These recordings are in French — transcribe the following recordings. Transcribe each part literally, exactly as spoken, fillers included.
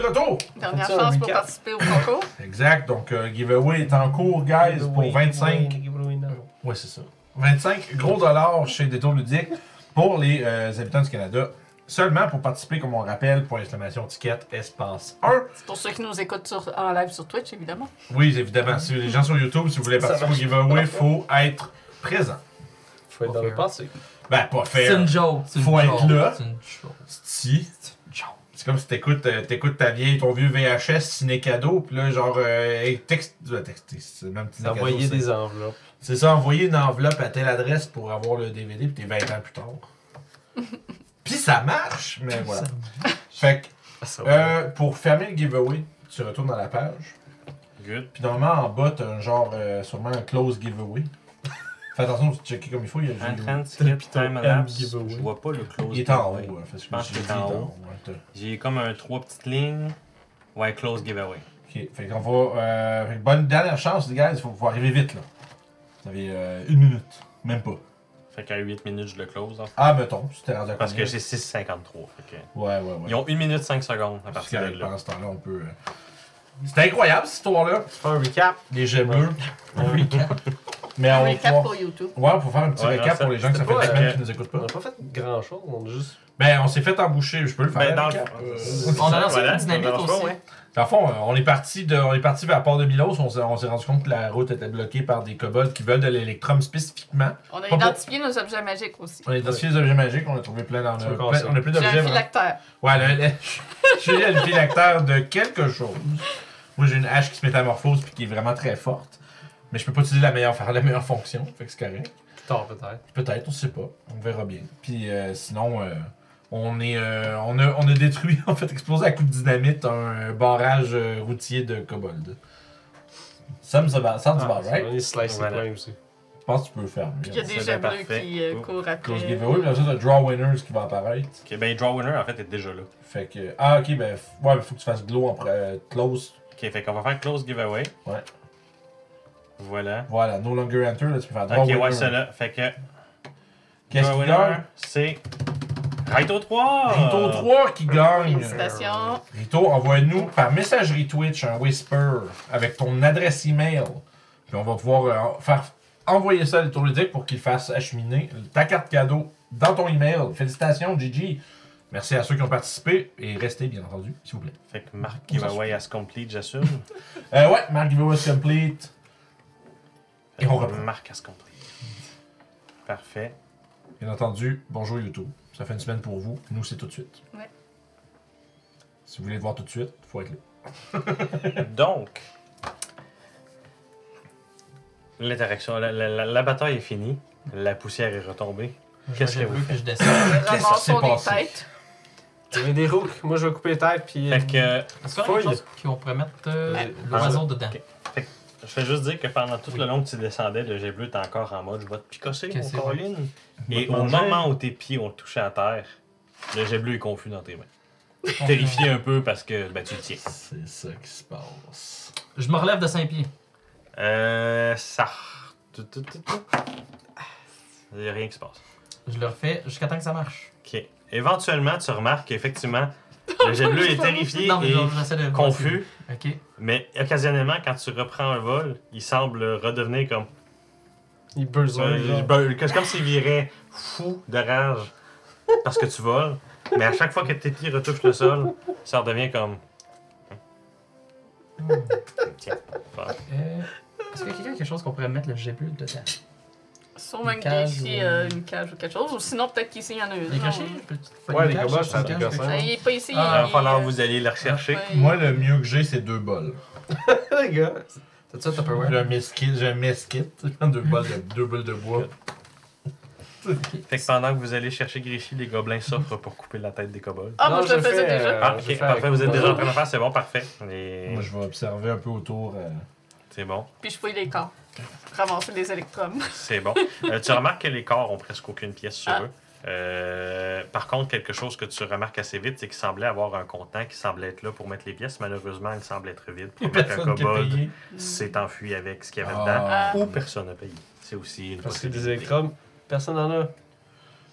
retour! Dernière Fais-tu un chance pour recap? participer au concours. Exact, donc euh, giveaway est en cours, guys, pour vingt-cinq. Giveaway, non. Ouais, c'est ça. vingt-cinq gros dollars chez Détour Ludique pour les euh, habitants du Canada. Seulement pour participer, comme on rappelle, pour l'exclamation ticket espace un. C'est pour ceux qui nous écoutent sur, en live sur Twitch, évidemment. Oui, évidemment. Si les gens sur YouTube, si vous voulez Ça participer au marche. giveaway, il faut être présent. Faut être dans le passé. Ben, pas C'est faire. une joke. C'est une Faut être joke, là. C'est une joke. Si. C'est une joke. C'est comme si t'écoutes, euh, t'écoutes ta vieille, ton vieux V H S ciné cadeau, pis là, genre, euh, hey, texte, euh, texte, c'est le même petit cadeau. Envoyer c'est- des enveloppes. C'est ça, envoyer une enveloppe à telle adresse pour avoir le D V D, puis t'es vingt ans plus tard. Puis ça marche, mais voilà. Fait que, Ça euh, pour fermer le giveaway, tu retournes dans la page. Good. Puis normalement, en bas, t'as un genre, euh, sûrement un close giveaway. Fais attention, tu checker comme il faut. Il, y a, Entrant, Puis skip, t'as time un lapse. giveaway. Je vois pas le close. il est en haut. giveaway. Hein, parce que Je pense j'ai qu'il est dit, en dans- haut. ouais, t'as- J'ai comme un trois petites lignes. Ouais, close giveaway. Ok, fait qu'on va. Euh, fait que bonne dernière chance, les gars, il faut, faut arriver vite là. Vous avez euh, une minute, même pas. Fait qu'à huit minutes, je le close. En fait. Ah, mettons, tu t'es rendu à Parce combien? que j'ai six cinquante-trois. Fait que... Ouais, ouais, ouais. Ils ont une minute cinq secondes à Parce partir de que là. pendant ce temps-là, on peut. euh, C'était incroyable cette histoire-là. Fais un recap. Les jets bleus. Mais Un on va recap pouvoir- pour YouTube. Ouais, pour faire un petit Ouais, récap non, ça- pour les gens que ça c'était fait des pas, semaines euh, qui nous écoutent On pas. n'a pas fait grand chose, on a juste. Ben, on s'est fait emboucher, je peux le faire. Ben, le dans le récap. fond, Euh, On a lancé Voilà, une dynamique ça marche pas, aussi. ouais. Dans le fond, euh, on est parti de, on est parti vers Port de Milos. On s'est, on s'est rendu compte que la route était bloquée par des kobolds qui veulent de l'électrum spécifiquement. On a Pas pour- identifié nos objets magiques aussi. On a identifié des objets magiques, on a trouvé plein dans C'est le. encore plein- ça. on a plus J'ai d'objets. un vraiment- phylactère. Ouais, le, le- je suis le phylactère de quelque chose. Moi, j'ai une hache qui se métamorphose puis qui est vraiment très forte. Mais je peux pas utiliser la meilleure, faire la meilleure fonction, fait que c'est correct. Plus tard, peut-être. Peut-être, on sait pas. On verra bien. Puis euh, sinon, euh, on est, euh, on, a, on a détruit, en fait, explosé à coup de dynamite un barrage euh, routier de kobold. Sounds about, sounds about right. On est slice Voilà. plein aussi. Je pense que tu peux le faire. Puis il y a des C'est jets bien bleus parfait. qui euh, Oh. courent après. Close giveaway, puis après ça, t'as Draw Winners qui va apparaître. Ok, ben Draw Winner en fait est déjà là. Fait que. Ah, ok, ben, f- ouais, il faut que tu fasses glow en pre- euh, close. Ok, fait qu'on va faire close giveaway. Ouais. Voilà. Voilà, no longer enter, là, tu peux faire Draw Ok, Winner. ouais, c'est là. Fait que. Qu'est-ce Draw qui Winner, gagne? c'est. Raito trois! Rito trois qui gagne. Félicitations. Rito, envoie-nous par messagerie Twitch un whisper avec ton adresse email. Puis on va pouvoir euh, faire envoyer ça à l'étour ludique pour qu'il fasse acheminer ta carte cadeau dans ton email. Félicitations, Gigi. Merci à ceux qui ont participé et restez, bien entendu, s'il vous plaît. Fait que Marc giveaway as complete, j'assume. Euh, ouais, Mark Giveaway is complete. Et on reprend. Marc as complete. Parfait. Bien entendu, bonjour YouTube. Ça fait une semaine pour vous. Nous, c'est tout de suite. Ouais. Si vous voulez le voir tout de suite, il faut être là. Donc. L'interaction, la, la, la, la bataille est finie. La poussière est retombée. Qu'est-ce que vous que faites? je descends? Ramassons s'est les passé? têtes. Il y a des roues. Moi, je vais couper les têtes, puis. Fait que. Est-ce qu'on a quelque Fouille. chose qu'on pourrait mettre euh, Ouais. l'oiseau dedans? Ok. Je vais juste dire que pendant tout le long que tu descendais, le jet bleu était encore en mode je vais te picosser, Que mon c'est Caroline. Je vais Et te au manger. moment où tes pieds ont touché à terre, le jet bleu est confus dans tes mains. Terrifié un peu parce que ben, tu le tiens. C'est ça qui se passe. Je me relève de cinq pieds. Euh. Ça. tout, tout, tout, tout. Il n'y a rien qui se passe. Je le refais jusqu'à temps que ça marche. Ok. Éventuellement, tu remarques qu'effectivement, le jet bleu est terrifié Non, mais et genre, j'essaie de. confus. Ok. Mais occasionnellement, quand tu reprends un vol, il semble redevenir comme. Il buzz. Euh, ben, c'est comme s'il virait fou de rage parce que tu voles. Mais à chaque fois que tes pieds retouchent le sol, ça redevient comme. Tiens. Voilà. Euh, Est-ce qu'il y a quelqu'un quelque chose qu'on pourrait mettre le jet bleu dedans? Sûrement Une que cage ici, ou- euh, une cage ou quelque chose. Ou sinon, peut-être qu'ici, il y en a une. Les Non. cachets? je peux- Ouais, une les cage, cobayes, une c'est cage, intéressant. quelque Ah, chose? il est pas ici. Ah, Il va il- falloir euh, que vous alliez le rechercher. ouais, Moi, le mieux que j'ai, c'est deux bols. Les gars. T'as ça, Tupperware? J'ai un miskit, j'ai un miskit. deux bols de, deux boules de bois. Fait que pendant que vous allez chercher Griffy, les gobelins s'offrent pour couper la tête des kobolds. Ah, moi, Non, je le je faisais fais, déjà. euh, Ah, je ok, fais parfait, avec vous êtes mon- déjà en train de le faire, c'est bon, parfait. Et... Moi, je vais observer un peu autour. euh, C'est bon, Puis je fouille les corps. Ramasser les électrums. c'est bon. Euh, tu remarques que les corps ont presque aucune pièce sur Ah. eux. Euh, par contre, quelque chose que tu remarques assez vite, c'est qu'il semblait avoir un contenant qui semblait être là pour mettre les pièces. Malheureusement, il semble être vide. Il y a Probablement qu'un personne qui a kobold payé. s'est enfui avec ce qu'il y avait Ah. dedans. Ah. Ou personne n'a payé. C'est aussi une Parce que des possibilité. électrons, personne n'en a.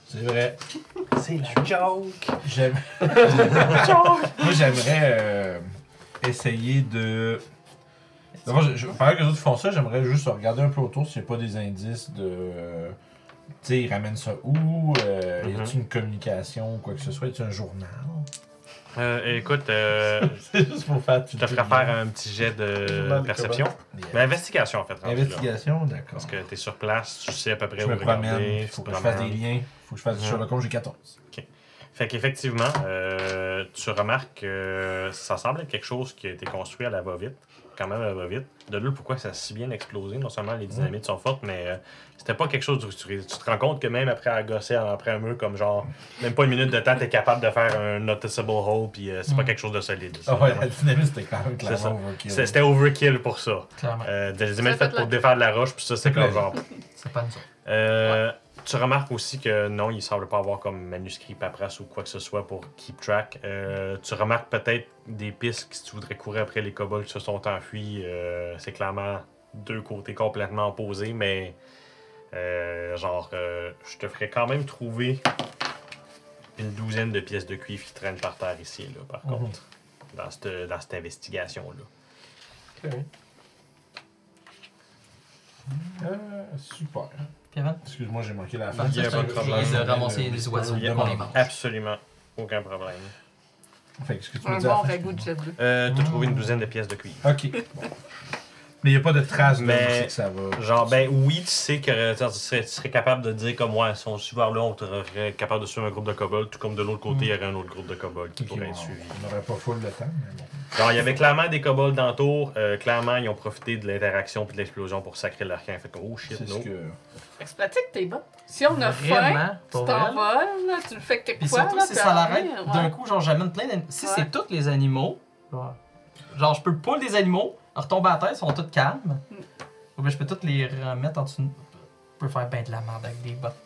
C'est vrai. C'est la joke. J'aime. Moi, j'aimerais euh, essayer de. D'abord, je, je, pendant que les autres font ça, j'aimerais juste regarder un peu autour s'il n'y a pas des indices de. euh, tu sais, ils ramènent ça où euh, Y a-t-il une communication ou quoi que ce soit Y a-t-il un journal Euh, écoute, euh, C'est juste pour faire. je te ferai faire un petit jet de Journal de perception. Yeah. Mais investigation, en fait. rendu là. Investigation, d'accord. Parce que t'es sur place, tu sais à peu près Je où me promène, regarder. il faut tu que te je fasse des promènes. liens, il faut que je fasse du Mhm. Sherlock Holmes, j'ai quatorze. Fait qu'effectivement, euh, tu remarques que ça semble être quelque chose qui a été construit à la va-vite, quand même à la va-vite. De là, pourquoi ça a si bien explosé. Non seulement les dynamites sont fortes, mais euh, c'était pas quelque chose où tu, tu te rends compte que même après à gosser après un mur, comme genre, même pas une minute de temps, t'es capable de faire un noticeable hole, puis euh, c'est pas Mm. quelque chose de solide. C'est Ah ouais, vraiment- la dynamite c'était quand même C'est ça. clairement overkill. c'est- C'était overkill pour ça. Clairement. Euh, des Ça dynamites fait faites pour la- défaire de la roche, puis ça, c'est comme genre. C'est pas nous autres. Euh, Tu remarques aussi que non, il semble pas avoir comme manuscrit, paperasse ou quoi que ce soit pour keep track. Euh, tu remarques peut-être des pistes que si tu voudrais courir après les kobolds qui se sont enfuis. Euh, c'est clairement deux côtés complètement opposés, mais euh, genre, euh, je te ferais quand même trouver une douzaine de pièces de cuivre qui traînent par terre ici, là, par Mhm. contre, dans cette, dans cette investigation-là. Ok. Euh, super. Puis avant, Excuse-moi, j'ai manqué la fin. Il y a c'est pas un de problème. de ramasser les oiseaux Il y a qu'on les mange. absolument aucun problème. Fait que ce que tu me Un dis à bon la fin, ragoût de jet bleu. Euh, tu as trouvé une douzaine de pièces de cuivre. Ok. Bon. Mais il n'y a pas de traces de Mais- je sais que ça va. Genre, ben oui, tu sais que tu serais, tu serais capable de dire comme ouais, si on suit vers là, on serait capable de suivre un groupe de kobolds, tout comme de l'autre côté, il y aurait un autre groupe de kobolds qui Ok, pourrait bon, être suivi. on n'aurait pas full de temps, mais bon. Genre, il y avait clairement des kobolds dans le tour, euh, clairement, ils ont profité de l'interaction puis de l'explosion pour sacrer leur camp. Fait que, oh shit, C'est no. ce que. Fait que c'est pratique tes bas. Si on a faim, Vraiment, tu pour vrai. t'envoles, là, tu le fais que t'es Puis quoi, surtout là, si puis ça après, l'arrête ouais. d'un coup, genre j'amène plein d'animaux. Si Ouais. c'est tous les animaux, genre, genre, je peux pull des animaux, retomber à terre, ils sont tous calmes. Mm. Ou bien je peux tous les remettre en dessous. de- Je peux faire ben de la merde avec des bottes.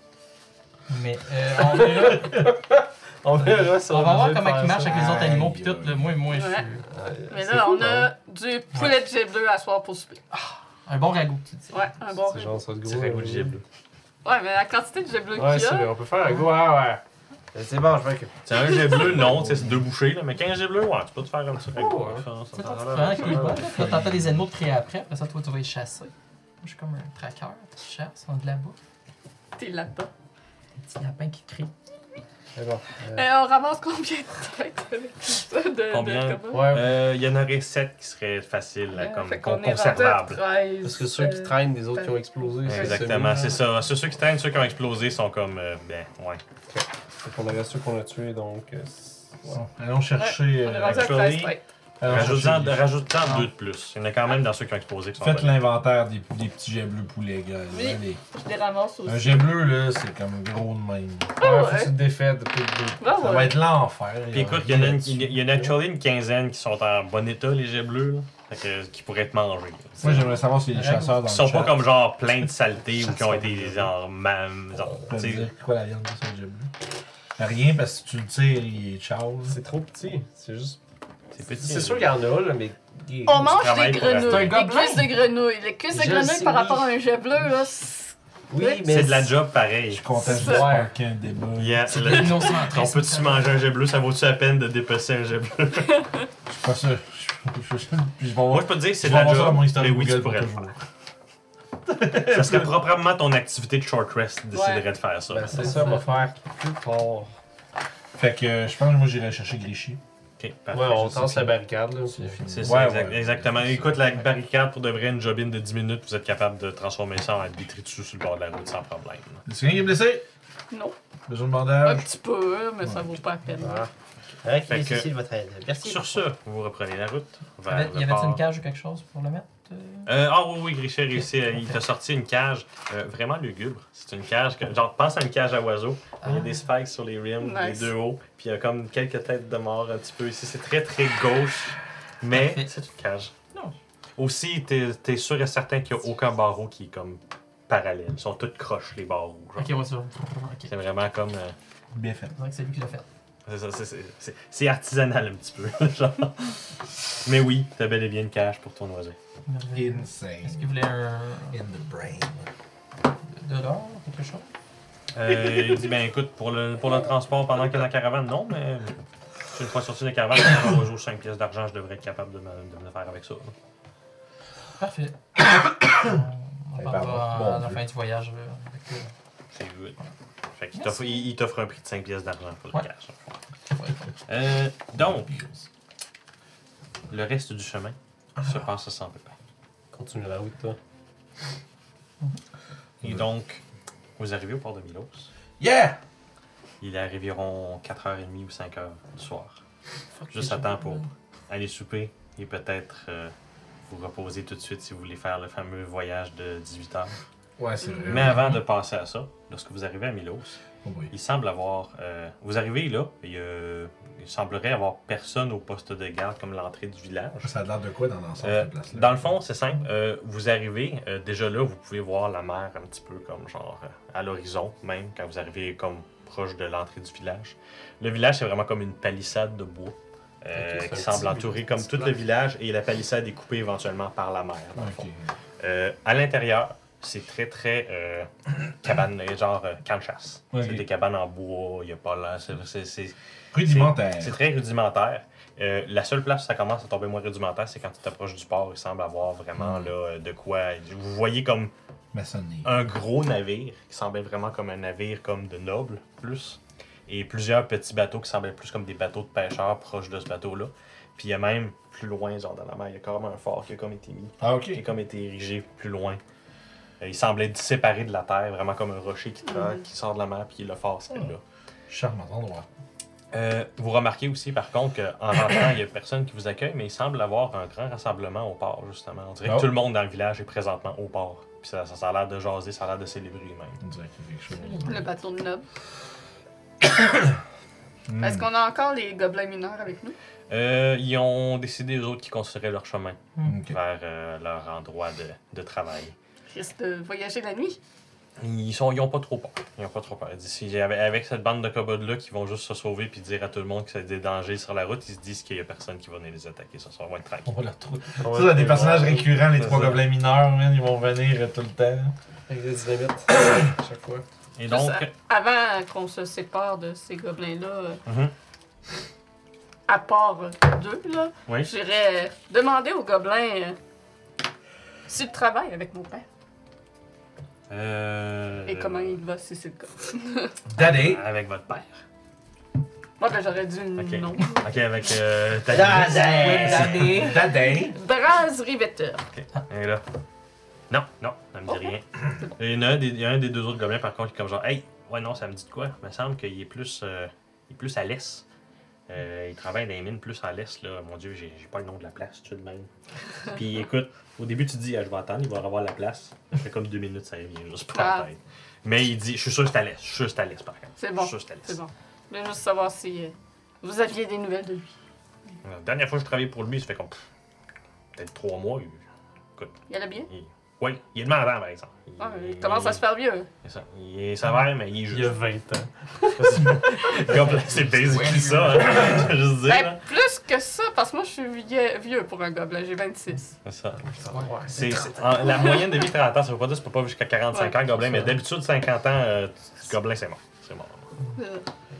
Mais euh, on verra. On verra si On va voir obligé de comment faire ils marchent ça. avec les autres Aïe, animaux, puis tout. aïe. Le moins, moi, je Ouais. suis. Ouais, Mais c'est là, fou, on a du poulet de jet bleu à soir pour souper. Un bon ragoût, tu sais. Ouais, un bon C'est ragoût. genre ça de Petit gros. ragoût de euh, gible. Ouais, mais la quantité de jet bleu Ouais, qu'il y c'est vrai, a, on peut faire un goût. Ah ouais. Mais C'est bon, je vais que. C'est un jet bleu, non, tu sais, c'est deux bouchées, là, mais quinze jets bleus, ouais, tu peux te faire un petit ragoût. Oh, ouais. Ça, ça, Tu sais, ça, toi, tu ça, te prends avec ça, les ça. bottes, là, t'entends des animaux de crier après, après ça, toi, tu vas les chasser. Moi, je suis comme un tracker, tu chasses, on a de la bouffe. t'es là-bas. Un petit lapin qui crie. C'est bon. Euh, Euh, on ramasse combien de têtes avec ça de, Combien? de kobolds? Ouais. Euh, Il y en aurait sept qui seraient faciles, là, Ouais, comme fait con- qu'on est rendu à conservables. treize. Parce que ceux qui euh, traînent, des autres qui ont explosé. c'est Exactement, celui-là. c'est ça. Ceux, ceux qui traînent, ceux qui ont explosé sont comme. euh, ben, ouais. Fait qu'on avait ceux qu'on a tués, donc. euh, c'est- ouais. Bon, allons chercher. On est euh, rendu à actually, treize têtes. allons Rajoute-en chercher- rajoute-en deux de plus. Il y en a quand même dans ceux qui ont explosé qui sont Faites bons. l'inventaire des, des petits jets bleus poulets, gars. Oui. Allez. Je les ramasse aussi. Un jet bleu, là, c'est comme gros de même. Ah Ouais, ouais. faut que tu te défaites depuis le début. Ah Ça ouais. va être l'enfer. Puis écoute, il y en a, une, il y a- il y en a actually une quinzaine qui sont en bon état, les jets bleus, là. Fait que, qui pourraient être mangés. là. Moi, j'aimerais savoir si les chasseurs dans Qui le sont chat pas comme genre plein de saleté ou qui ont été genre. mam- genre, peuvent tu sais, dire quoi la viande de ce jet bleu. Rien, parce que si tu le tires, il est ciao. C'est trop petit. C'est juste. c'est petit. C'est sûr qu'il y en a, là, mais. il- On mange travail des pour rester. grenouilles, C'est un des gobelin. cuisses de grenouilles. Les cuisses de Je grenouilles sais, par oui. rapport à un jet bleu, là, c'est... Oui, C'est mais. C'est de la job Je pareil. suis content de C'est voir ça. qu'il y a un débat. Yeah, C'est le- de l'innocentrisme. on peut-tu manger un jet bleu? Ça vaut-tu la peine de dépecer un jet bleu? Je suis pas sûr. Je- je- je- Puis je vais Moi, voir. je peux te dire que c'est Je de vais la avoir ça dans mon job, historique mais oui, tu Google pourrais pour le toujours. faire. Ça serait proprement ton activité de short rest déciderait Ouais. de faire ça. Ben, c'est ça, on va faire plus fort. Fait que euh, je pense que moi j'irai chercher Grichy. Ok, parfait, Ouais, on je sais tasse que- la barricade, là. puis- C'est Ouais, ça, exact- ouais. exactement. Écoute, la barricade, pour de vrai, une jobine de dix minutes, vous êtes capable de transformer ça en détritus sur le bord de la route sans problème. Est-ce qu'il y a quelqu'un qui est blessé? Non. Besoin de Un bandage? petit peu, hein, mais ça vaut pas la peine. Ah. Ok, Fait que- ceci de votre aide. Merci. Sur ce, vous reprenez la route. vers Y avait- le y avait-tu port. une cage ou quelque chose pour le mettre? euh? Euh, ah oui, oui, Grisha a réussi. à- Il t'a sorti une cage euh, vraiment lugubre. C'est une cage que. Genre, pense à une cage à oiseaux. Il y a Ah. des spikes sur les rims, les Nice. deux hauts. Puis il y a comme quelques têtes de mort un petit peu ici. C'est très, très gauche. Mais Parfait. c'est une cage. Non. Aussi, t'es es sûr et certain qu'il n'y a aucun barreau qui est comme parallèle. Ils sont tous croches, les barreaux. genre. Ok, ouais, ça. Ok. C'est vraiment comme. euh, Bien fait. C'est vrai que c'est lui qui l'a fait. c'est ça, c'est- c'est- c'est- c'est artisanal un petit peu. genre. Mais oui, t'as bel et bien une cage pour ton oiseau. Merveilleux. Insane. Est-ce qu'il voulait un. In the brain. de l'or ou quelque chose? Euh, il dit, ben écoute, pour le, pour le transport pendant qu'il est dans la caravane, non, mais une fois sorti de la caravane, on va jouer cinq pièces d'argent, je devrais être capable de me, de me faire avec ça. Là. Parfait. On Eh, va pardon. à Bon la Dieu. fin du voyage. Là, avec, euh, C'est good. Fait qu'il t'offre, il, il t'offre un prix de cinq pièces d'argent pour le Ouais. cash. Euh, donc, le reste du chemin se passe sans pépin. Continue la route, toi. Et donc, vous arrivez au port de Milos. Yeah! Il est environ quatre heures trente ou cinq heures du soir. fuck, Juste j'ai à temps jamais- pour aller souper et peut-être euh, vous reposer tout de suite si vous voulez faire le fameux voyage de dix-huit heures. Ouais, c'est vrai. Mais avant de passer à ça, lorsque vous arrivez à Milos, Oh boy. il semble avoir... euh, vous arrivez là, il, euh, il semblerait avoir personne au poste de garde comme l'entrée du village. Ça a l'air de quoi dans l'ensemble, Euh, cette place-là? dans le fond, c'est simple. Euh, vous arrivez, euh, déjà là, vous pouvez voir la mer un petit peu comme genre euh, à l'horizon, même quand vous arrivez comme proche de l'entrée du village. Le village, c'est vraiment comme une palissade de bois euh, Ok, c'est qui un semble petit- entourer comme petit tout le plan. village et la palissade est coupée éventuellement par la mer. Dans le Ok. fond. Euh, à l'intérieur, c'est très très euh, cabane, genre euh, camp de chasse. Ok. C'est des cabanes en bois, il n'y a pas là. C'est, c'est, c'est- Rudimentaire. c'est très rudimentaire. Euh, la seule place où ça commence à tomber moins rudimentaire, c'est quand tu t'approches du port. Il semble avoir vraiment Mm. là, euh, de quoi. Vous voyez comme Maçonnerie. un gros navire qui semblait vraiment comme un navire comme de noble, plus. Et plusieurs petits bateaux qui semblaient plus comme des bateaux de pêcheurs proches de ce bateau-là. Puis il y a même plus loin, genre dans la mer, il y a carrément un fort qui a comme été mis, Ah, ok. qui a comme été érigé plus loin. Euh, il semblait être séparé de la terre, vraiment comme un rocher qui, tra- Mhm. qui sort de la mer, puis le fort serait là. Charmant endroit. Euh, vous remarquez aussi, par contre, qu'en rentrant, il n'y a personne qui vous accueille, mais il semble avoir un grand rassemblement au port, justement. On dirait Oh. que tout le monde dans le village est présentement au port. Puis ça, ça, ça a l'air de jaser, ça a l'air de célébrer même. On dirait qu'il y a quelque chose. Le bateau de noble. Hmm. Est-ce qu'on a encore les gobelins mineurs avec nous? Euh, ils ont décidé, eux autres, qu'ils construiraient leur chemin Ok. vers euh, leur endroit de, de travail. Risque de voyager la nuit? Ils sont, ils ont pas trop peur. Ils ont pas trop peur. D'ici, avec, avec cette bande de kobolds-là qui vont juste se sauver puis dire à tout le monde que c'est des dangers sur la route, ils se disent qu'il y a personne qui va venir les attaquer ce soir. On va être On tranquille. va le retrouver. On Ça, va c'est des être- personnages récurrents, les C'est trois ça. gobelins mineurs, man, ils vont venir euh, tout le temps. Avec des dynamites à chaque fois. Et donc, Juste, euh, avant qu'on se sépare de ces gobelins-là, euh, mhm, à part euh, deux, là, oui. j'irais euh, demander aux gobelins euh, s'ils travaillent avec mon père. Euh, Et comment il va si c'est le cas. Daddy. Avec votre père. Moi, ben, j'aurais dit Ok. non. Ok, avec euh, ta Daddy! Daddy. Brasserie Vetter. Et là. Non, non, ça me dit Ok. rien. Et il y en a un des, il y en a un des deux autres gobelins, par contre, qui est comme genre, hey, ouais, non, ça me dit de quoi? Il me semble qu'il est plus, euh, il est plus à l'est. Euh, il travaille dans les mines plus à l'est, là. Mon Dieu, j'ai j'ai pas le nom de la place, tout de même. Puis écoute, au début, tu te dis, ah, je vais attendre, il va avoir la place. Ça fait comme deux minutes, ça revient juste pas Ah. en tête. Mais il dit, je suis sûr que c'est à l'est, je suis sûr que c'est à l'est, par contre. C'est bon. Je suis sûr que c'est à l'est. C'est bon. Je voulais juste savoir si euh, vous aviez des nouvelles de lui. La dernière fois que je travaillais pour lui, ça fait comme pff, peut-être trois mois. Il, Il allait bien? il- oui, il est demandant, par exemple. Il, Ah, il commence à se faire vieux. C'est ça. Il est sévère, mais il est Il y a juste. vingt ans. Comme c'est basically ça, hein. Je veux juste dire. Ben, là. plus que ça, parce que moi, je suis vieux, vieux pour un gobelin. J'ai vingt-six. C'est ça. Ouais. C'est, c'est- en- la moyenne de vie trente ans, ça veut pas dire que tu peux pas vivre jusqu'à quarante-cinq Ouais, ans, gobelin, c'est mais ça. d'habitude, cinquante ans, euh, gobelin, c'est mort. C'est mort. Euh,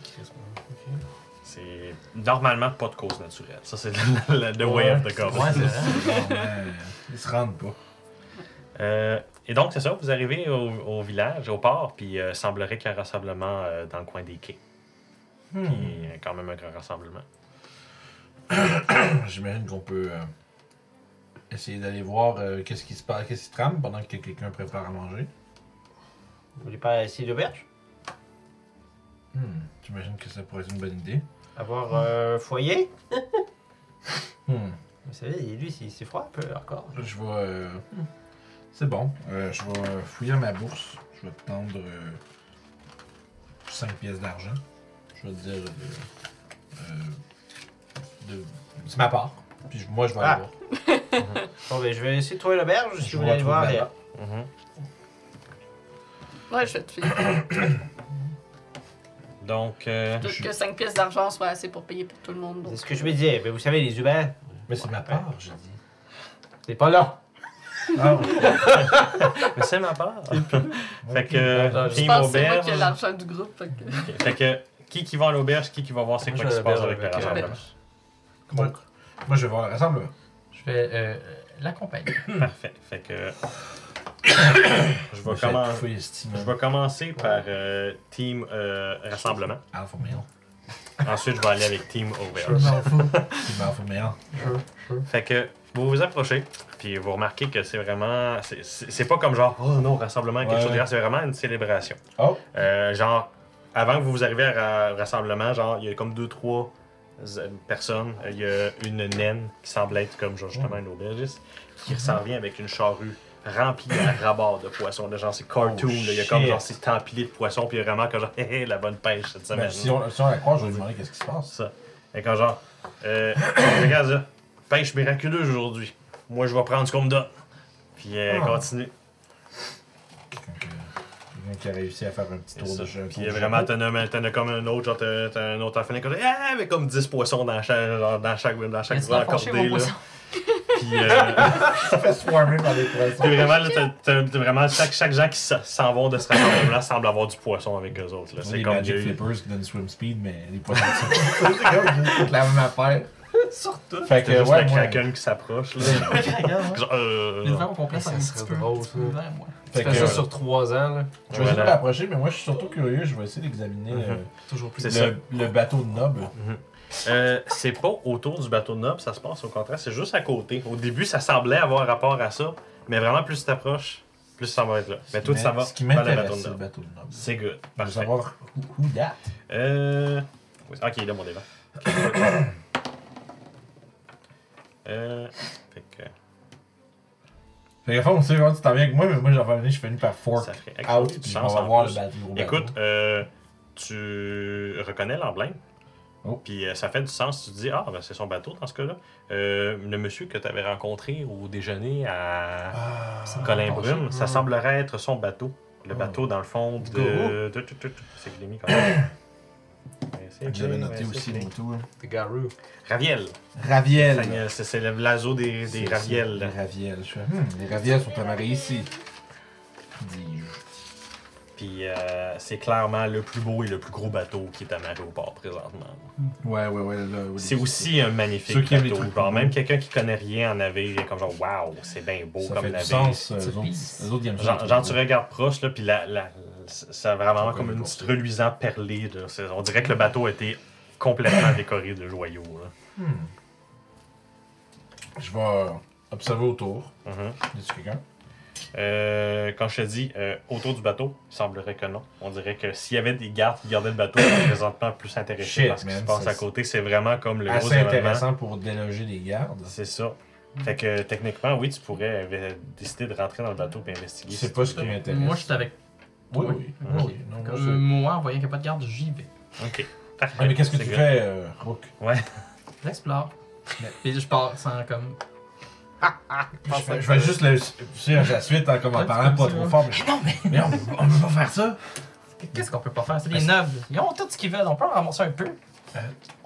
C'est normalement pas de cause naturelle. Ça, c'est le, le- the way of the goblin. Ouais, c'est vrai. Non, mais ils se rendent pas. Euh, et donc, c'est ça, vous arrivez au, au village, au port, puis euh, semblerait qu'il y a un rassemblement euh, dans le coin des quais. Hmm. Qui est quand même un grand rassemblement. J'imagine qu'on peut euh, essayer d'aller voir euh, qu'est-ce qui se passe, qu'est-ce qui se trame pendant que quelqu'un prépare à manger. Vous voulez pas essayer l'auberge? Hmm. J'imagine que ça pourrait être une bonne idée. Avoir un foyer? Hmm. Vous savez, lui, c'est c'est froid un peu encore. Je vais. euh, C'est bon. Euh, je vais fouiller ma bourse. Je vais te tendre euh, cinq pièces d'argent. Je vais te dire. euh, euh, de... C'est ma part. Puis je- moi, je vais aller Ah. voir. Bon, ben, je vais essayer de trouver l'auberge si Je vous vais voulez aller voir. retrouver et- là-bas. Mhm. Ouais, je vais te filer. Donc, euh, Tout Je- que cinq pièces d'argent soit assez pour payer pour tout le monde. C'est donc. ce que je me disais. Ben, vous savez, les Uber, Mais c'est ma part, j'ai dit. c'est pas là. Ah, ok. Mais c'est ma part. Fait que, Ah, euh, je team Je pense que c'est moi auberge. qui ai l'argent du groupe. Fait que... Ok. Fait que, qui qui va à l'auberge, qui qui va voir c'est Moi, quoi je qui se vais à passe avec le l'auberge avec, rassemblement. Moi, moi, je vais voir le rassemblement. Je vais euh, l'accompagner. Parfait. Fait que. je, vais me fais commen- bouffer, esti, man. je vais commencer par euh, team euh, rassemblement. Alpha male. Ensuite, je vais aller avec team auberge. C'est alpha male. Fait que vous vous approchez, puis vous remarquez que c'est vraiment. C'est, c'est, c'est pas comme genre, oh non, rassemblement, quelque Ouais. chose de grave, c'est vraiment une célébration. Oh, Euh, genre, avant que vous arriviez à- au rassemblement, genre, il y a comme deux, trois euh, personnes. Il y a une naine qui semble être comme genre, justement une aubergiste, qui s'en vient avec une charrue remplie à rabord de poissons. Là, genre, c'est cartoon. Oh, là, il y a comme shit. genre, c'est empilé de poissons, puis il y a vraiment comme genre, hé hé, la bonne pêche cette semaine. ben, si, on, si on la croise, je vais lui demander qu'est-ce qui se passe. Ça. Et quand genre, euh, regarde ça, pêche miraculeuse aujourd'hui. Moi, je vais prendre ce qu'on me donne. Puis euh, Ah. continue. Quelqu'un qui- quelqu'un qui a réussi à faire un petit C'est tour ça. de jeu. Puis euh, vraiment, t'en as, t'en as comme un autre, genre, t'as, t'as un autre enfant qui dit, ah, avec comme dix poissons dans chaque, genre, dans chaque, dans chaque Est-ce bras qu'on fâché, accordé. mon Là. poisson? Puis, euh, Ça fait swarmer par des poissons. puis vraiment, là, t'as, t'as- t'as vraiment chaque, chaque gens qui s- s'en vont de ce rassemblement semble avoir du poisson avec eux autres. Là. C'est C'est des comme Magic il y a eu- Flippers qui donnent swim speed, mais les poissons c'est comme c'est la même affaire. Surtout. Fait que, c'est juste ouais, le moi, kraken qui s'approche. Là. Regarde, Genre, euh, l'univers au complet, ça Ça un serait petit peu. drôle, un ça. petit peu ouvert, moi. fait Tu que, fais ça euh, sur trois ans, là. je vais essayer de Voilà. l'approcher, mais moi je suis surtout curieux, je vais essayer d'examiner Mhm. euh, Toujours plus. C'est ça. le, le bateau de Nob. Euh, c'est pas autour du bateau de Nob, ça se passe au contraire, c'est juste à côté. Au début, ça semblait avoir rapport à ça, mais vraiment, plus tu t'approches, plus ça va être là. Mais toi, tu s'en vas Ce qui vers le m'intéresse, bateau de c'est le Nob. bateau de Nob. C'est good. Je veux Parfait. savoir who, who that. Euh... oui, ok, là, mon débat. euh... Fait que... Fait que, fond, tu sais, vraiment, tu t'en viens avec moi, mais moi j'en vais venir, je suis venu par fork Ça ferait out, excellent. puis Chance on va en voir plus. le bateau. le gros bateau. Écoute, euh, tu reconnais l'emblème. Oh. Puis euh, ça fait du sens. Tu te dis, ah, ben c'est son bateau dans ce cas-là. Euh, le monsieur que tu avais rencontré au déjeuner à Ah, Colin Brume, ça Mm. semblerait être son bateau. Le Oh. bateau, dans le fond, Du de. Goro. de- de- de- de- C'est que je l'ai mis comme ça. Ouais, c'est J'avais clé, noté ouais, aussi c'est le clé. moto. hein. The Garou. Raviel. Raviel. Ça, C'est c'est le blason des, des C'est- c'est Raviel. Les Raviel. Je fais, hmm, les Raviel sont amarrés ici. Dis-je. Puis euh, c'est clairement le plus beau et le plus gros bateau qui est amarré au port présentement. Ouais, ouais, ouais. Là, oui, C'est aussi un magnifique Ceux qui aiment les bateau. trucs Genre, beaux. même quelqu'un qui connaît rien en navire est comme genre, waouh, c'est bien beau Ça comme fait du navire. sens. euh, C'est eux autres, peace. eux autres, ils aiment ça. Genre, genre, tu regardes proche, là, puis la, la, ça a vraiment Ça comme va une être petite bon. reluisant perlée. Là. C'est- On dirait que le bateau a été complètement décoré de joyaux. Là. Hmm. Je vais observer autour. Mhm. Y a-tu quelqu'un? Euh, quand je te dis euh, autour du bateau, il semblerait que non. On dirait que s'il y avait des gardes qui gardaient le bateau, ils sont présentement plus intéressés Shit, par ce qui man, se passe ça, à côté. C'est vraiment comme le gros Assez événement. intéressant pour déloger les gardes. C'est ça. Fait que techniquement, oui, tu pourrais euh, décider de rentrer dans le bateau et investiguer. C'est si pas tu ce qui veux. m'intéresse. Moi, je suis avec. Oui, toi. oui. Ok. oui. Non, moi, Comme c'est- moi, en voyant qu'il n'y a pas de garde, j'y vais. Ok. Parfait. Ah, mais qu'est-ce que C'est tu good. fais, euh, Rook? J'explore. Mais- Et je pars sans comme. Je vais, je vais juste le suivre la suite en, comme en Ouais, parlant tu pas peux trop dire. fort. Mais non, mais, mais on, on peut pas faire ça. Qu'est-ce qu'on peut pas faire? C'est des Ben, nobles. Ils ont tout ce qu'ils veulent. On peut en ramasser un peu. Euh.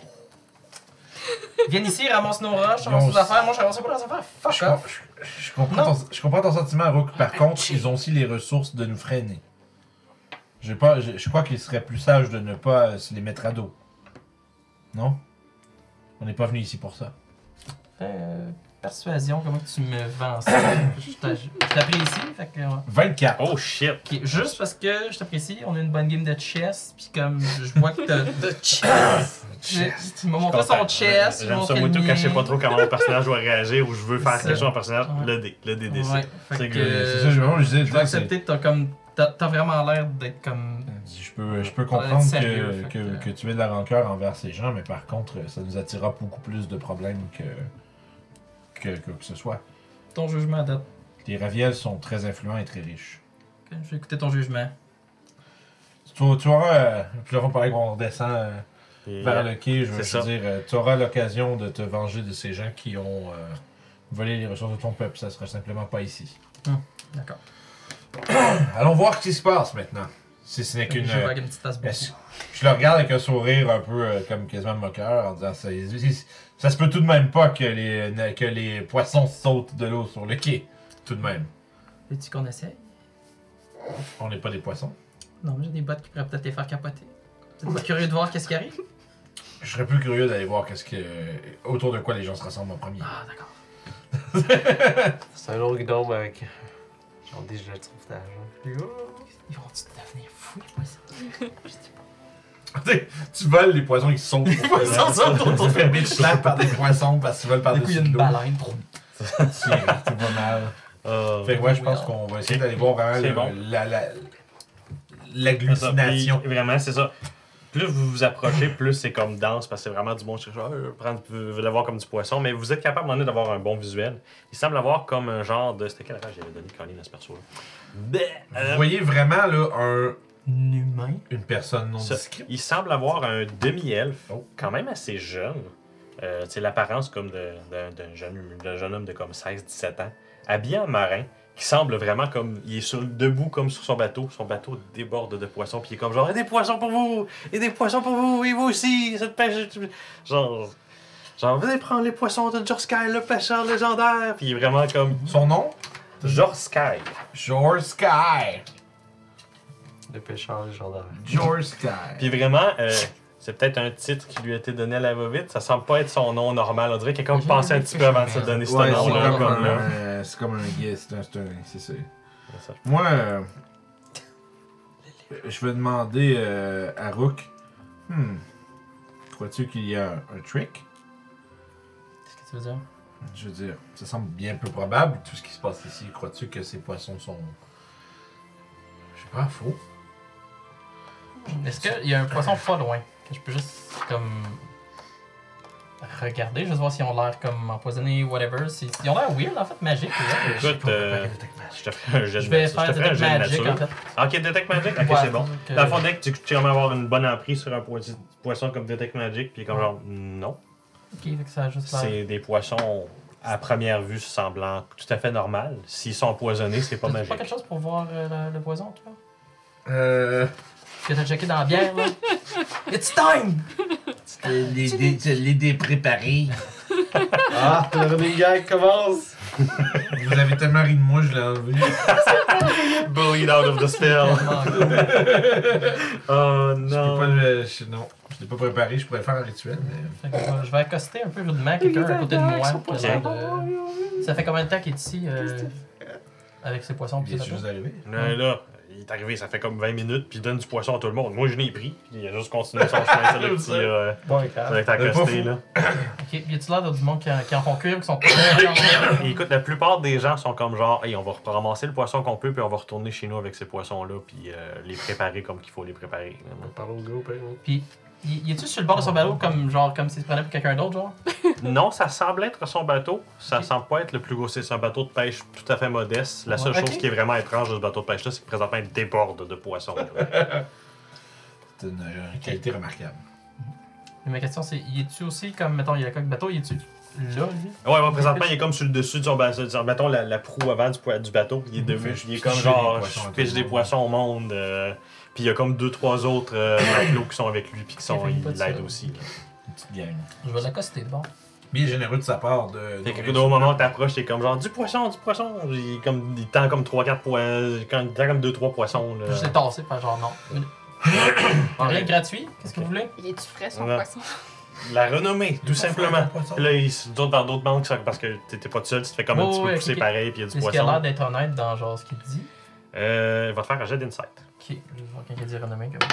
Ils viennent ici, ramassent nos roches, Ils ramassent ont- nos affaires. Moi, je ramasse pas leurs affaires. Fuck Je, off. com- je- je comprends Non. ton, je comprends ton sentiment, Rook. Par contre, ils ont aussi les ressources de nous freiner. J'ai pas, je, je crois qu'il serait plus sage de ne pas euh, se les mettre à dos. Non? On n'est pas venu ici pour ça. Euh, persuasion, comment que tu me vends ça? je t'a- je t'apprécie, fait que. ouais. vingt-quatre. Oh shit! Ok, juste parce que je t'apprécie, on a une bonne game de chess, puis comme je vois que t'as. De chess! Chest. Tu m'as montré son chess, je J'aime montré ça, le moi, tout, quand je sais mien. pas trop comment mon personnage doit réagir ou je veux faire C'est quelque ça. chose en personnage, Ouais. le dé, le dé décide. Ouais, fait C'est que. good. C'est ça, je, vraiment, je disais, Je vais accepter que t'as comme. T'as t'as vraiment l'air d'être comme. Je peux, je peux Ouais, comprendre sérieux, que, fait que, que- que tu aies de la rancœur envers ces gens, mais par contre, ça nous attirera beaucoup plus de problèmes que que, que, que ce soit. Ton jugement à date. Les Raviel sont très influents et très riches. Ok, je vais écouter ton jugement. Tu, tu auras, euh, puis là, on parlait qu'on redescend euh, Et, vers euh, le quai, je veux c'est ça. dire, euh, tu auras l'occasion de te venger de ces gens qui ont euh, volé les ressources de ton peuple. Ça sera simplement pas ici. D'accord. Allons voir ce qui se passe maintenant. Si ce n'est qu'une. Je vais euh, avec une petite tasse Est-ce- beaucoup. Je le regarde avec un sourire un peu euh, comme quasiment moqueur en disant ça, ça se peut tout de même pas que les, que les poissons sautent de l'eau sur le quai. Tout de même. Veux-tu qu'on essaye? On n'est pas des poissons. Non, mais j'ai des bottes qui pourraient peut-être les faire capoter. Vous êtes pas curieux de voir qu'est-ce qui arrive? Je serais plus curieux d'aller voir qu'est-ce que. Autour de quoi les gens se rassemblent en premier. Ah, d'accord. C'est un autre gnome avec. Genre des jets de sauvetage. hein. Ils vont-tu devenir fous, les poissons? Je dis pas. T'sais, tu voles les poissons qui sautent. Les poissons sautent autour Tu te fais bitch slap par des poissons parce qu'ils volent Du coup, par-dessus il y a une l'eau. baleine. Tiens, tout va mal. Euh, Fait que ouais, je pense qu'on va essayer d'aller voir vraiment C'est le- bon. la, la, c'est ça. l'agglutination. Puis, Vraiment, c'est ça. Plus vous vous approchez, plus c'est comme dense parce que c'est vraiment du bon chercheur. Prendre, vous voulez voir comme du poisson, mais vous êtes capable à un moment donné d'avoir un bon visuel. Il semble avoir comme un genre de. C'était quelle rage j'avais donné Colin à ce perso-là? Vous Euh, voyez vraiment là un, Humain. une personne non Ça, discrète. il semble avoir un demi-elfe, Oh. quand même assez jeune. Euh, c'est l'apparence comme de- d'un d'un jeune, d'un jeune homme de comme seize dix-sept ans, habillé en marin, qui semble vraiment comme. Il est sur, debout comme sur son bateau. Son bateau déborde de poissons, puis il est comme genre, et des poissons pour vous, et des poissons pour vous, et vous aussi, cette pêche. Genre. Genre, venez prendre les poissons de Jorsky, le pêcheur légendaire. Puis il est vraiment comme. Son nom? Jorsky. George Sky. Le pêcheur légendaire. George Sky. Puis vraiment, euh, c'est peut-être un titre qui lui a été donné à la va-vite. Ça semble pas être son nom normal. On dirait qu'il a comme J'ai pensé un jamais petit vu peu avant de que se je donner ce Ouais, c'est nom-là. comme, Comme, là. un, c'est comme un guest, c'est un, c'est un- c'est ça. C'est ça. Moi, euh, je vais demander euh, à Rook, hmm, crois-tu qu'il y a un, un trick? Qu'est-ce que tu veux dire? Je veux dire, ça semble bien peu probable, tout ce qui se passe ici. Crois-tu que ces poissons sont, je sais pas, faux? Est-ce qu'il y a un poisson pas loin que je peux juste comme regarder, juste voir s'ils ont l'air comme empoisonnés, whatever. Si- Ils ont l'air weird en fait, magique. ouais. Écoute, euh, je te ferai un jet de Je vais nature. faire Je te ferai un Detect jet de Magic en nature. fait. Ah, ok, Detect Magic? Ok, Ouais, c'est bon. que- Dans le fond, dès que tu tu vas avoir une bonne emprise sur un po- poisson comme Detect Magic, puis comme genre, non. Ok, fait que ça a juste l'air. C'est des poissons à première vue semblant tout à fait normal. S'ils sont empoisonnés, c'est pas T'as magique. pas quelque chose pour voir euh, le, le poison, toi? Euh, Que t'as checké dans la bière, là? It's time! les, dés, les dés préparés. Ah, le running gag commence! Vous avez tellement ri de moi, je l'ai enlevé. Bullied out of the spell. Oh Je peux non. pas le, je- non, je l'ai pas préparé, je pourrais faire un rituel, mais... Fait que je vais- je vais accoster un peu rudement quelqu'un à côté de moi. qui a l'air de- Ça fait combien de temps qu'il est ici euh, avec ses poissons? Il pis est ses juste bateaux? arrivé. Là, là, il est arrivé, ça fait comme vingt minutes, puis il donne du poisson à tout le monde. Moi, je l'ai pris, puis il a juste continué son chemin, c'est le petit. Euh, Bon, écart. avec Euh, pas accosté, fou. là. Ok, pis y a-tu l'air de du monde qui en, qui en font cuire, qui sont Et écoute, la plupart des gens sont comme genre, hey, on va ramasser le poisson qu'on peut, puis on va retourner chez nous avec ces poissons-là, puis euh, les préparer comme qu'il faut les préparer. Parlons de groupe, hein. Pis y, y est-tu sur le bord de son bateau comme genre comme s'il se prenait pour quelqu'un d'autre, genre? Non, ça semble être son bateau. Ça Ok. semble pas être le plus gros. C'est un bateau de pêche tout à fait modeste. La seule Ouais, ok. chose qui est vraiment étrange de ce bateau de pêche-là, c'est que présentement, il déborde de poissons. là. C'est une, euh, qualité remarquable. Mais ma question c'est, y est-tu aussi comme, mettons, il y a le coq bateau, y est-tu là, lui? Ouais, ouais, présentement, il est comme sur le dessus de son bateau. Mettons la, la proue avant du, po- du bateau. Il est, de, Fait il est picher comme des genre, poissons à je tout pêche le des monde. poissons au monde. euh, puis il y a comme deux, trois autres euh, matelots qui sont avec lui, puis qui sont, Ok, fait qu'il ils pas de ça. l'aident aussi. là. Une petite gang. Je vais l'accoster de bord. Bien généreux de sa part de... Fait que au moment où t'approches, t'es comme genre du poisson, du poisson. Il, comme, il tend comme trois quatre poissons. Il tend comme deux trois poissons. Là. Je l'ai tassé, par genre non. Rien de gratuit? Qu'est-ce que vous voulez? Il est-tu frais, son Ouais. poisson? La renommée, tout simplement. Puis là, ils se tournent dans d'autres banques parce que t'es pas tout seul, tu te fais comme un Oh, petit peu ouais, pousser ok. pareil, puis il y a du Est-ce qu'il a l'air poisson. d'être honnête dans genre ce qu'il dit? Euh, il va te faire un jet d'insight. Ok, je vais voir quelqu'un dit renommé comme.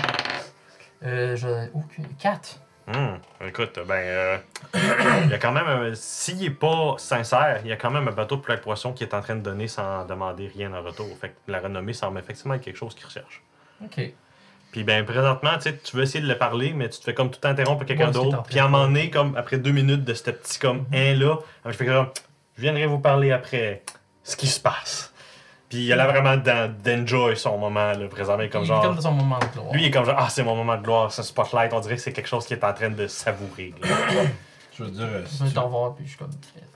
Euh, je. Aucune. quatre. Hum, écoute, ben, euh, il y a quand même, un- s'il est pas sincère, il y a quand même un bateau de plein de poissons qui est en train de donner sans demander rien en retour. Fait que la renommée semble effectivement être quelque chose qu'il recherche. Ok. Puis ben présentement, tu sais, tu veux essayer de le parler, mais tu te fais comme tout interrompre par quelqu'un Ouais, c'est d'autre. en Puis à un moment donné, comme après deux minutes de ce petit comme un là, je fais comme, je viendrai vous parler après ce qui se passe. Puis il a l'air vraiment d'en- d'enjoy son moment là, présentement, comme il genre. est comme dans son moment de gloire. Lui, il est comme genre, ah, c'est mon moment de gloire, ce spotlight, on dirait que c'est quelque chose qui est en train de savourer. là. Je veux dire, euh, Je si, veux tu, t'en revoir, puis je suis comme.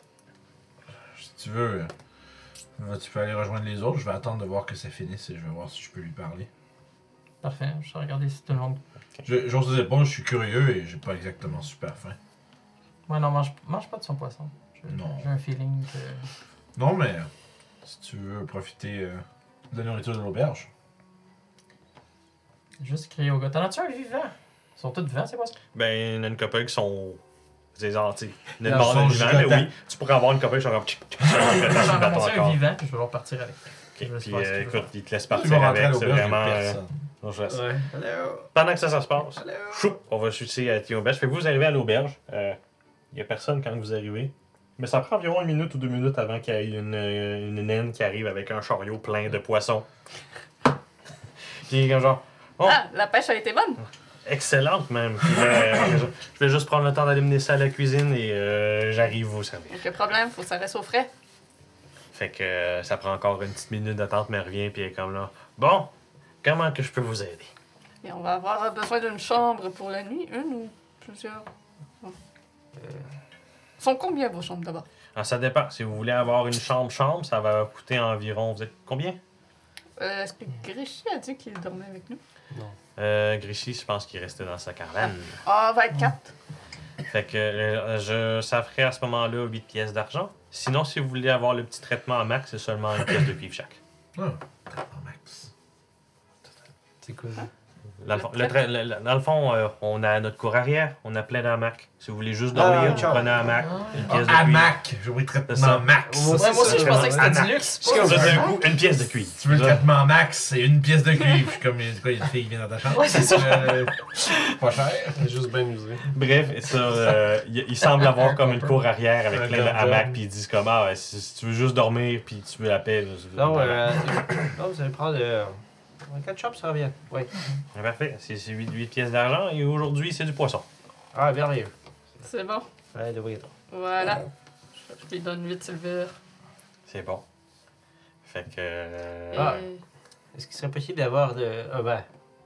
si tu veux, euh, tu peux aller rejoindre les autres. Je vais attendre de voir que ça finisse et je vais voir si je peux lui parler. Parfait, je vais regarder si tout le monde. Je- J'ose te répondre, je suis curieux et j'ai pas exactement super faim. Ouais, non, mange, mange pas de son poisson. Je- Non. J'ai un feeling que. Non, mais Si tu veux profiter euh, de la nourriture de l'auberge. Juste crier au gars. T'en as-tu un vivant? Ils sont tous vivants, c'est quoi ça? Ben, il y en a une couple qui sont. C'est genre, tu sais. Il y en a Ils une sont bande de vivants, mais gigotants. oui. Tu pourrais avoir une couple qui sont comme. tchic, tchic, sur le J'en bateau ai un encore. vivant, puis je vais leur partir avec. Ok, Je vais puis faire ce euh, qu'il veut écoute, il te laisse Tu partir vas rentrer à avec, c'est l'auberge, il y a vraiment. euh, personne. non, je laisse. Ouais. Hello. Pendant que ça, ça se passe, Hello. chou, on va switcher à Théo Auberge. Fait que vous arrivez à l'auberge. Il n'y a personne quand vous arrivez. Mais ça prend environ une minute ou deux minutes avant qu'il y ait une, euh, une naine qui arrive avec un chariot plein de poissons. Puis comme genre, oh, Ah, la pêche a été bonne. excellente même. Puis, euh, je, je vais juste prendre le temps d'aller mener ça à la cuisine et euh, j'arrive vous servir. Aucun problème, faut que ça reste au frais. Fait que euh, ça prend encore une petite minute d'attente, mais elle revient puis elle est comme là. Bon, comment que je peux vous aider? Et on va avoir besoin d'une chambre pour la nuit, une ou plusieurs. Bon. Euh, Sont combien vos chambres d'abord? Alors, ça dépend. Si vous voulez avoir une chambre-chambre, ça va coûter environ. Vous êtes combien? Euh, Est-ce que Grishy a dit qu'il dormait avec nous? Euh, Grishy, je pense qu'il restait dans sa caravane. Ah, vingt-quatre. Fait que euh, je, ça ferait à ce moment-là huit pièces d'argent. Sinon, si vous voulez avoir le petit traitement à max, c'est seulement une pièce de cuivre chaque. Ah, traitement max. C'est cool. Dans le fond, le tra- le- le- dans le fond, euh, on a notre cour arrière, on a plein d'hamacs. Si vous voulez juste Ah, dormir, vous ciao. prenez un hamac, une pièce de Ah, cuivre. hamac! J'ai oublié C'est traitement ça. max. Ouais, Ouais, moi aussi, je pensais que c'était Anna. du luxe. Ça, d'un coup, une pièce de cuivre. Si tu veux le Ça. traitement max, c'est une pièce de cuivre. Je suis comme, quoi, il y a une fille qui vient dans ta chambre? Ouais, c'est ça. Euh, pas cher. C'est juste bien usé. Bref, et ça, euh, il, il semble avoir comme une cour arrière avec Un plein de comme hamacs, John. puis ils disent comme ah, ouais, si, si tu veux juste dormir, puis tu veux la paix. là, Non, euh, non, vous allez prendre euh, un quatre chambres, ça revient. Oui. Parfait, c'est c'est huit, huit pièces d'argent et aujourd'hui c'est du poisson. Ah, merveilleux. C'est bon. Allez, devriez Voilà. Je lui donne huit silver. C'est bon. Fait que. euh, Et... Ah. Est-ce qu'il serait possible d'avoir de... un bain?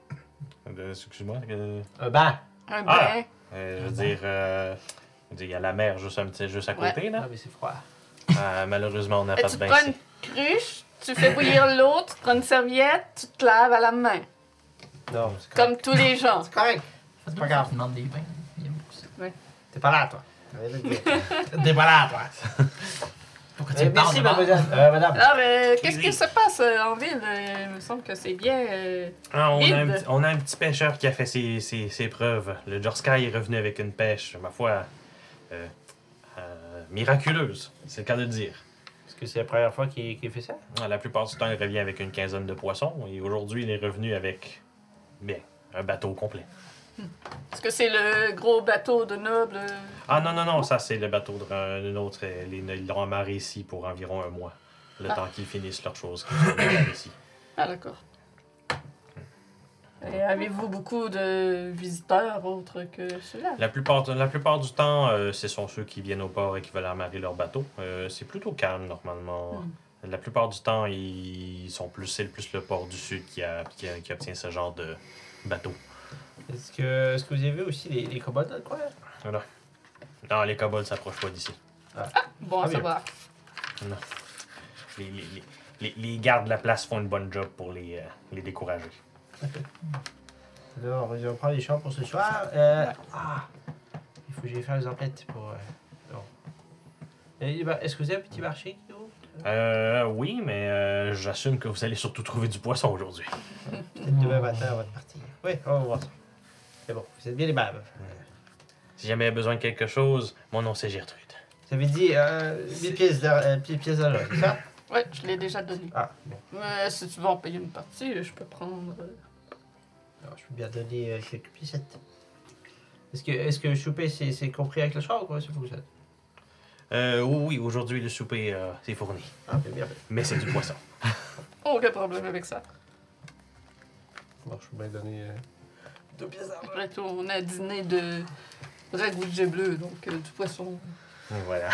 de- Excuse-moi. euh, Un bain? Un Ah! bain. euh, je veux dire, euh, je veux dire, il y a la mer juste, un petit, juste à côté, Ouais. là. Ah, mais c'est froid. Euh, malheureusement, on n'a Et pas tu de bain prends ici. une cruche, tu fais bouillir l'eau, tu prends une serviette, tu te laves à la main. Non, c'est correct. Comme tous les gens. C'est correct. C'est pas grave. Il demande des bains. Il aime aussi. T'es pas là, toi. T'as rien à dire. T'es pas là, toi. Pourquoi Eh, tu me parles merci, de mademoiselle. Euh, madame. Alors, euh, qu'est-ce qui se passe euh, en ville? Euh, Il me semble que c'est bien. euh, Ah, on, a un, Vide. petit- on a un petit pêcheur qui a fait ses, ses, ses preuves. Le Jorsky est revenu avec une pêche, ma foi, euh, euh, miraculeuse, c'est le cas de le dire. Est-ce que c'est la première fois qu'il qu'il fait ça? La plupart du temps, il revient avec une quinzaine de poissons et aujourd'hui, il est revenu avec, bien, un bateau complet. Est-ce que c'est le gros bateau de noble? euh, Ah non, non, non, ça c'est le bateau d'un autre. euh, les- Ils l'ont amarré ici pour environ un mois. Le Ah. temps qu'ils finissent leurs choses. qu'ils soient amarrés ici. Ah, d'accord. Et avez-vous beaucoup de visiteurs autres que ceux-là? La plupart, la plupart du temps, euh, ce sont ceux qui viennent au port et qui veulent amarrer leur bateau. Euh, c'est plutôt calme normalement. La plupart du temps, ils sont plus, c'est plus le port du sud qui, a, qui, a- qui obtient ce genre de bateau. Est-ce que, est-ce que vous avez vu aussi les, les kobolds dans le coin? Voilà. Non, les kobolds ne s'approchent pas d'ici. Bon, Ah, à bien. savoir. Les, les, les, les, les gardes de la place font une bonne job pour les, euh, les décourager. Là, on va, on va prendre les chambres pour ce soir. Euh, ah! Il faut que j'aille faire les emplettes pour... Euh, non. Et, bah, est-ce que vous avez un petit marché qui ouvre? Euh, oui, mais euh, j'assume que vous allez surtout trouver du poisson aujourd'hui. Peut-être demain matin, on va partir. Oui, on va voir ça. C'est bon, vous êtes bien aimables. Si jamais il y a besoin de quelque chose, mon nom c'est Gertrude. Vous avez dit euh, mille pièces d'ar- euh, mille pièces d'argent, c'est ça? Ouais, je l'ai déjà donné. Ah, bon. Euh, si tu veux en payer une partie, je peux prendre. euh, Alors, je peux bien donner euh, quelques piécettes. Est-ce que, est-ce que le souper, c'est, c'est compris avec le char ou comment ça fonctionne? Euh, oui, oui, aujourd'hui le souper euh, c'est fourni. Ah, bien, bien. Mais c'est du poisson. Aucun problème avec ça. Bon, je peux bien donner. euh, Deux pièces d'argent. Après tout, on a dîné de ragoût bleu, donc euh, du poisson. Voilà.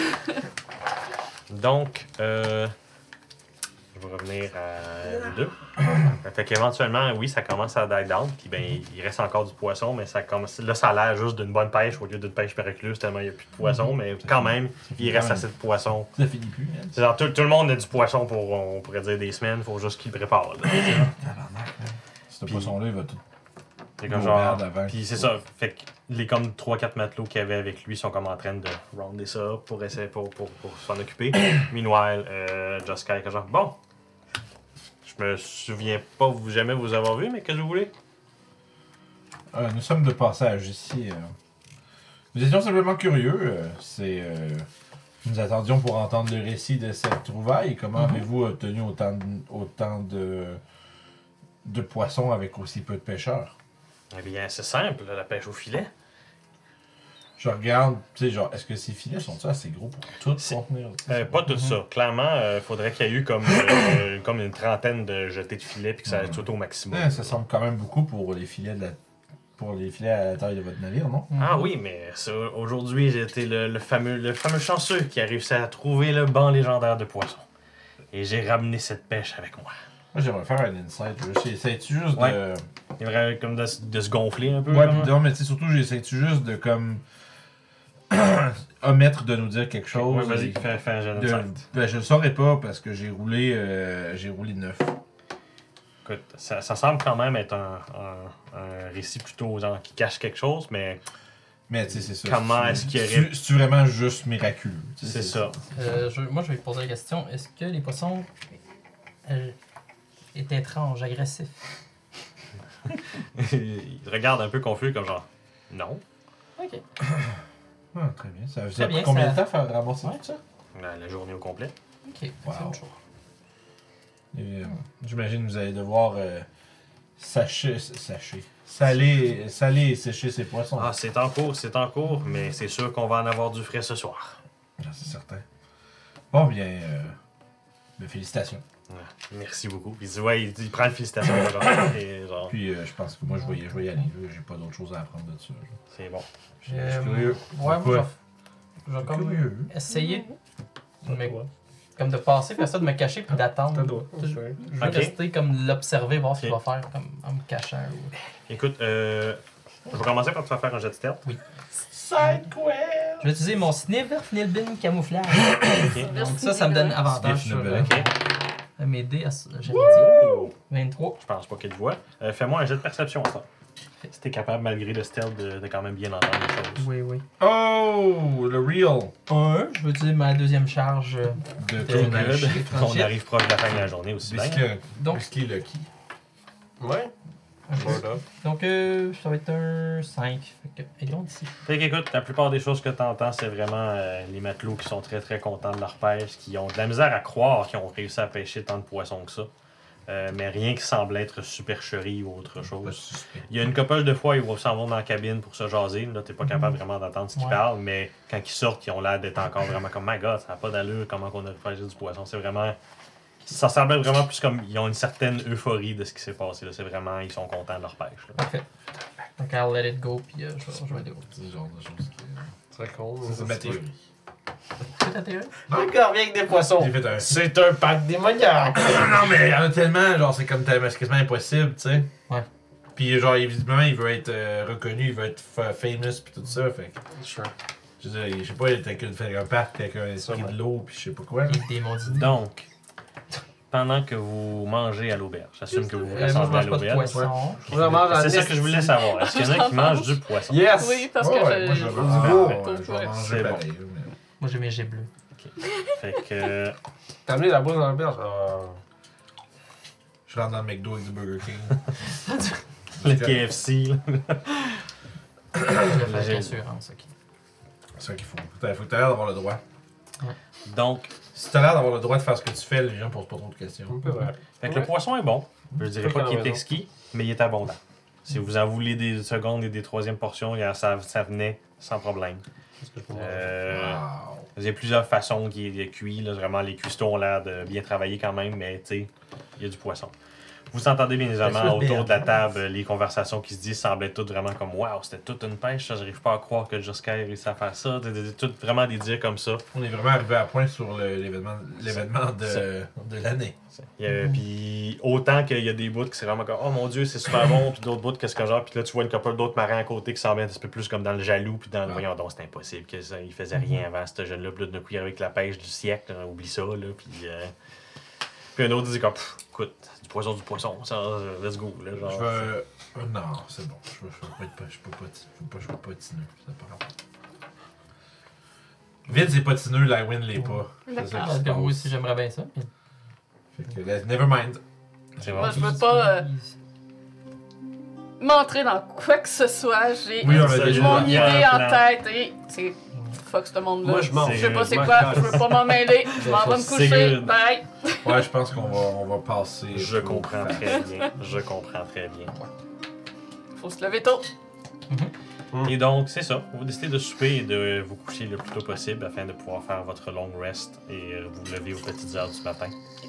Donc, euh, je vais revenir à vous deux. Fait qu'éventuellement, oui, ça commence à die down. Puis ben, il reste encore du poisson, mais ça commence. Là, ça a l'air juste d'une bonne pêche au lieu d'une pêche miraculeuse, tellement il n'y a plus de poisson. Mais quand même, il reste assez de poisson. Ça finit plus, hein. C'est genre, tout, tout le monde a du poisson pour, on pourrait dire, des semaines. Il faut juste qu'il le prépare. là. Tabarnak, là. Ce Puis- poisson-là, il va tout C'est comme Go genre. bad avant. Puis c'est ça. Fait que les comme trois quatre matelots qu'il y avait avec lui sont comme en train de rounder ça up pour essayer pour, pour, pour s'en occuper. Meanwhile, euh, Just Kai est comme genre bon. Je me souviens pas vous jamais vous avoir vu, mais qu'est-ce que vous voulez? Euh, nous sommes de passage ici. euh. Nous étions simplement curieux. euh, C'est. euh, Nous attendions pour entendre le récit de cette trouvaille. Comment Mhm. avez-vous obtenu autant de, autant de, de poissons avec aussi peu de pêcheurs? Eh bien, c'est simple, la pêche au filet. Je regarde, tu sais, genre, est-ce que ces filets sont assez gros pour tout C'est- contenir? Euh, pas tout ça. Clairement, il faudrait qu'il y ait eu comme, euh, comme une trentaine de jetés de filets puis que ça Ouais. soit au maximum. Ouais, ça semble quand même beaucoup pour les filets de la... pour les filets à la taille de votre navire, non? Ah oui, mais ça, aujourd'hui, j'ai été le, le fameux, le fameux chanceux qui a réussi à trouver le banc légendaire de poissons. Et j'ai ramené cette pêche avec moi. Moi, j'aimerais faire un insight. J'essaie-tu juste Ouais. de... Il vrai comme de, de se gonfler un peu. Ouais, comme- pis non, mais tu sais, surtout, j'essaie-tu juste de, comme... omettre de nous dire quelque chose. Ouais, vas-y, et- fais, fais un jet de- d'insight. Ben, je le saurais pas parce que j'ai roulé... euh, j'ai roulé neuf. Écoute, ça, ça semble quand même être un, un, un récit plutôt genre qui cache quelque chose, mais Mais tu sais, c'est ça. Comment C'est- est-ce qu'il y c'est- aurait- C'est-tu vraiment juste miraculeux? tu sais, c'est ça. Euh, je- moi, je vais poser la question. Est-ce que les poissons euh, étaient étranges, agressifs? Il regarde un peu confus comme genre non. Ok. Ah, très bien. Ça, ça Très a pris bien, combien ça- de temps faire ramasser Ouais. tout ça? La, la journée au complet. Ok. Wow. C'est une chose. Et, euh, J'imagine que vous allez devoir euh, sacher, sacher, saler, saler et sécher ces poissons. Ah, c'est en cours, c'est en cours, mais c'est sûr qu'on va en avoir du frais ce soir. Ah, c'est certain. Bon, bien, euh, ben, félicitations. Ouais, merci beaucoup. Puis il dit, ouais, il, dit- il prend une félicitation. genre, et genre, Puis euh, je pense que moi, je vais y, je vais y aller. là. J'ai pas d'autre chose à apprendre de ça. là. c'est bon. Je suis Euh, curieux. Ouais, moi, Pourquoi? je vais- je vais Je suis comme curieux. essayer de me- comme de passer, faire ça, de me cacher puis d'attendre. Je, je vais Ok. rester comme l'observer, voir ce qu'il Ok. va faire comme en me cachant. ou- Écoute, euh, je vais commencer par te faire faire un jet de stealth. Side quest! Je vais utiliser mon Sniver Fnilbin camouflage. Ok. Donc ça, ça me donne avantage sur Sniffle euh, Ok. mes dés, à- j'avais dit. vingt-trois. Je pense pas qu'il te voit. Euh, Fais-moi un jet de perception, ça. Si t'es capable, malgré le stealth, de, de quand même bien entendre les choses. Oui, oui. Oh, le real Un, je vais utiliser ma deuxième charge. euh, de T'es ton good. alchimie. On arrive proche de la fin de la journée aussi. bien. Whisky, Donc- whisky Lucky. Ouais. Donc euh, ça va être un cinq. Fait que, allons d'ici. Fait qu'écoute, la plupart des choses que tu entends, c'est vraiment euh, les matelots qui sont très très contents de leur pêche, qui ont de la misère à croire qu'ils ont réussi à pêcher tant de poissons que ça. Euh, mais rien qui semble être supercherie ou autre Pas chose. suspect. Il y a une couple de fois, ils vont s'en vont dans la cabine pour se jaser. Là, t'es pas capable vraiment d'entendre ce qu'ils Ouais. parlent, mais quand ils sortent, ils ont l'air d'être encore vraiment comme My God, ça n'a pas d'allure, comment on a pêché du poisson. C'est vraiment. Ça semble être vraiment plus comme. Ils ont une certaine euphorie de ce qui s'est passé. Là. C'est vraiment. Ils sont contents de leur pêche. là. Parfait. Donc I'll let it go, puis euh, je, vais- je vais aller au. C'est le genre de choses qui. Très con. Ça, c'est ma théorie. C'est ta théorie? Le gars revient avec des poissons. J'ai fait un. C'est un pack démoniaque. non, mais il y en a tellement, genre, c'est comme tellement, c'est quasiment impossible, tu sais. Ouais. Puis, genre, évidemment, il veut être euh, reconnu, il veut être fa- famous, puis tout ça, fait que. Sure. Je veux dire, je sais pas, il était qu'une faire un parc avec un esprit de l'eau, puis je sais pas quoi. là. Les démons d'idées. Donc, pendant que vous mangez à l'auberge, j'assume que vous vous Euh, moi, je rassemblez à mange pas de l'auberge. poisson. Je mange en C'est ça que je voulais savoir. Est-ce qu'il y en a qui mangent du poisson? Yes! Oui, parce Ouais, que ouais, je- moi, je vais je- manger, beau. ouais, Pour je toi. vais manger C'est pareil, bon. mais- Moi j'ai mes jets bleus. Fait que. euh, T'as amené la boîte dans l'auberge? Ah. Je rentre dans le McDo avec du Burger King. le K F C, là. Je vais faire J'ai- l'assurance, ok. C'est ça qu'il faut. Faut que t'aies l'air d'avoir le droit. Donc, Si t'as l'air d'avoir le droit de faire ce que tu fais, les gens posent pas trop de questions. Un peu vrai. fait que Ouais. le poisson est bon. Je dirais Pas pas qu'il est raison. exquis, mais il est abondant. Si vous en voulez des secondes et des troisièmes portions, il y a- ça, ça venait sans problème. Qu'est-ce que je peux manger? Euh, Wow. Il y a plusieurs façons qui est cuit. Là, vraiment, les cuistots ont l'air de bien travailler quand même, mais tu sais, il y a du poisson. Vous entendez bien évidemment sauce autour béarn. de la table, les conversations qui se disent semblaient toutes vraiment comme Waouh, c'était toute une pêche, ça, j'arrive pas à croire que Just Kai a réussi à faire ça. Des- des- des- tout- vraiment des dires comme ça. On est vraiment arrivé à point sur le- l'événement l'événement Ça. de, de l'année. Il y a- Puis autant qu'il y a des bouts qui c'est vraiment comme Oh mon dieu, c'est super bon, puis d'autres bouts qu'est-ce que genre, puis là tu vois une couple d'autres marins à côté qui semblent un petit peu plus comme dans le jaloux, puis dans le Ah. voyons donc c'est impossible, que ça, il faisait rien avant ce jeune-là, puis là d'un coup il arrive avec la pêche du siècle, hein, oublie ça, là, puis. euh, Puis un autre dit comme, pff, écoute, c'est du poison du poisson, ça, euh, let's go, là, genre. Je vais. euh, non, c'est bon. Je veux, je veux pas être. Je peux pas. Je veux pas jouer patineux. C'est pas grave. Vite, c'est patineux, Lywin l'est pas. C'est ça qui D'accord. se Parce que moi passe. aussi, j'aimerais bien ça. mais- Fait que, là, never mind. C'est bon. Moi, je veux pas euh, m'entrer dans quoi que ce soit. J'ai Oui, on a Ça, déjà. mon il idée y a un en plan. tête et c'est fuck ce monde-là. Moi, je m'en Je sais pas c'est Moi, quoi, je je veux pas m'en mêler. Je m'en vais me C'est coucher. good. Bye. Ouais, je pense qu'on va, on va passer. Je pour- comprends très bien. Je comprends très bien. Faut se lever tôt. Et donc, c'est ça. Vous décidez de souper et de vous coucher le plus tôt possible afin de pouvoir faire votre long rest et euh, vous lever aux petites heures du matin.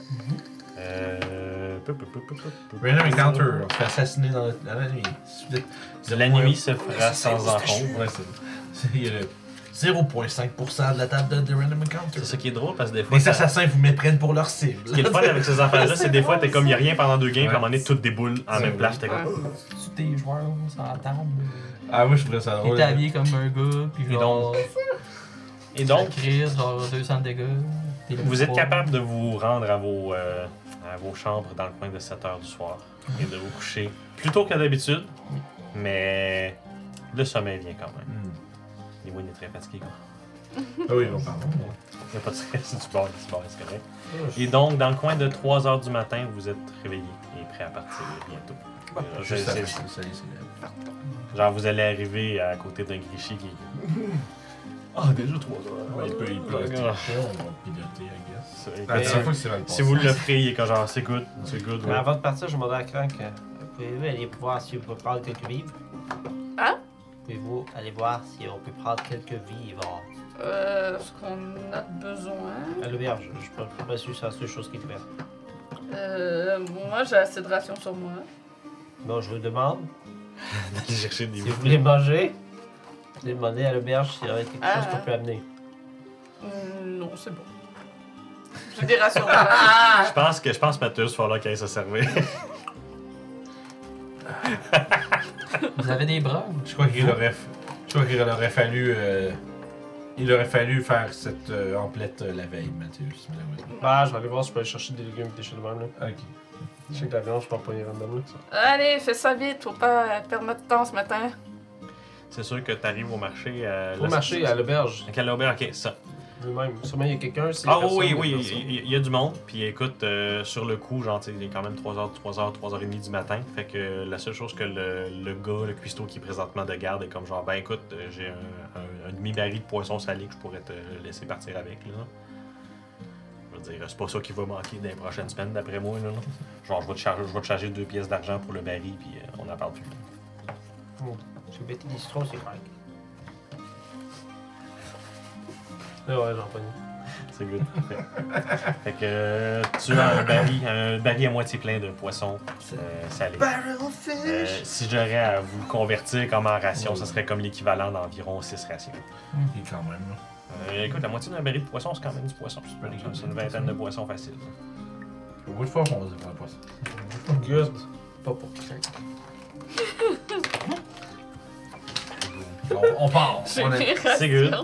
Euh... peu, peu, peu, peu, peu, peu. Random encounter, on se fait assassiner dans la, dans la nuit. La nuit se fera sans encombre. Ouais, c'est c'est le zéro virgule cinq pour cent de la table de, de Random Encounter. C'est ça qui est drôle parce que des fois. Les ça- assassins vous méprennent pour leur cible. Ce qui est le fun avec ces affaires-là, c'est des fois, t'es comme, il n'y a rien pendant deux games, puis à un moment donné, Ouais. tout déboule en Ouais. même place. T'es comme. Tu tes joueurs sur la table. Ah oui, je trouvais ça Il drôle. était habillé comme un gars, puis Et genre. donc- Et Donc, donc, crise, genre deux cents de dégâts. t'es vous êtes pas- capable de vous rendre à vos, euh, à vos chambres dans le coin de sept heures du soir et de vous coucher plus tôt que d'habitude, mais le sommeil vient quand même. Hmm. Et Wayne est très fatigué. quoi. Ah oui, on parle. Il n'y a pas de stress, c'est du bord, c'est du bord, c'est correct. Et donc, dans le coin de trois heures du matin, vous êtes réveillé et prêt à partir bientôt. Euh, je- Juste c'est- après, ça, c'est- Genre, vous allez arriver à côté d'un Grichy qui. Ah, déjà trois heures. Ouais, il peut, il peut rester Ah. couché, on va piloter, I guess. C'est- La dernière fois que c'est dans le Si vous l'offrez, il est comme genre, c'est good, c'est good. Mais ouais. avant de partir, je demandais à Crank, euh, pouvez-vous aller voir si on peut prendre quelques vivres? Hein? Pouvez-vous aller voir si on peut prendre quelques vivres Euh, ce qu'on a besoin. à l'auberge? Je suis pas pas sûr que c'est la seule chose qui te fait. Euh, moi, j'ai assez de rations sur moi. Bon, je vous demande, Aller chercher des si vous voulez manger, vous voulez demander à l'auberge s'il y aurait quelque chose Ah. qu'on peut amener. Hum, non, c'est bon. J'ai des rations. Je pense que je pense Mathus, il va falloir qu'il aille se servir. Vous avez des bras? Je crois qu'il aurait, je crois qu'il aurait fallu, euh, il aurait fallu faire cette euh, emplette euh, la veille, Mathius, malheureusement. Ah, je vais aller voir si je peux aller chercher des légumes et des choses de même. Là. Ok. Je sais que la viande, je peux pas y random. Là. Allez, fais ça vite, faut pas perdre notre temps ce matin. C'est sûr que tu arrives au marché. À Au marché, à l'auberge, À quelle auberge? Ok, ça. lui-même. Sûrement, il y a quelqu'un. si Ah personne, oui, il y a oui, personne. il y, il y a du monde. Puis écoute, euh, sur le coup, genre, tu sais, il est quand même trois heures, trois heures, trois heures trente du matin. Fait que la seule chose que le, le gars, le cuistot qui est présentement de garde est comme genre, ben écoute, euh, j'ai un, un- un demi-baril de poisson salé que je pourrais te laisser partir avec, là. Je veux dire, c'est pas ça qui va manquer dans les prochaines semaines, d'après moi, là. là. Genre, je vais te charger, je vais te charger deux pièces d'argent pour le baril, puis euh, on en parle plus. J'ai bêté des citrons, c'est correct. Ah ouais, j'en connais. C'est good. Fait, fait que euh, tu as un baril, un baril à moitié plein de poisson euh, salé. Euh, si j'aurais à vous le convertir comme en ration, ça serait comme l'équivalent d'environ six rations. Il est quand même, là. Euh, écoute, la moitié d'un baril de poisson, c'est quand même du poisson. pas dégueu. C'est une vingtaine de poissons faciles. Au bout de fois, on se voit pas ça. Good. Pas pour Crank. On, on part. J'ai On mes est... rations. C'est good.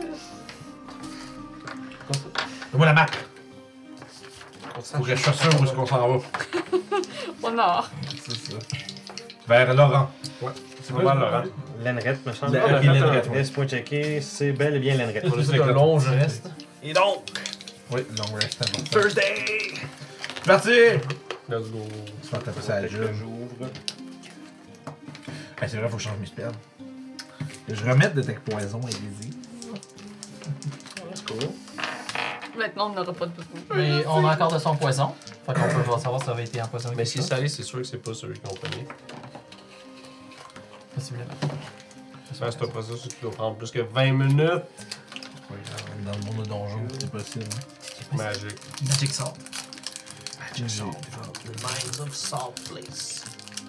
Donne-moi la map. On Faut que je sois sûr où est-ce qu'on s'en va. Au nord. C'est ça. Vers Laurent. C'est pas mal, Laurent. L'Enrette, me semble. La- on a ok, fait un- l'Enrette, ouais. Laisse-moi checker, c'est bel et bien l'Enrette. On a fait un long reste. Et donc, Oui, long rest avant. Thursday! C'est parti! Let's go. Tu vas taper ça à la Que job. j'ouvre. Ah, c'est vrai, faut que je change mes spells. Que je remette de tech poison et des C'est cool. Maintenant, on n'aura pas de besoin. Mais on a encore de son poison. Fait qu'on peut savoir si ça avait été empoisonné. Mais avec si c'est ça. salé, c'est sûr que c'est pas celui qu'on connaît. Possiblement. Ça, c'est un processus qui doit prendre plus que vingt minutes. Dans le monde de donjon, c'est possible. Magic. Magic Salt. Magic Salt. Mines of Salt Place.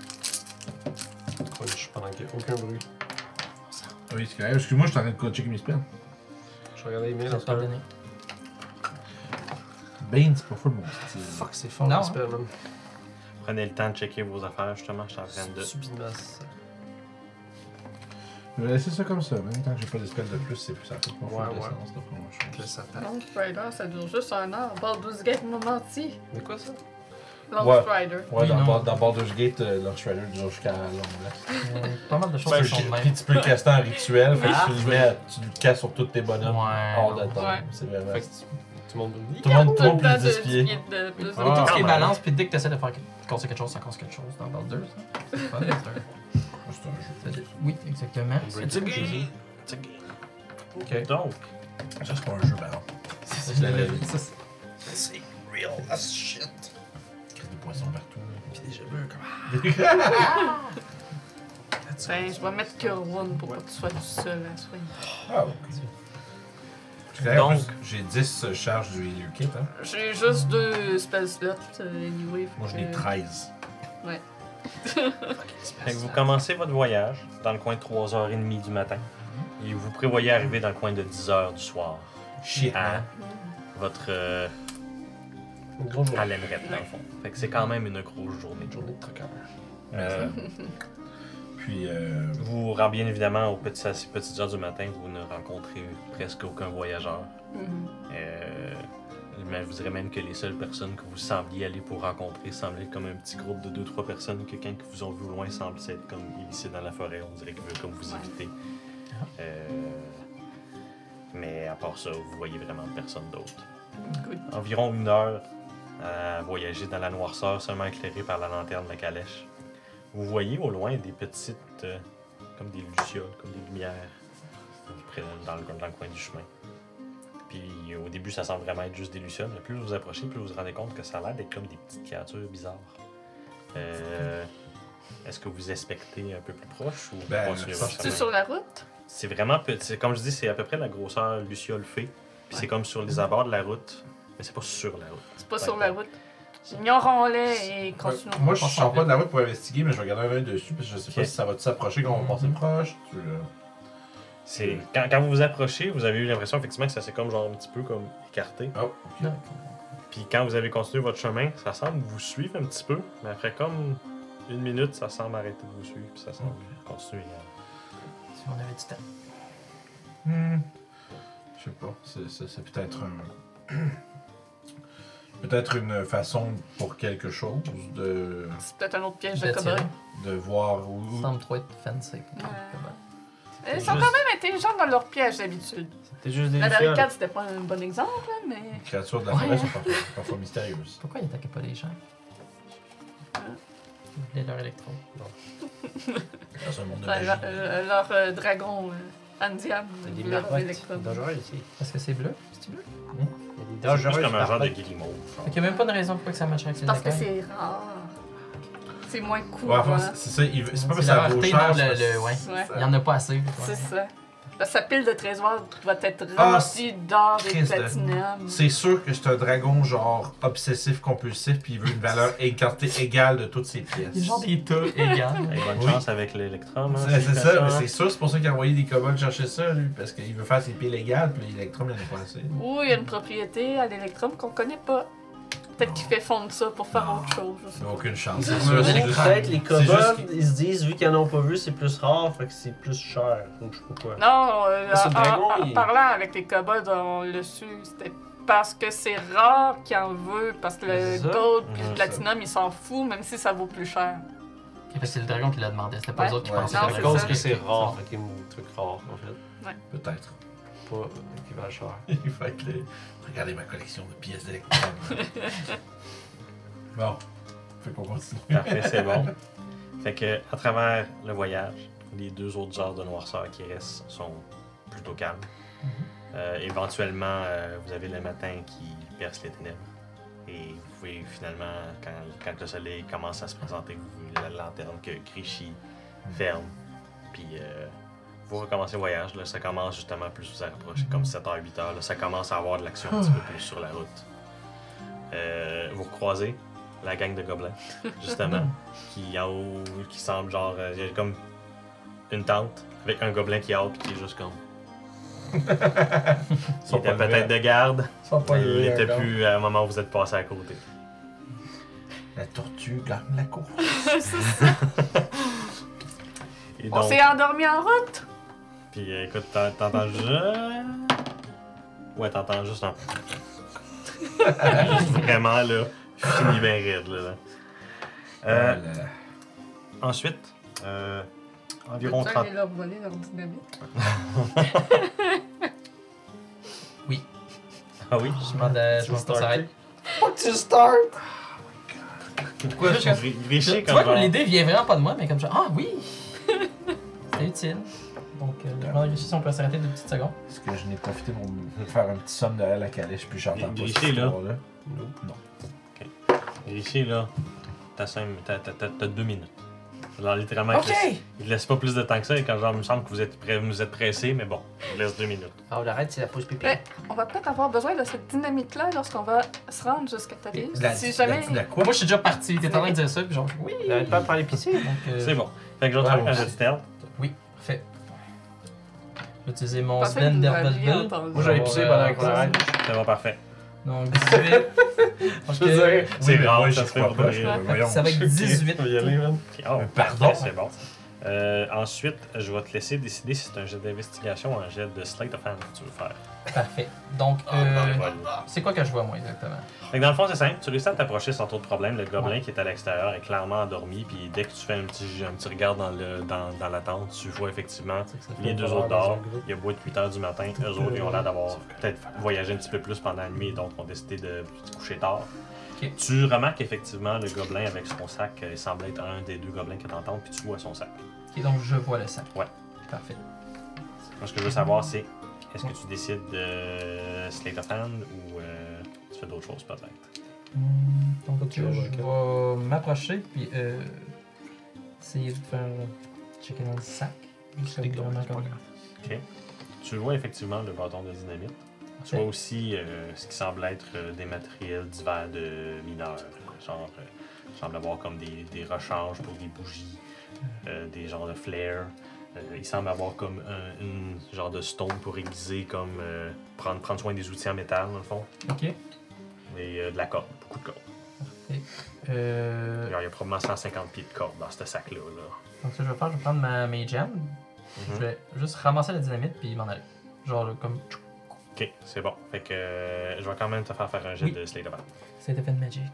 Crunch pendant qu'il n'y a aucun bruit. Oui, c'est correct. Excuse-moi, je suis en train de checker mes spells. Je regardais les mails Ça dans te ce temps. donné. Bane, c'est pas full mon style. Fuck, c'est fort, Non, les spells, man. Prenez le temps de checker vos affaires, justement, je suis en train de... Subitement, ça. Je vais laisser ça comme ça, même tant que j'ai pas d'espèce de plus, c'est plus ça. Fait pas Ouais, full ouais. d'essence, d'après moi, je Que pense. ça tape. Long Strider, ça dure juste un heure. Baldur's Gate m'a menti. Mais quoi ça? Long Ouais. Strider. Ouais, Oui, dans, non. Bal- dans Baldur's Gate, euh, leur Shredder dure jusqu'à Long Rest. Euh, pas mal de choses Ben, qui sont de puis même. tu peux le caster en rituel, fait Ah. que tu le mets, tu le casses sur tous tes bonhommes Ouais. hors de temps. Ouais. C'est vraiment. Fait que tu, tu montes une Tout le monde, tout Tout le le monde temps plus de dix pieds. de plus. Et Ah, tout ce qui est quand balance, puis dès que tu essaies de faire casser quelque chose, ça casse quelque chose dans Baldur's. C'est fun, c'est un- C'est un jeu. c'est- Oui, exactement. It's a game. It's a game. Ok. Donc, Ça, c'est pas un jeu, par contre. C'est la vraie vie. Ça, c'est- C'est real as shit. Il y a des poissons partout. Pis des jeux bleus comme. Ben, je vais mettre Kerwin pour pas que tu sois tout seul à soigner. Ah, ok. Donc- Donc, j'ai dix charges du Healer Kit, hein. J'ai juste deux spell slots, euh, anyway. Moi, j'en fait ai que- treize. fait que vous commencez votre voyage dans le coin de trois heures trente du matin. Et vous prévoyez arriver dans le coin de dix heures du soir Shit, à hein. votre euh, Une grosse à journée. l'Emerette, dans le fond. Fait que c'est quand même une grosse journée. Une journée de trucker. Euh, Puis, euh, vous vous rendez bien évidemment aux petites, à ces petites heures du matin, vous ne rencontrez presque aucun voyageur. Mhm. Euh, mais je vous dirais même que les seules personnes que vous sembliez aller pour rencontrer semblaient être comme un petit groupe de deux trois personnes que quand ils vous ont vu au loin semble être comme ici dans la forêt. On dirait qu'ils veulent comme vous éviter. Euh, mais à part ça, vous voyez vraiment personne d'autre. Good. Environ une heure à voyager dans la noirceur, seulement éclairé par la lanterne de calèche. Vous voyez au loin des petites, euh, comme des lucioles, comme des lumières, près dans le, dans le coin du chemin. Puis au début, ça semble vraiment être juste des lucioles, mais plus vous vous approchez, plus vous vous rendez compte que ça a l'air d'être comme des petites créatures bizarres. Euh, Est-ce que vous inspectez un peu plus proche ou vous Ben, continuez ça, votre C'est chemin? sur la route? C'est vraiment petit. Comme je dis, c'est à peu près la grosseur luciole fée. Puis c'est comme sur les abords de la route, mais c'est pas sur la route. C'est pas sur la route. Ignorons-les et continuons. moi, je sors pas de la route pour investiguer, mais je vais garder un œil dessus parce que je sais pas Ok. si ça va s'approcher quand on va passer proche. Tu, euh, C'est quand, quand vous vous approchez, vous avez eu l'impression effectivement que ça s'est comme genre un petit peu comme écarté. Oh, ok. Non. Puis quand vous avez continué votre chemin, ça semble vous suivre un petit peu, mais après comme une minute, ça semble arrêter de vous suivre, puis ça semble continuer. à- Si on avait du temps. Hmm. Je sais pas. C'est, c'est, c'est peut-être un. Peut-être une façon pour quelque chose de, C'est peut-être un autre piège de D'attirer. cobaye. de voir où. Ça semble trop être fancy. Ouais. C'est Ils sont juste- quand même intelligents dans leur piège d'habitude. C'était juste des La lucioles. barricade, c'était pas un bon exemple, là, mais. Les créatures de la Ouais. forêt sont parfois, parfois mystérieuses. Pourquoi ils attaquaient pas les gens? Ils voulaient leur électron. Dans un monde de Ouais, magie. leur, euh, leur, euh, dragon euh, Andiam. Il y a des leur marmottes. électron. C'est dangereux ici. Est-ce que c'est bleu? C'est bleu? Il y a des C'est dangereux plus comme un genre de marmottes. guillemot. Fait qu'il n'y a même pas de raison pourquoi que ça marche avec les Parce que écailles. c'est rare. C'est moins cool. Ouais, enfin, hein. c'est, c'est ça. il veut- c'est pas C'est parce que ça la vaut rareté cher. dans c'est le- parce- le- ouais. Ouais. Il n'y en a pas assez. C'est ça. Parce que sa pile de trésors doit être Ah, remplie d'or et de Christ de- platinum. C'est sûr que c'est un dragon genre obsessif compulsif puis il veut une valeur et une quantité égale de toutes ses pièces. Il y a genre des tas égales. Hey, bonne Oui. chance avec l'électrum. Hein, C'est, c'est ça, mais hein. c'est sûr, c'est pour ça qu'il a envoyé des kobolds chercher ça, lui, parce qu'il veut faire ses piles légales, puis l'électrum, il en a pas assez. Ou il y a une propriété à l'électrum qu'on connaît pas. Peut-être qu'il fait fondre ça pour faire Non. autre chose. Je sais Il pas. a aucune chance. C'est Ouais, sûr, c'est l'électrum. juste- Peut-être les c'est juste kobolds, qu'il- ils se disent, vu qu'ils en ont pas vu, c'est plus rare, fait que c'est plus cher. Donc je sais pas quoi. Non, euh, Parce que le en, dragon, en- en il- parlant avec les kobolds, on l'a su. C'était parce que c'est rare qu'il en veut. Parce que le C'est ça. gold puis Mhm, le platinum, il s'en fout, même si ça vaut plus cher. Ok, fait que c'est le dragon qui l'a demandé. C'était pas Ouais. eux autres qui Ouais, pensaient non, que À c'est c'était cause ça. que c'est rare, Ça. fait qu'il y a un truc rare, en fait. Peut-être. Pas euh, qui valent cher. Il fait que les- Regardez ma collection de pièces d'électrum. Bon, fait qu'on continue. Parfait, c'est bon. Fait que à travers le voyage, les deux autres heures de noirceur qui restent sont plutôt calmes. Euh, éventuellement, euh, vous avez le matin qui perce les ténèbres. Et vous pouvez finalement, quand, quand le soleil commence à se présenter, vous voyez la lanterne que Krishy ferme. Puis euh, vous recommencez le voyage. Là, ça commence justement plus vous approchez, comme sept heures, huit heures. Là, ça commence à avoir de l'action un petit peu plus sur la route. Euh, vous recroisez la gang de gobelins, justement, qui en haut, qui semble genre, euh, il y a comme une tente avec un gobelin qui hâte, qui est juste comme. Ils Il sont était pas peut-être de garde, Ils sont pas mais il levés n'était encore. plus à un moment où vous êtes passé à côté. La tortue gagne la course. C'est ça. Et On donc, s'est endormi en route. Puis euh, écoute, t'en- t'entends juste. Ouais, t'entends juste un. Vraiment là, fini bien raide là. là. Euh, Voilà. ensuite, euh, environ Peux-tu trente. aller leur voler leur dynamite? Ah oui? Je demande à. Je demande qu'on s'arrête. Faut que tu start! Pourquoi je- il il réussit Tu comme vois genre- que l'idée vient vraiment pas de moi, mais comme ça. Ah oui! C'était utile. Donc, euh, je demande si on peut s'arrêter deux petites secondes. Est-ce que je n'ai profité pour me faire un petit somme derrière la calèche puis j'entends pas Gris- cette gris, là. histoire-là? Non. Ici, là, t'as, cinq, t'as, t'as, t'as, t'as deux minutes. Alors, littéralement, Ok! il, te laisse, il te laisse pas plus de temps que ça, et quand genre, il me semble que vous êtes, prêt, vous êtes pressé, mais bon, il te laisse deux minutes. Ah, on l'arrête, c'est la pause pipi. Mais on va peut-être avoir besoin de cette dynamite-là lorsqu'on va se rendre jusqu'à ta ville. La, Si la- jamais. la quoi? Moi, je suis déjà parti. T'es en train de dire ça, puis genre, oui! J'arrête pas de parler pisser. Donc, euh, C'est bon. Fait que je vais te Ouais, faire un moi jet de stealth. Oui, parfait. Je vais utiliser mon Je pensais que Sven vous Dervelville. aviez entendu. Moi, j'allais pisser pendant qu'on arrête. Ça va parfait. Donc, dix-huit. Je veux dire, C'est mais rare, moi, ça j'y se fait crois pour pas. de je- vrai. Voyons. Ça va être dix-huit. On va y aller, man. Oh, Mais pardon? parfait, c'est bon. Euh, ensuite, je vais te laisser décider si c'est un jet d'investigation ou un jet de slate of hand que tu veux faire. Parfait. Donc, Ah, dans les euh, vols. c'est quoi que je vois, moi, exactement? Fait que dans le fond, c'est simple. Tu réussis à t'approcher sans trop de problème. Le gobelin qui est à l'extérieur est clairement endormi. Puis dès que tu fais un petit, un petit regard dans, le, dans, dans la tente, tu vois effectivement C'est que ça fait les deux peur autres dans un dehors. groupe. Il y a beau être huit heures du matin. Eux autres, ils ont l'air d'avoir peut-être voyagé un petit peu plus pendant la nuit et donc ont décidé de se coucher tard. Ok. Tu remarques effectivement le gobelin avec son sac. euh, Il semble être un des deux gobelins que tu entends. Puis tu vois son sac. Ok, donc je vois le sac. Ouais. Parfait. Moi, ce que je veux savoir, c'est est-ce que tu décides de slate of hand ou euh, tu fais d'autres choses peut-être? Hmm, donc, Faut que tu euh, vas je voir vais m'approcher, puis euh, essayer de faire checker dans le sac. Juste comme vraiment comme... Tu vois effectivement le bâton de dynamite. Tu vois aussi euh, ce qui semble être euh, des matériels divers de mineurs. Genre, euh, il semble avoir comme des, des rechanges pour des bougies, euh, des genres de flares. Euh, il semble avoir comme un une genre de stone pour aiguiser, comme euh, prendre, prendre soin des outils en métal, dans le fond. Ok. Et euh, de la corde, beaucoup de corde. Euh, Genre, il y a probablement cent cinquante pieds de corde dans ce sac-là. Là. donc, ce que je vais faire, je vais prendre ma, mes jams. Mhm. Je vais juste ramasser la dynamite, puis m'en aller. Genre, là, comme. Ok, c'est bon. Fait que euh, je vais quand même te faire faire un jet Oui. de slate of hand. C'est effet de magic.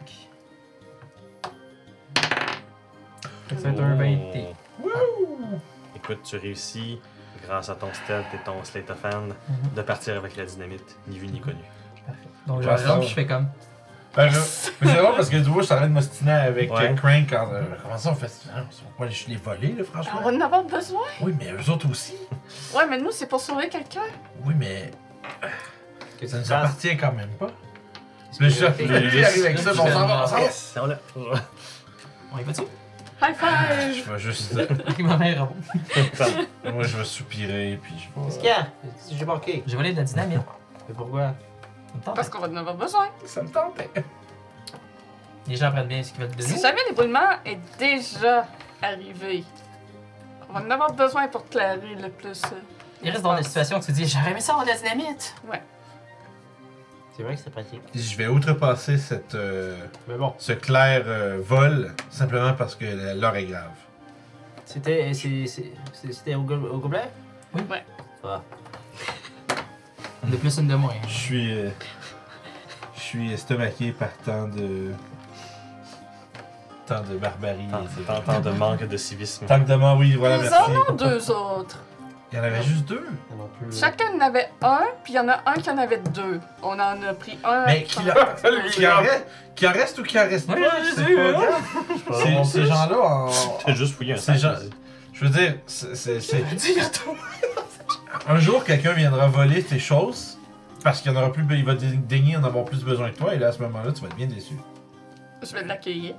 Fait que ça va être un vingt. Écoute, tu réussis, grâce à ton stealth et ton slate of hand, Mhm. de partir avec la dynamite, ni vu ni connu. Parfait. Donc, je Ouais, rentre, ça- puis je fais comme. Ben, je- mais c'est drôle parce que tu vois, je suis en train de m'ostiner avec Ouais. euh, Crank. En, euh, comment ça, on fait ça? Pourquoi je les volés, là, On va franchement? en avoir besoin. Oui, mais eux autres aussi. Ouais, mais nous, c'est pour sauver quelqu'un. Oui, mais Qu'est-ce ça que nous tu fasses? appartient quand même pas. Qu'est-ce Le que chef, tu lui, fais? il arrive avec ça, mais on s'en va, on s'en va. Yes! On l'a. On y va-tu? High five! Je vais juste. euh, Avec ma mère robot. moi, je vais soupirer, puis je vais. Qu'est-ce qu'il y a? Qu'est-ce que j'ai manqué? J'ai volé de la dynamite. Mais pourquoi? Ça me tente. Parce qu'on va en avoir besoin. Ça me tentait. Les gens prennent bien ce qu'ils veulent de Si nous. jamais l'éboulement est déjà arrivé, on va en avoir besoin pour clairer le plus. euh, Il reste dans des situations où tu te dis j'aurais aimé ça avoir de la dynamite. C'est vrai que c'est pratique. Je vais outrepasser cette, euh, Mais bon, ce clair euh, vol simplement parce que l'heure est grave. c'était c'est- c'est- c'est- c'était au, go- au gobelet? Oui. Ouais. Ah. De plus, une de moins. Je suis. euh, je suis estomaqué par tant de. tant de barbarie. et de- Tant, tant de manque de civisme. Tant de demandes, oui, voilà, Nous merci. en avons deux autres. Il y en avait juste deux. Non plus. Chacun en avait un, puis il y en a un qui en avait deux. On en a pris un. Mais qui, par- en- qui en reste, qui en reste ou qui en reste pas, Oui, oui, c'est oui, pas oui. grave. Ces- Ces gens-là, en- T'as juste fouillé un Ces sac. gens- vas-y. je veux dire, c'est- c'est- c'est- un jour, quelqu'un viendra voler tes choses parce qu'il y en aura plus, il va dé- daigner en avoir plus besoin que toi, et là, à ce moment-là, tu vas être bien déçu. Je vais l'accueillir.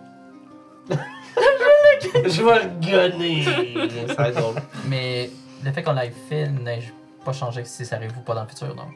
Je vais le gonner! Ça va être drôle. Mais le fait qu'on l'ait fait n'ai pas changé si ça arrive ou pas dans le futur, donc.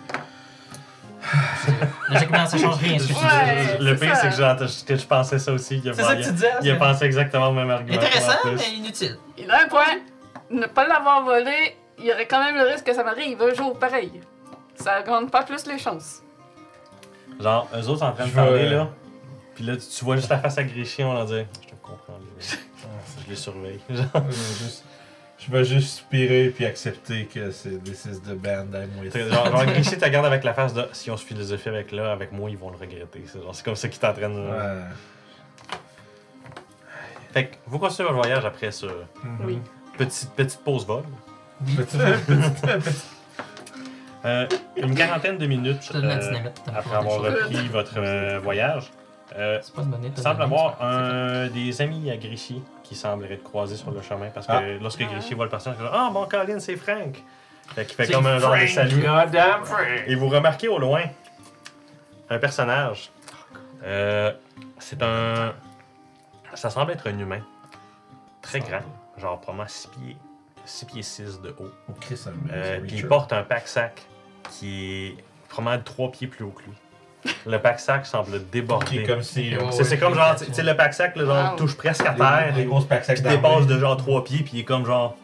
Logiquement, ça change rien. ce que tu dis. Ouais, Le c'est pire, ça. c'est que, j'ai- que je pensais ça aussi. Il a, C'est ça que tu disais. il a c'est- pensé exactement au même argument. Intéressant, en plus. mais inutile. Il a un point. Ne pas l'avoir volé, il y aurait quand même le risque que ça m'arrive un jour pareil. Ça augmente pas plus les chances. Genre, eux autres en train de Je parler, vais- là. Puis là, tu, tu vois juste la face à Gréchy, on leur dit je te comprends. Je, je les surveille. Genre, Euh, juste- Je vais juste soupirer puis accepter que c'est this is the band I'm with. T'sais, Genre, genre Grishy te regarde avec la face de si on se philosophie avec là, avec moi, ils vont le regretter. C'est genre, c'est comme ça qu'ils t'entraînent. Ouais. Fait que vous continuez votre voyage après ça. Oui. Petite, petite pause vol. Petit- petit- petit- Euh, une quarantaine de minutes Je te donne la euh, dynamite. t'as après pas des avoir choses. repris votre euh, voyage. Euh, C'est pas de monnaie. il t'as semble donné, avoir c'est pas- un des amis à Grishy qui sembleraient te croiser sur le chemin parce que Ah. lorsque Ah. Grishy voit le personnage, il dit Ah, bon, Colin, c'est Frank. Fait qu'il fait C'est comme un genre de Frank, salut. Goddamn Frank! Et vous remarquez au loin un personnage. Euh, c'est un. Ça semble être un humain. Très grand. Genre probablement six pieds. six pieds six de haut. Oh, Chris, un Euh, un Puis il Reacher. porte un pack-sac qui est probablement trois pieds plus haut que lui. Le pack-sac semble déborder. Qui est comme si. Ok, C'est c'est comme genre, tu sais, le pack-sac, là, genre, Wow. touche presque à terre. Des grosses packs Puis dépasse de genre trois pieds, puis il est comme genre.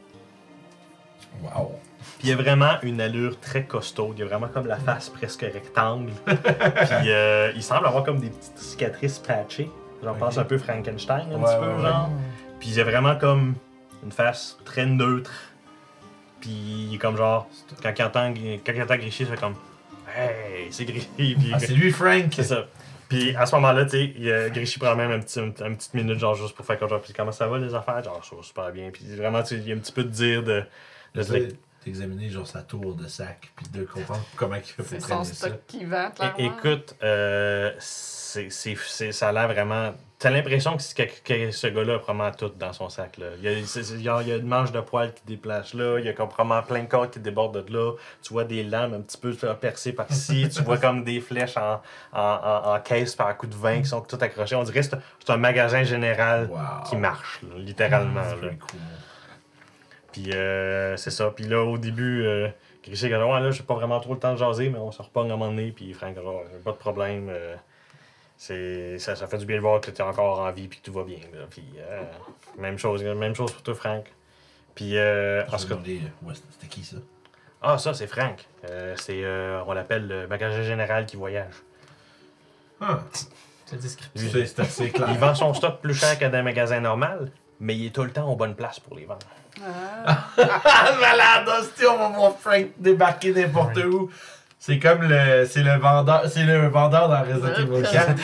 Wow. Puis il a vraiment une allure très costaud. Il a vraiment comme la face presque rectangle. Puis euh, il semble avoir comme des petites cicatrices patchées. J'en pense Ok. un peu Frankenstein, un Ouais, petit ouais, peu, ouais. genre. Puis il a vraiment comme une face très neutre. Puis il est comme genre. Quand il entend, quand il entend Grishy, il fait comme. Hey, c'est Grishy. Puis Ah, c'est lui, Frank. c'est ça. Puis à ce moment-là, tu sais, il, euh, Grishy prend même un petit, une, une petite minute, genre juste pour faire comme genre, puis comment ça va les affaires? Genre, ça va super bien. Puis vraiment, tu sais, il y a un petit peu de dire de. de J'essaie d'examiner genre sa tour de sac puis de comprendre comment il fait pour C'est son traîner ça. stock qui vend, É- clairement. Écoute, euh, c'est, c'est, c'est- ça a l'air vraiment. T'as l'impression que, c'est- que, que ce gars-là a probablement tout dans son sac. Là. Il, y a, c'est- c'est- il, y a, il y a une manche de poils qui déplace là, il y a comme probablement plein de cordes qui débordent de là. Tu vois des lames un petit peu percées par-ci, tu vois comme des flèches en, en, en, en caisse par coup de vin qui sont toutes accrochées. On dirait que c'est, c'est un magasin général Wow. qui marche, là, littéralement. C'est là. very cool. Puis euh, c'est ça. Puis là, au début, euh, Grishy dit ouais, là, j'ai pas vraiment trop le temps de jaser, mais on se repogne à un moment donné. Puis Frank dit ouais, pas de problème. euh, c'est, ça, ça fait du bien de voir que tu es encore en vie puis que tout va bien. Là. Puis euh, même chose, même chose pour toi, Frank. Puis euh, en Je tout me cas, demandais, ouais, c'était qui ça? ah, ça, c'est Frank. Euh, c'est, euh, on l'appelle le magasin général qui voyage. Ah, C'est descriptif. Lui, c'est c'est assez clair. il vend son stock plus cher que dans un magasin normal, mais il est tout le temps aux bonnes places pour les vendre. Ah. Ah, malade, hostie, on va voir Frank débarquer n'importe où. C'est comme le. C'est le vendeur. C'est le vendeur dans Resident Evil quatre.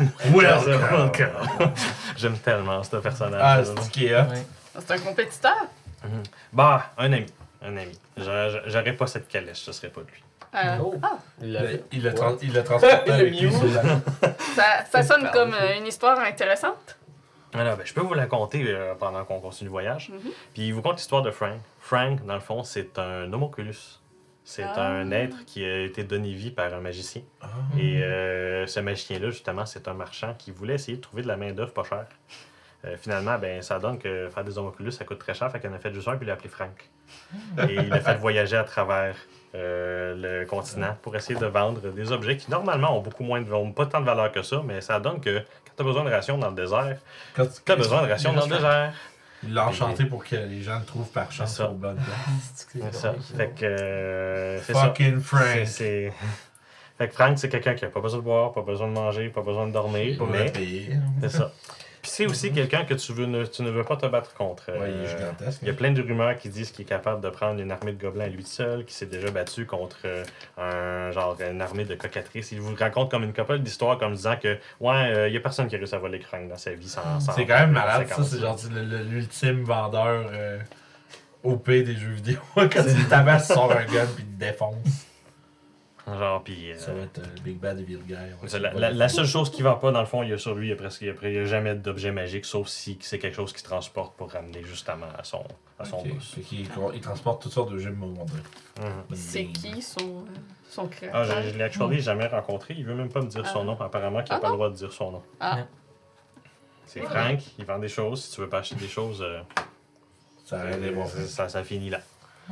Welcome. J'aime tellement ce Ah, personnage. c'est qui est hot. Ouais. C'est un compétiteur. Bah, un ami. Un ami. J'a- J'aurais pas cette calèche, ce serait pas de lui. Euh, Oh. ah, Il Il l'a l'a- fait. Il l'a Ouais. trans- il l'a transporté Le avec lui Mew. sur la- ça, ça sonne comme euh, une histoire intéressante. Alors, ben, je peux vous la conter euh, pendant qu'on continue le voyage. Mhm. Puis, il vous conte l'histoire de Frank. Frank, dans le fond, c'est un homoculus. C'est Ah. un être qui a été donné vie par un magicien. Ah. Et euh, ce magicien-là, justement, c'est un marchand qui voulait essayer de trouver de la main-d'œuvre pas chère. Euh, finalement, ben, ça donne que faire des homoculus, ça coûte très cher. Fait qu'il en a fait juste un, puis il l'a appelé Frank. Et il a fait voyager à travers euh, le continent pour essayer de vendre des objets qui, normalement, ont beaucoup moins de ont pas tant de valeur que ça, mais ça donne que quand tu as besoin de rations dans le désert, Quand tu as besoin de rations dans le désert. Il l'a enchanté pour que les gens le trouvent par chance C'est ça. au bon place. C'est ça. Fait que. euh, c'est ça. Fucking C'est- Frank. c'est- Fait que Frank, c'est quelqu'un qui a pas besoin de boire, pas besoin de manger, pas besoin de dormir, Pour mais le payer. c'est ça. Puis c'est aussi quelqu'un que tu, veux ne, tu ne veux pas te battre contre. Ouais, il est Euh, gigantesque. Il y a plein de rumeurs qui disent qu'il est capable de prendre une armée de gobelins à lui seul, qu'il s'est déjà battu contre euh, un genre une armée de cocatrices. Il vous raconte comme une couple d'histoires comme disant que ouais, euh, il y a personne qui a réussi à voler Krang dans sa vie sans. sans C'est quand même sans malade, ça. conséquence. C'est genre le- le- l'ultime vendeur euh, O P des jeux vidéo. Quand il tabasse, il sort un gun puis il te défonce. Genre, puis. euh, Ça va être euh, le Big Bad de Vilgaire. Ouais, c'est la, la- la seule chose qui va pas, dans le fond, il y a sur lui, il y a presque il y a, il y a jamais d'objet magique, sauf si c'est quelque chose qui se transporte pour ramener justement à son, à son Ok. boss. Fait qu'il il transporte toutes sortes de jeux mondes. Mhm. C'est qui son, euh, son Ah, créateur? je, je l'ai actually jamais rencontré. Il veut même pas me dire son Ah. nom. Apparemment qu'il n'a Ah pas non? le droit de dire son nom. Ah. C'est Frank, il vend des choses. Si tu veux pas acheter des choses, euh, Ça arrête les bons. euh, ça, ça finit là.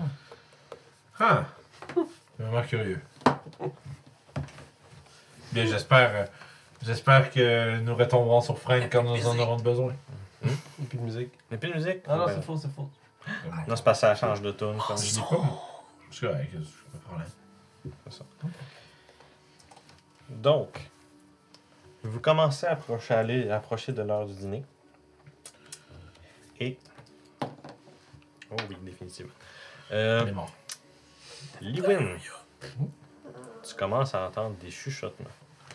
Ah! Vraiment curieux. Bien, j'espère. euh, J'espère que nous retomberons sur Frank quand nous en aurons besoin. Et puis de musique. Il n'y a plus de musique? Ah non, Ben, c'est faux, c'est faux. non, c'est parce que ça change de tune. Comme... Je dis pas, moi. C'est correct, c'est pas de problème. Donc, vous commencez à approcher, aller, approcher de l'heure du dîner. Et Oh oui, définitivement. Euh, Elle est morte. Liwin, tu commences à entendre des chuchotements.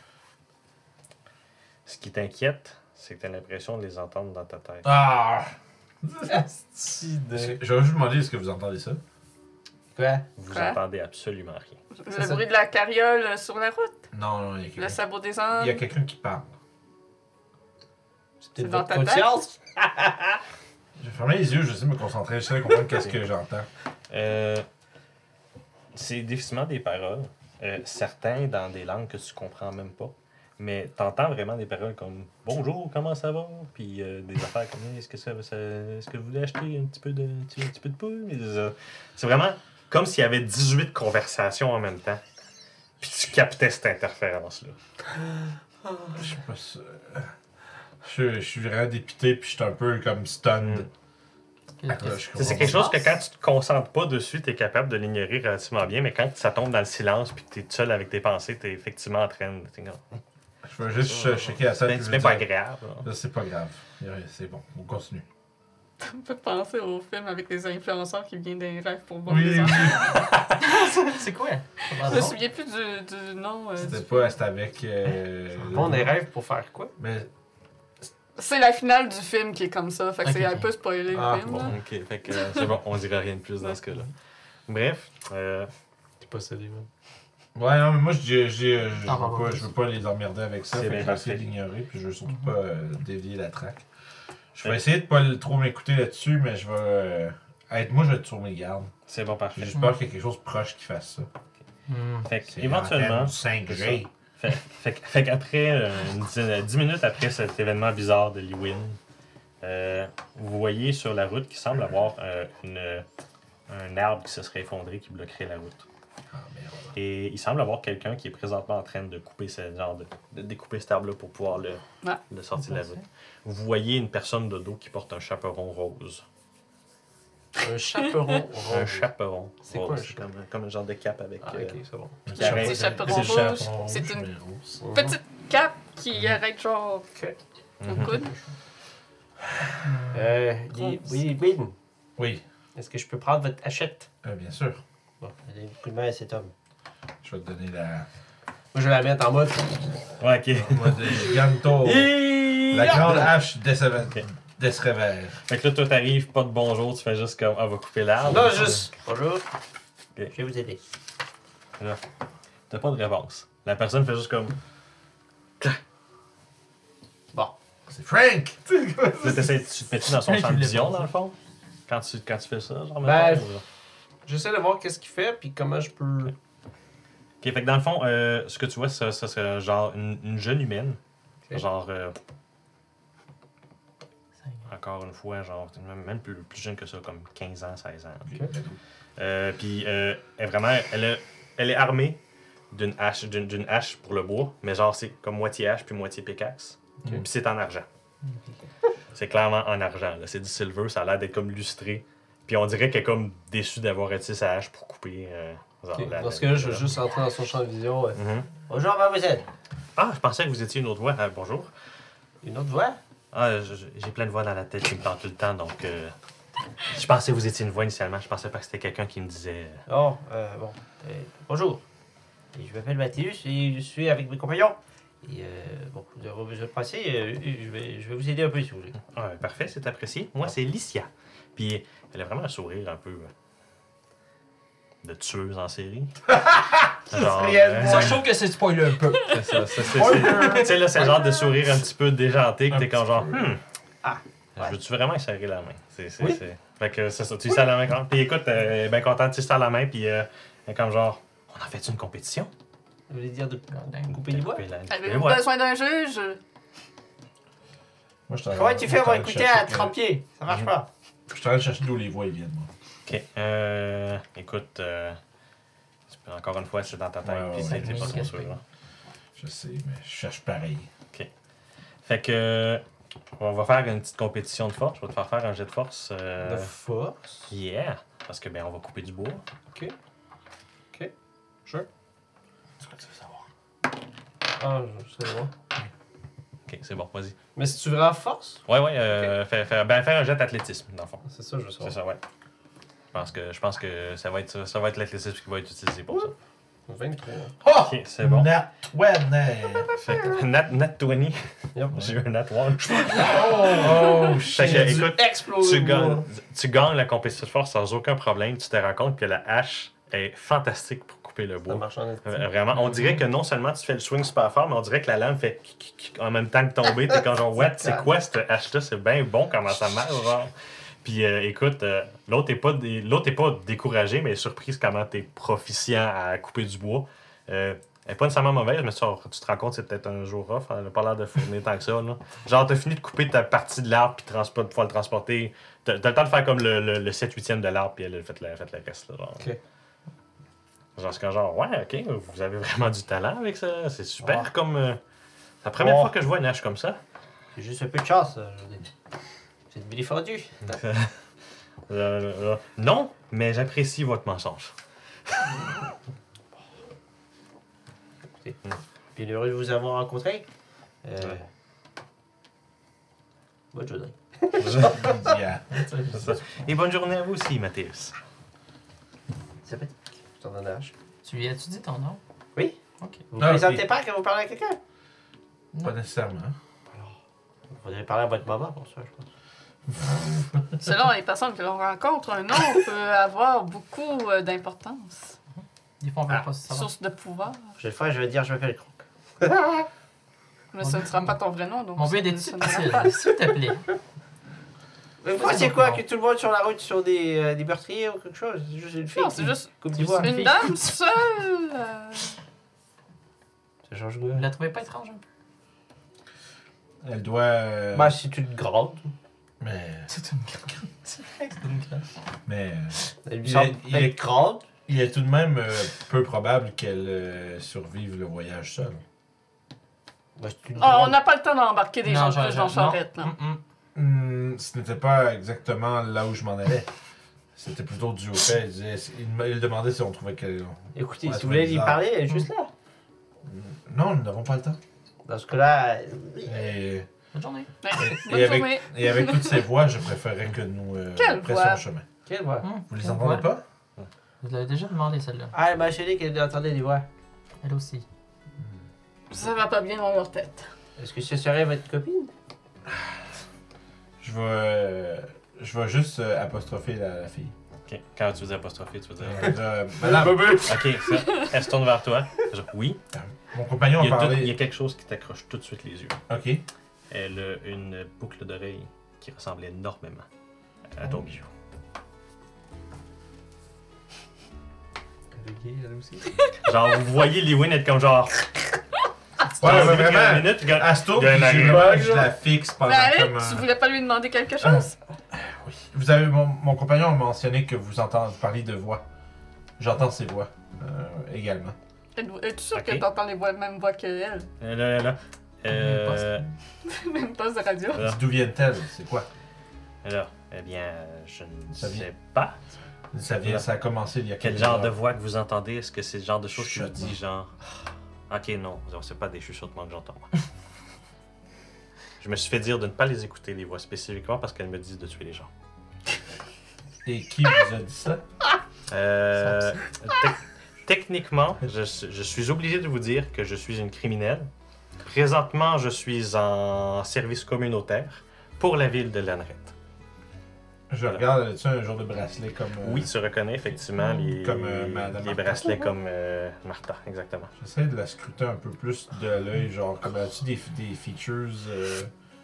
Ce qui t'inquiète, c'est que tu as l'impression de les entendre dans ta tête. Ah! Asti de... Je vais juste demander est-ce que vous entendez ça? Quoi? Vous Quoi? entendez absolument rien. Le Ça, ça- bruit de la carriole sur la route. Non, non, il y a Le quelqu'un. sabot des Il y hommes. a quelqu'un qui parle. C'est peut-être dans votre ta tête? conscience? J'ai fermé les yeux, j'essaie de me concentrer, j'essaie de comprendre qu'est-ce que j'entends. Euh, c'est difficilement des paroles. Euh, certains dans des langues que tu comprends même pas. Mais t'entends vraiment des paroles comme bonjour, comment ça va? Puis euh, des affaires comme est-ce que ça, ça- est-ce que vous voulez acheter un petit peu de, un petit, un petit peu de poule? Mais, euh, c'est vraiment comme s'il y avait dix-huit conversations en même temps. Puis tu captais cette interférence-là. Je sais pas ça. Je, je suis vraiment dépité, puis je suis un peu comme stunned. Mm. Ah, là, je C'est comprends c'est quelque pas. chose que quand tu te concentres pas dessus, tu es capable de l'ignorer relativement bien, mais quand ça tombe dans le silence puis que tu es seul avec tes pensées, tu es effectivement en train de. t'es comme, Je veux juste ch- checker la C'est salle. bien- puis c'est je bien veux pas dire, agréable. là. Là, c'est pas grave. C'est bon, on continue. Ça me fait penser au film avec les influenceurs qui viennent d'un rêve pour voir Oui, des oui. enfants. C'est quoi? Je me souviens plus du, du nom. euh, C'était du pas, film. c'était avec. Euh, Bon, des rêves pour faire quoi? Mais C'est la finale du film qui est comme ça. Fait que Ok, c'est un ok. peu spoilé Ah, le film. bon. là. Ok, fait que euh, c'est bon, on dirait rien de plus dans ce cas-là. Bref, euh, T'es possédé, man. ouais, non, mais moi, je, je, je, je, Ah, veux, bon, pas, bon, je veux pas les emmerder avec ça. C'est Fait bien que je vais essayer parfait. d'ignorer, puis je veux surtout pas euh, dévier la traque. Je vais essayer de pas le- trop m'écouter là-dessus, mais je vais. Euh, être, moi, je vais être sur mes gardes. c'est bon, J'ai parfait. juste peur qu'il y ait quelque chose de proche qui fasse ça. Hmm. Fait que, C'est éventuellement, cinq c'est G. Fait, fait, que- fait qu'après, euh, une dizaine- dix minutes après cet événement bizarre de Liwin, euh, vous voyez sur la route qui semble avoir euh, une, un arbre qui se serait effondré qui bloquerait la route. Ah, merde. Et il semble avoir quelqu'un qui est présentement en train de couper ce genre de, de découper cet arbre-là pour pouvoir le, Ouais. le sortir de la route. Vous voyez une personne de dos qui porte un chaperon rose. Un chaperon Un rose. chaperon C'est rose. quoi un C'est comme, comme un genre de cape avec. Ah, euh, ok, c'est bon. qui arrête- Petit chaperon C'est le rouge, chaperon c'est rouge, une- mais rose. Petite cape qui arrête genre au Mhm. coude. Euh, Guy- oui, oui. Oui, Est-ce que je peux prendre votre hachette? euh, bien sûr. Bon, allez, coup de main à cet homme. Je vais te donner la. Moi, je vais la mettre en mode. Ouais, ok. Moi, de Giganto. La grande hache d'Esrever. Ok. D'Esrever. Fait que là, toi, t'arrives, pas de bonjour, tu fais juste comme, ah, va couper l'arbre. Non, juste. Bonjour. Ok. Je vais vous aider. T'as pas de réponse. La personne fait juste comme. Bon. C'est Frank! Là, t'essaies, tu te mets-tu dans son Je champ de l'ai vision, pas, dans ça. le fond? Quand tu, quand tu fais ça, genre, Ben, mettons, ou- J'essaie de voir qu'est-ce qu'il fait, puis comment je peux. Ok, fait que dans le fond, euh, ce que tu vois, ça, ça serait genre une, une jeune humaine. Ok. Genre. euh, encore une fois, genre, même, même plus, plus jeune que ça, comme quinze ans, seize ans. Euh, Puis, euh, elle, est vraiment, elle, a- elle est armée d'une hache, d'une, d'une hache pour le bois, mais genre, c'est comme moitié hache puis moitié pickaxe. Ok. Puis c'est en argent. C'est clairement en argent. Là. C'est du silver, ça a l'air d'être comme lustré. Puis on dirait qu'elle est comme déçue d'avoir utilisé sa hache pour couper. Euh, genre, Ok, la- Dans ce la- cas-là, je vais juste entrer dans son champ de vision. euh. Mhm. Bonjour, mademoiselle. Ah, je pensais que vous étiez une autre voix. Ah, bonjour. Une autre voix? Ah, je- je- j'ai plein de voix dans la tête qui me parlent tout le temps, donc. euh, je pensais que vous étiez une voix initialement. Je pensais pas que c'était quelqu'un qui me disait. euh, Oh, euh, bon. Euh, bonjour. Et je m'appelle Mathéus et je suis avec mes compagnons. Et euh, bon, vous aurez besoin de passer. euh, je, vais, je vais vous aider un peu si vous voulez. Ah, parfait, c'est apprécié. Moi, c'est Licia. Puis elle a vraiment un sourire un peu. euh, de tueuse en série. Genre. réellement- Ça, je trouve que c'est spoiler un peu. C'est ça, c'est ça. c'est- Tu sais, là, c'est le genre de sourire un petit peu déjanté que t'es comme genre, hmm. Ah, Je veux-tu vraiment y serrer la main? C'est, c'est, Oui. c'est... Fait que c'est ça, tu lui serres la main quand puis écoute, euh, elle est bien contente, tu lui serres la main, puis euh, elle est comme genre, on en fait une compétition? Vous voulez dire de couper les bois? Couper la- couper les Avez-vous bois. besoin d'un juge? Moi, je Comment tu fais pour écouter à trente pieds? Ça marche Mhm. pas. Je suis en train de chercher d'où les voix ils viennent, moi. Ok, euh, écoute, euh, tu peux- encore une fois, c'est dans ta tête, Ouais, ouais, puis ouais, c'est t'es ouais, pas ouais. trop sûr. hein. Je sais, mais je cherche pareil. Fait que, euh, on va faire une petite compétition de force. Je vais te faire faire un jet de force. euh, De force? Yeah! Parce que, ben, on va couper du bois. Ok. Ok. Sure. C'est quoi tu veux savoir? Ah, je sais pas. Ok, c'est bon, vas-y. Mais si tu veux en force? Ouais, ouais, euh, fais, fais- ben, faire un jet d'athlétisme, dans le fond. C'est ça, je veux C'est savoir. ça, ouais. Je pense que, je pense que ça va être, ça va être l'athlétisme qui va être utilisé pour ça. vingt-trois. Oh! Ok, c'est bon. Nat vingt. Fait que nat, nat vingt. Yep. J'ai eu un nat one. Oh, oh, Fait shit. que, écoute, Explose! tu gagnes, tu gagnes la compétition de force sans aucun problème. Tu te rends compte que la hache est fantastique pour couper le Ça bois. marche en Euh, estime. Vraiment, on dirait que non seulement tu fais le swing super fort, mais on dirait que la lame fait kick, kick, kick en même temps que tomber. T'es quand genre, what, c'est quoi cette hache-là? C'est bien bon comment ça marche, genre. Puis euh, écoute, euh, l'autre est pas dé- l'autre est pas découragé, mais est surprise comment t'es proficient à couper du bois. Euh, elle est pas nécessairement mauvaise, mais tu, tu te rends compte que c'est peut-être un jour rough. Elle a pas l'air de fournir tant que ça. Là. Genre, t'as fini de couper ta partie de l'arbre, puis transport, pouvoir le transporter. T'as, t'as le temps de faire comme le, le, le sept huitième de l'arbre, puis elle a fait le, fait le reste. Là, genre. Ok. Genre, c'est quand genre, ouais, ok, vous avez vraiment du talent avec ça. C'est super Ah. comme. euh, C'est la première Oh. fois que je vois une hache comme ça. C'est juste un peu de chance, euh, je veux dire. C'est bien défendu. Euh, euh, non, mais j'apprécie votre mensonge. Bien heureux de vous avoir rencontré. Euh... Ouais. Bonne journée. Yeah. Et bonne journée à vous aussi, Mathéus. Sympathique. Je t'en donne un hache. Tu lui as-tu dit ton nom? Oui? Ok. Vous Ah, ne présentez ok. pas quand vous parlez à quelqu'un? Pas nécessairement. Vous faudrait parler à votre maman pour ça, je pense. Selon les personnes que l'on rencontre, un nom peut avoir beaucoup euh, d'importance. Des fois, on veut Ah, pas se savoir. Source de pouvoir. Je vais le faire, je vais dire, je m'appelle Croc. Mais ce ne sera pas ton vrai nom, donc. Mon but ça est ne sonnera difficile, pas. s'il te plaît. Mais vous pensez quoi? Que tout le monde sur la route sont des, euh, des meurtriers ou quelque chose? C'est juste une fille. Non, c'est qui juste coupe c'est du bois. Une Une fille. dame seule. euh, Ça change Vous quoi? la trouvez pas étrange un peu? Elle doit. euh, Bah, c'est une grande. Mais. C'est une grande. C'est vrai que c'est une grande. Mais. euh, Elle me Il semble est- il être est- grande. Il est tout de même euh, peu probable qu'elle euh, survive le voyage seule. Bah, c'est une Oh, on grande. n'a pas le temps d'embarquer des gens de genre, plus dans genre, non. Charrette, là. Mm, mm. Hmm, ce n'était pas exactement là où je m'en allais. C'était plutôt dû au fait. Il, disait, il, me- il demandait si on trouvait qu'elle. Écoutez, Ouais, si c'est vous voulez lui bizarre. parler, elle est juste là. Non, nous n'avons pas le temps. Dans ce cas-là, euh, Et, Bonne journée. Ben, et bonne avec, journée. et avec toutes ces voix, je préférerais que nous euh, Quelle pressions voix? le chemin. quelle voix? Hum, Vous les quelle entendez voix? pas? Je l'avais déjà demandé, celle-là. Ah, elle m'a mentionné qu'elle entendait des voix. Elle aussi. Ça va pas bien dans leur tête. Est-ce que ce serait votre copine? Je vais, euh, je vais juste euh, apostropher la, la fille. Ok, quand tu veux dire apostropher, tu veux dire. Euh, euh, Madame, Ok, ça. Elle se tourne vers toi. Je- Oui. mon compagnon Il y, a a tout- il y parlé. a quelque chose qui t'accroche tout de suite les yeux. Ok. Elle a une boucle d'oreille qui ressemble énormément à ton bijou. Elle est gay, elle aussi. Genre, vous voyez Lewin être comme genre. Ouais, Dans ouais, une vraiment. minute, regarde- Elle se tourne, Il y a un puis j'ai arrière, vraiment- je la fixe pendant Mais allez, comme... tu euh, voulais pas lui demander quelque chose? Oui. Vous avez, mon, mon compagnon a mentionné que vous entendez parler de voix. J'entends ces voix euh, également. Êtes-vous- Es-tu sûr Ok. que t'entends les voix, même voix qu'elle? Euh, Là, là, là. Euh, Même pas de radio. là, D'où viennent-elles? C'est quoi? là. Eh bien, je ne Ça vient- sais pas. Ça vient, ça a commencé il y a Quel quelques genre de heures. voix que vous entendez? Est-ce que c'est le genre de choses qui vous Chuchotement. dit genre. Ok, non, c'est pas des chuchotements que j'entends. moi. Je me suis fait dire de ne pas les écouter, les voix, spécifiquement parce qu'elles me disent de tuer les gens. Et qui vous a dit ça? Euh, tec- techniquement, je, suis- je suis obligé de vous dire que je suis une criminelle. Présentement, je suis en service communautaire pour la ville de Lanret. Je regarde, tu un genre de bracelet comme... euh, Oui, tu reconnais effectivement les, Comme, euh, Madame les Martha. bracelets comme euh, Martha, exactement. J'essaie de la scruter un peu plus de l'œil, genre, comme as-tu des, des features... Euh,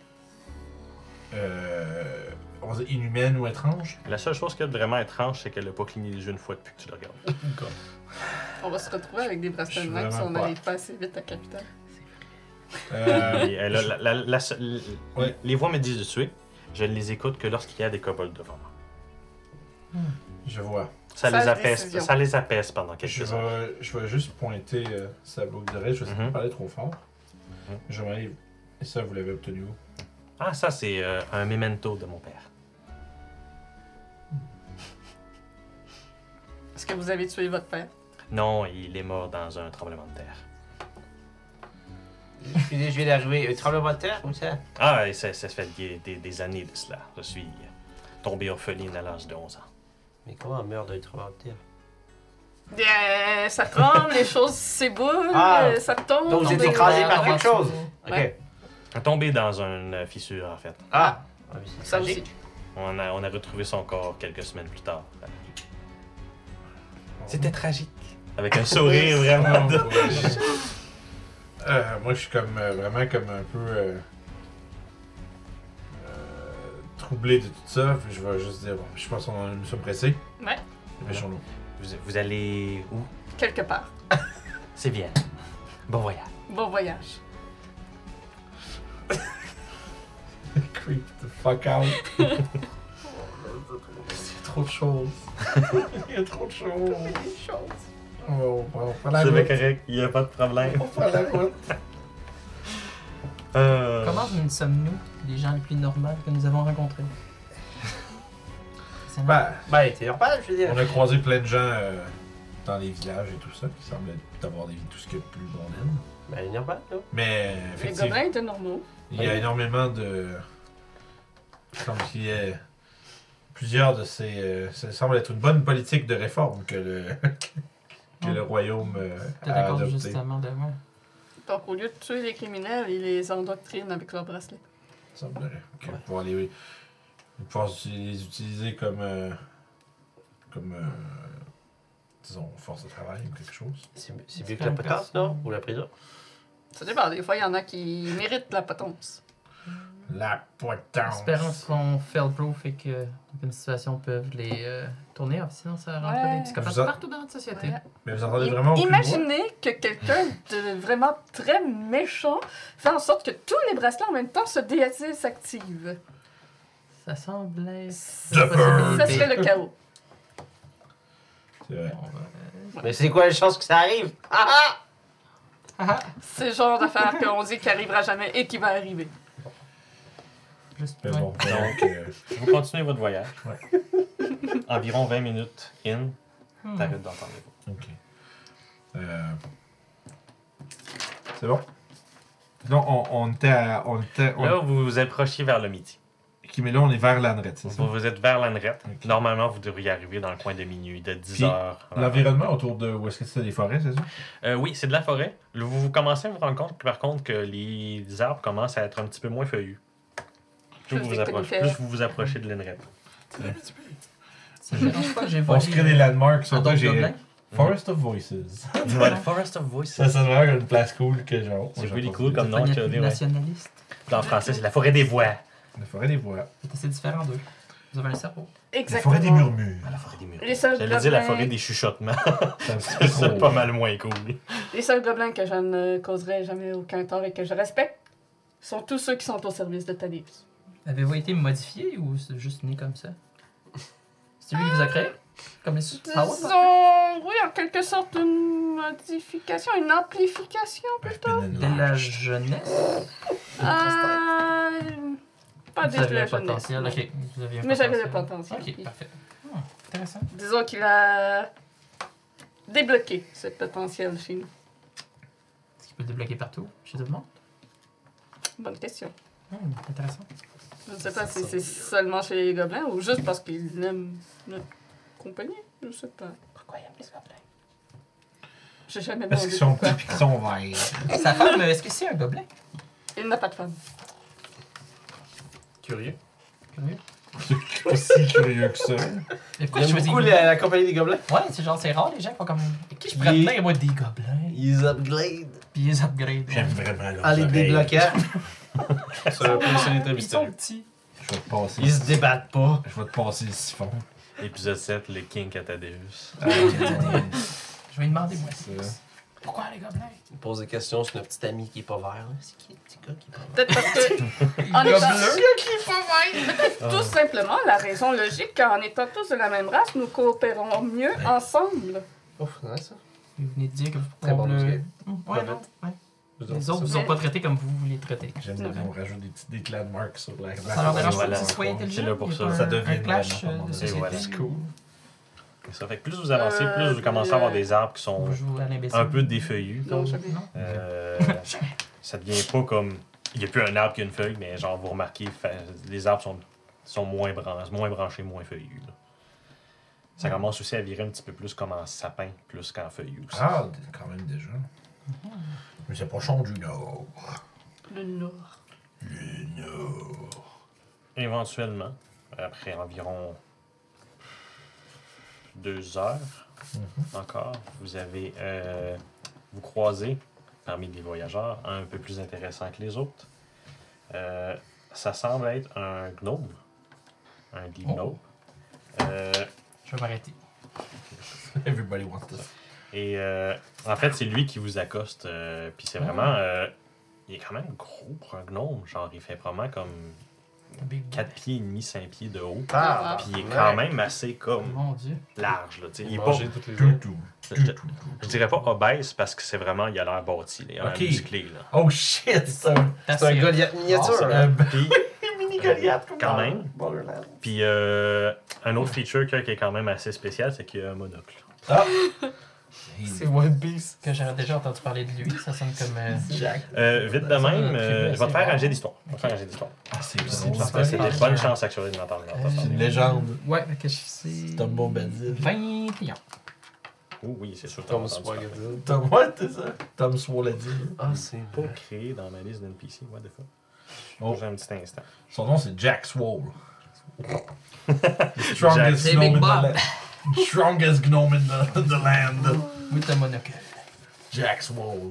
euh, on va dire inhumaines ou étranges? La seule chose qui est vraiment étrange, c'est qu'elle n'a pas cligné les yeux une fois depuis que tu le regardes. On va se retrouver avec des Je bracelets suis de même si vraiment on pas. n'allait pas assez vite à Capitale. Euh, Et elle a la- la- la seule- Ouais. Les voix me disent de tuer. Je ne les écoute que lorsqu'il y a des kobolds devant moi. je vois. Ça Sage les apaise, décision. ça les apaise pendant quelques Je heures. vais, je vais juste pointer euh, sa boucle d'oreille, je vais essayer de Mhm. parler trop fort. Mhm. Je vais... Et ça, vous l'avez obtenu où? Ah, ça, c'est euh, un memento de mon père. Est-ce que vous avez tué votre père? Non, il est mort dans un tremblement de terre. Je viens je viens d'arriver. Un tremblement de terre, comme ça? Ah, et ça, ça fait des, des- des années de cela. Je suis tombé orpheline à l'âge de onze ans. Mais comment on meurt d'un tremblement de terre? Bien, ça tremble, les choses s'éboulent, Ah. euh, ça tombe. Donc, vous êtes donc- écrasé euh, par comment quelque chose? tu- Ok. Ouais. On est tombé dans une fissure, en fait. Ah! Ah, mais c'est Ça tragique. aussi. On a, on a retrouvé son corps quelques semaines plus tard. C'était tragique. Avec un sourire vraiment de... Euh, moi, je suis comme euh, vraiment comme un peu euh, euh, troublé de tout ça. Puis je vais juste dire, bon, je pense qu'on nous sommes pressés. Ouais. Dépêchons-nous. Vous, vous allez où? Quelque part. C'est bien. Bon voyage. Bon voyage. Creep the fuck out. C'est trop de choses. Il y a trop de choses. On va, on va prendre la C'est bien route. correct, il n'y a pas de problème. On va prendre la route. Euh... Comment nous sommes-nous, les gens les plus normaux que nous avons rencontrés? C'est Ben, Ben, c'est normal, je veux dire. on a croisé plein de gens euh, dans les villages et tout ça qui semblaient avoir des, tout ce qu'il y a de plus mondaine. Ben, normal, là. Mais Les effectivement, gobelins étaient normaux. il y a énormément de. Il semble qu'il y ait plusieurs de ces. euh, ça semble être une bonne politique de réforme que le, que le royaume euh, peut-être a à cause adopté. justement de moi. Donc, au lieu de tuer les criminels, ils les endoctrinent avec leurs bracelets. Il semblerait. Que pouvoir les, pouvoir les utiliser comme. euh, comme. euh, disons, force de travail ou quelque chose. C'est c'est mieux que la potence, non? Ou la prison? Ça dépend. Des fois, il y en a qui méritent la potence. La potence! Espérons qu'on fail-proof et que, dans une situation, peuvent les euh, tourner off. Sinon, ça rentre Ouais. des psychopathes Vous en- partout dans notre société. Ouais. Mais vous entendez vraiment aucune voix? Imaginez que quelqu'un de vraiment très méchant fait en sorte que tous les bracelets en même temps se désactivent. Ça semble être... The burn. Ça serait le chaos. C'est vrai. On va- Mais c'est quoi les chances que ça arrive? Ah ah! Ah, C'est le genre d'affaire qu'on dit qui arrivera jamais et qui va arriver. juste, Mais ouais. bon, donc. euh, Vous continuez votre voyage. Ouais. Environ vingt minutes in, Hmm. t'arrêtes d'entendre les voix. Ok. Euh... C'est bon? Non, on, on était à. On était, on- Là, vous vous approchez vers le midi. Ok, mais là, on est vers l'Anrette, c'est ça? Vous, vous êtes vers l'Anrette. Ok. Normalement, vous devriez arriver dans le coin de minuit, de dix Puis, heures. L'environnement autour de. Où est-ce que c'est des forêts, c'est ça? Euh, oui, c'est de la forêt. Vous, vous commencez à vous rendre compte, par contre, que les arbres commencent à être un petit peu moins feuillus. Plus, Plus vous, des vous approchez, conifères. plus vous vous approchez de l'Anrette. Ça me dérange pas, j'ai On volé... se crée des landmarks, à sur toi, d'autres j'ai. gobelins. Forest of Voices. Ouais, le Forest of Voices. Ça, ça devrait être une place cool que genre. C'est moi, really j'en cool pense comme Pas nom. na- que- ouais. nationaliste. En français, c'est la forêt des voix. La forêt des voix. C'est assez différent d'eux. Vous avez un cerveau. La Exactement. forêt des murmures. La forêt des murs. Les seuls J'allais dire la gobelins- forêt des chuchotements. C'est un petit peu c'est trop. pas mal moins cool. Les seuls gobelins que je ne causerai jamais aucun tort et que je respecte sont tous ceux qui sont au service de Thaddeus. Avez-vous été modifié ou c'est juste né comme ça? C'est lui qui vous a créé? Comme les Power? Disons, oui, en quelque sorte, une modification, une amplification plutôt. De la jeunesse? Euh, pas Vous de aviez la un potentiel, jeunesse. ok. Vous aviez un Mais j'avais le potentiel. potentiel. Ok, parfait. Hmm, intéressant. Disons qu'il a débloqué ce potentiel chez nous. Est-ce qu'il peut le débloquer partout, chez tout le monde? Bonne question. Hmm, intéressant. Je ne sais pas si c'est seulement chez les gobelins ou juste parce qu'il aime notre compagnie. Je sais pas. Pourquoi il aime les gobelins? J'ai jamais Parce demandé qu'ils sont pourquoi. petits et qu'ils sont verts. Sa femme, est-ce que c'est un gobelin? Il n'a pas de femme. Curieux. Curieux. Aussi curieux que ça. Mais pourquoi J'aime tu choisis beaucoup les la, la compagnie des gobelins. Ouais, c'est genre, c'est rare les gens qui font comme. Et qui je pourrais Il- tenir, moi, des gobelins? Ils upgrade. Puis ils upgrade. J'aime vraiment leurs En les oreilles. débloquant. C'est un peu très Ils sont mystérieux. petits. Je vais te passer. Ils se débattent pas. Je vais te passer le siphon. Épisode sept, le King Atadeus. Ah, ok, Je vais lui demander, moi. c'est ça. Pourquoi les gobelins? Il pose des questions sur notre petit ami qui est pas vert. là. C'est qui le petit gars qui est pas vert? Peut-être parce que. En étant... Peut-être tout simplement la raison logique qu'en étant tous de la même race, nous coopérons mieux ensemble. Ouf, ouais, ça. Vous venez de dire que vous Très bon, le... Musquet. Hum, Ouais, non. Ouais. Vous Les autres vous ont pas traité comme vous vous les traitez. J'aime bien qu'on rajoute des petits des landmarks sur la Ça leur dérange pas Voilà. qu'ils soient intelligents? C'est là pour Il y a ça. pas Ça un- devient un clash vraiment euh, de pas société. voilà. C'est cool. Ça fait que plus vous avancez, Euh, plus vous commencez à avoir des arbres qui sont On joue à l'imbécile. un peu défeuillus. Non, jamais. Non? Euh, ça devient pas comme. Il n'y a plus un arbre qui a une feuille, mais genre, vous remarquez, fa- les arbres sont, sont moins, bran- moins branchés, moins feuillus. là. Ça commence aussi à virer un petit peu plus comme en sapin, plus qu'en feuillu aussi. Ah, quand même déjà. Mais c'est pas chaud du Nord. Le Nord. Le Nord. Éventuellement, après environ deux heures encore, vous avez euh, vous croisez parmi les voyageurs un peu plus intéressant que les autres. Euh, ça semble être un gnome, un deep Oh. gnome. Euh, Je vais m'arrêter. Everybody wants this. et euh, en fait, c'est lui qui vous accoste. Euh, Puis c'est vraiment, euh, il est quand même gros pour un gnome. Genre, il fait probablement comme Big quatre pieds et demi, cinq pieds de haut. Ah, Puis il est quand même assez comme Mon dieu. large. Là, tu sais. il est pas, Manger toutes les Tout, jours. tout. je, te- je dirais pas obèse parce que c'est vraiment, il a l'air bâti. Là, il a l'air Ok. musclé. Là. Oh shit, c'est un, C'est un Goliath miniature. c'est hein. un Puis, mini Goliath comme quand dans même. Borderlands. puis euh, un autre feature qui est quand même assez spécial, c'est qu'il a un monocle. Ah! C'est One Piece. Que j'avais déjà entendu parler de lui. Ça sonne comme. euh, Jack. Euh, vite de Ça, même, c'est euh, je vais te faire un jet d'histoire. Je vais te faire un jet d'histoire. Ah, c'est C'est drôle. Parce que c'est des Ah, bonnes ouais. chances actuellement d'entendre. C'est une légende. Ouais, mais que je sais. Tom Bombadil. vingt et un. Oh oui, c'est sûr. que t'as Tom entendu parler. Swagadil. Tom, ouais, c'est ça. Tom Swolladil. Ah, c'est Pas créé dans ma liste d'N P C, what the fuck. Oh. J'ai un petit instant. Son nom, c'est Jack Swole. Strongest C'est gnome Big in the Bob. land. Strongest gnome in the, in the land. With the monocle. Jack Swole.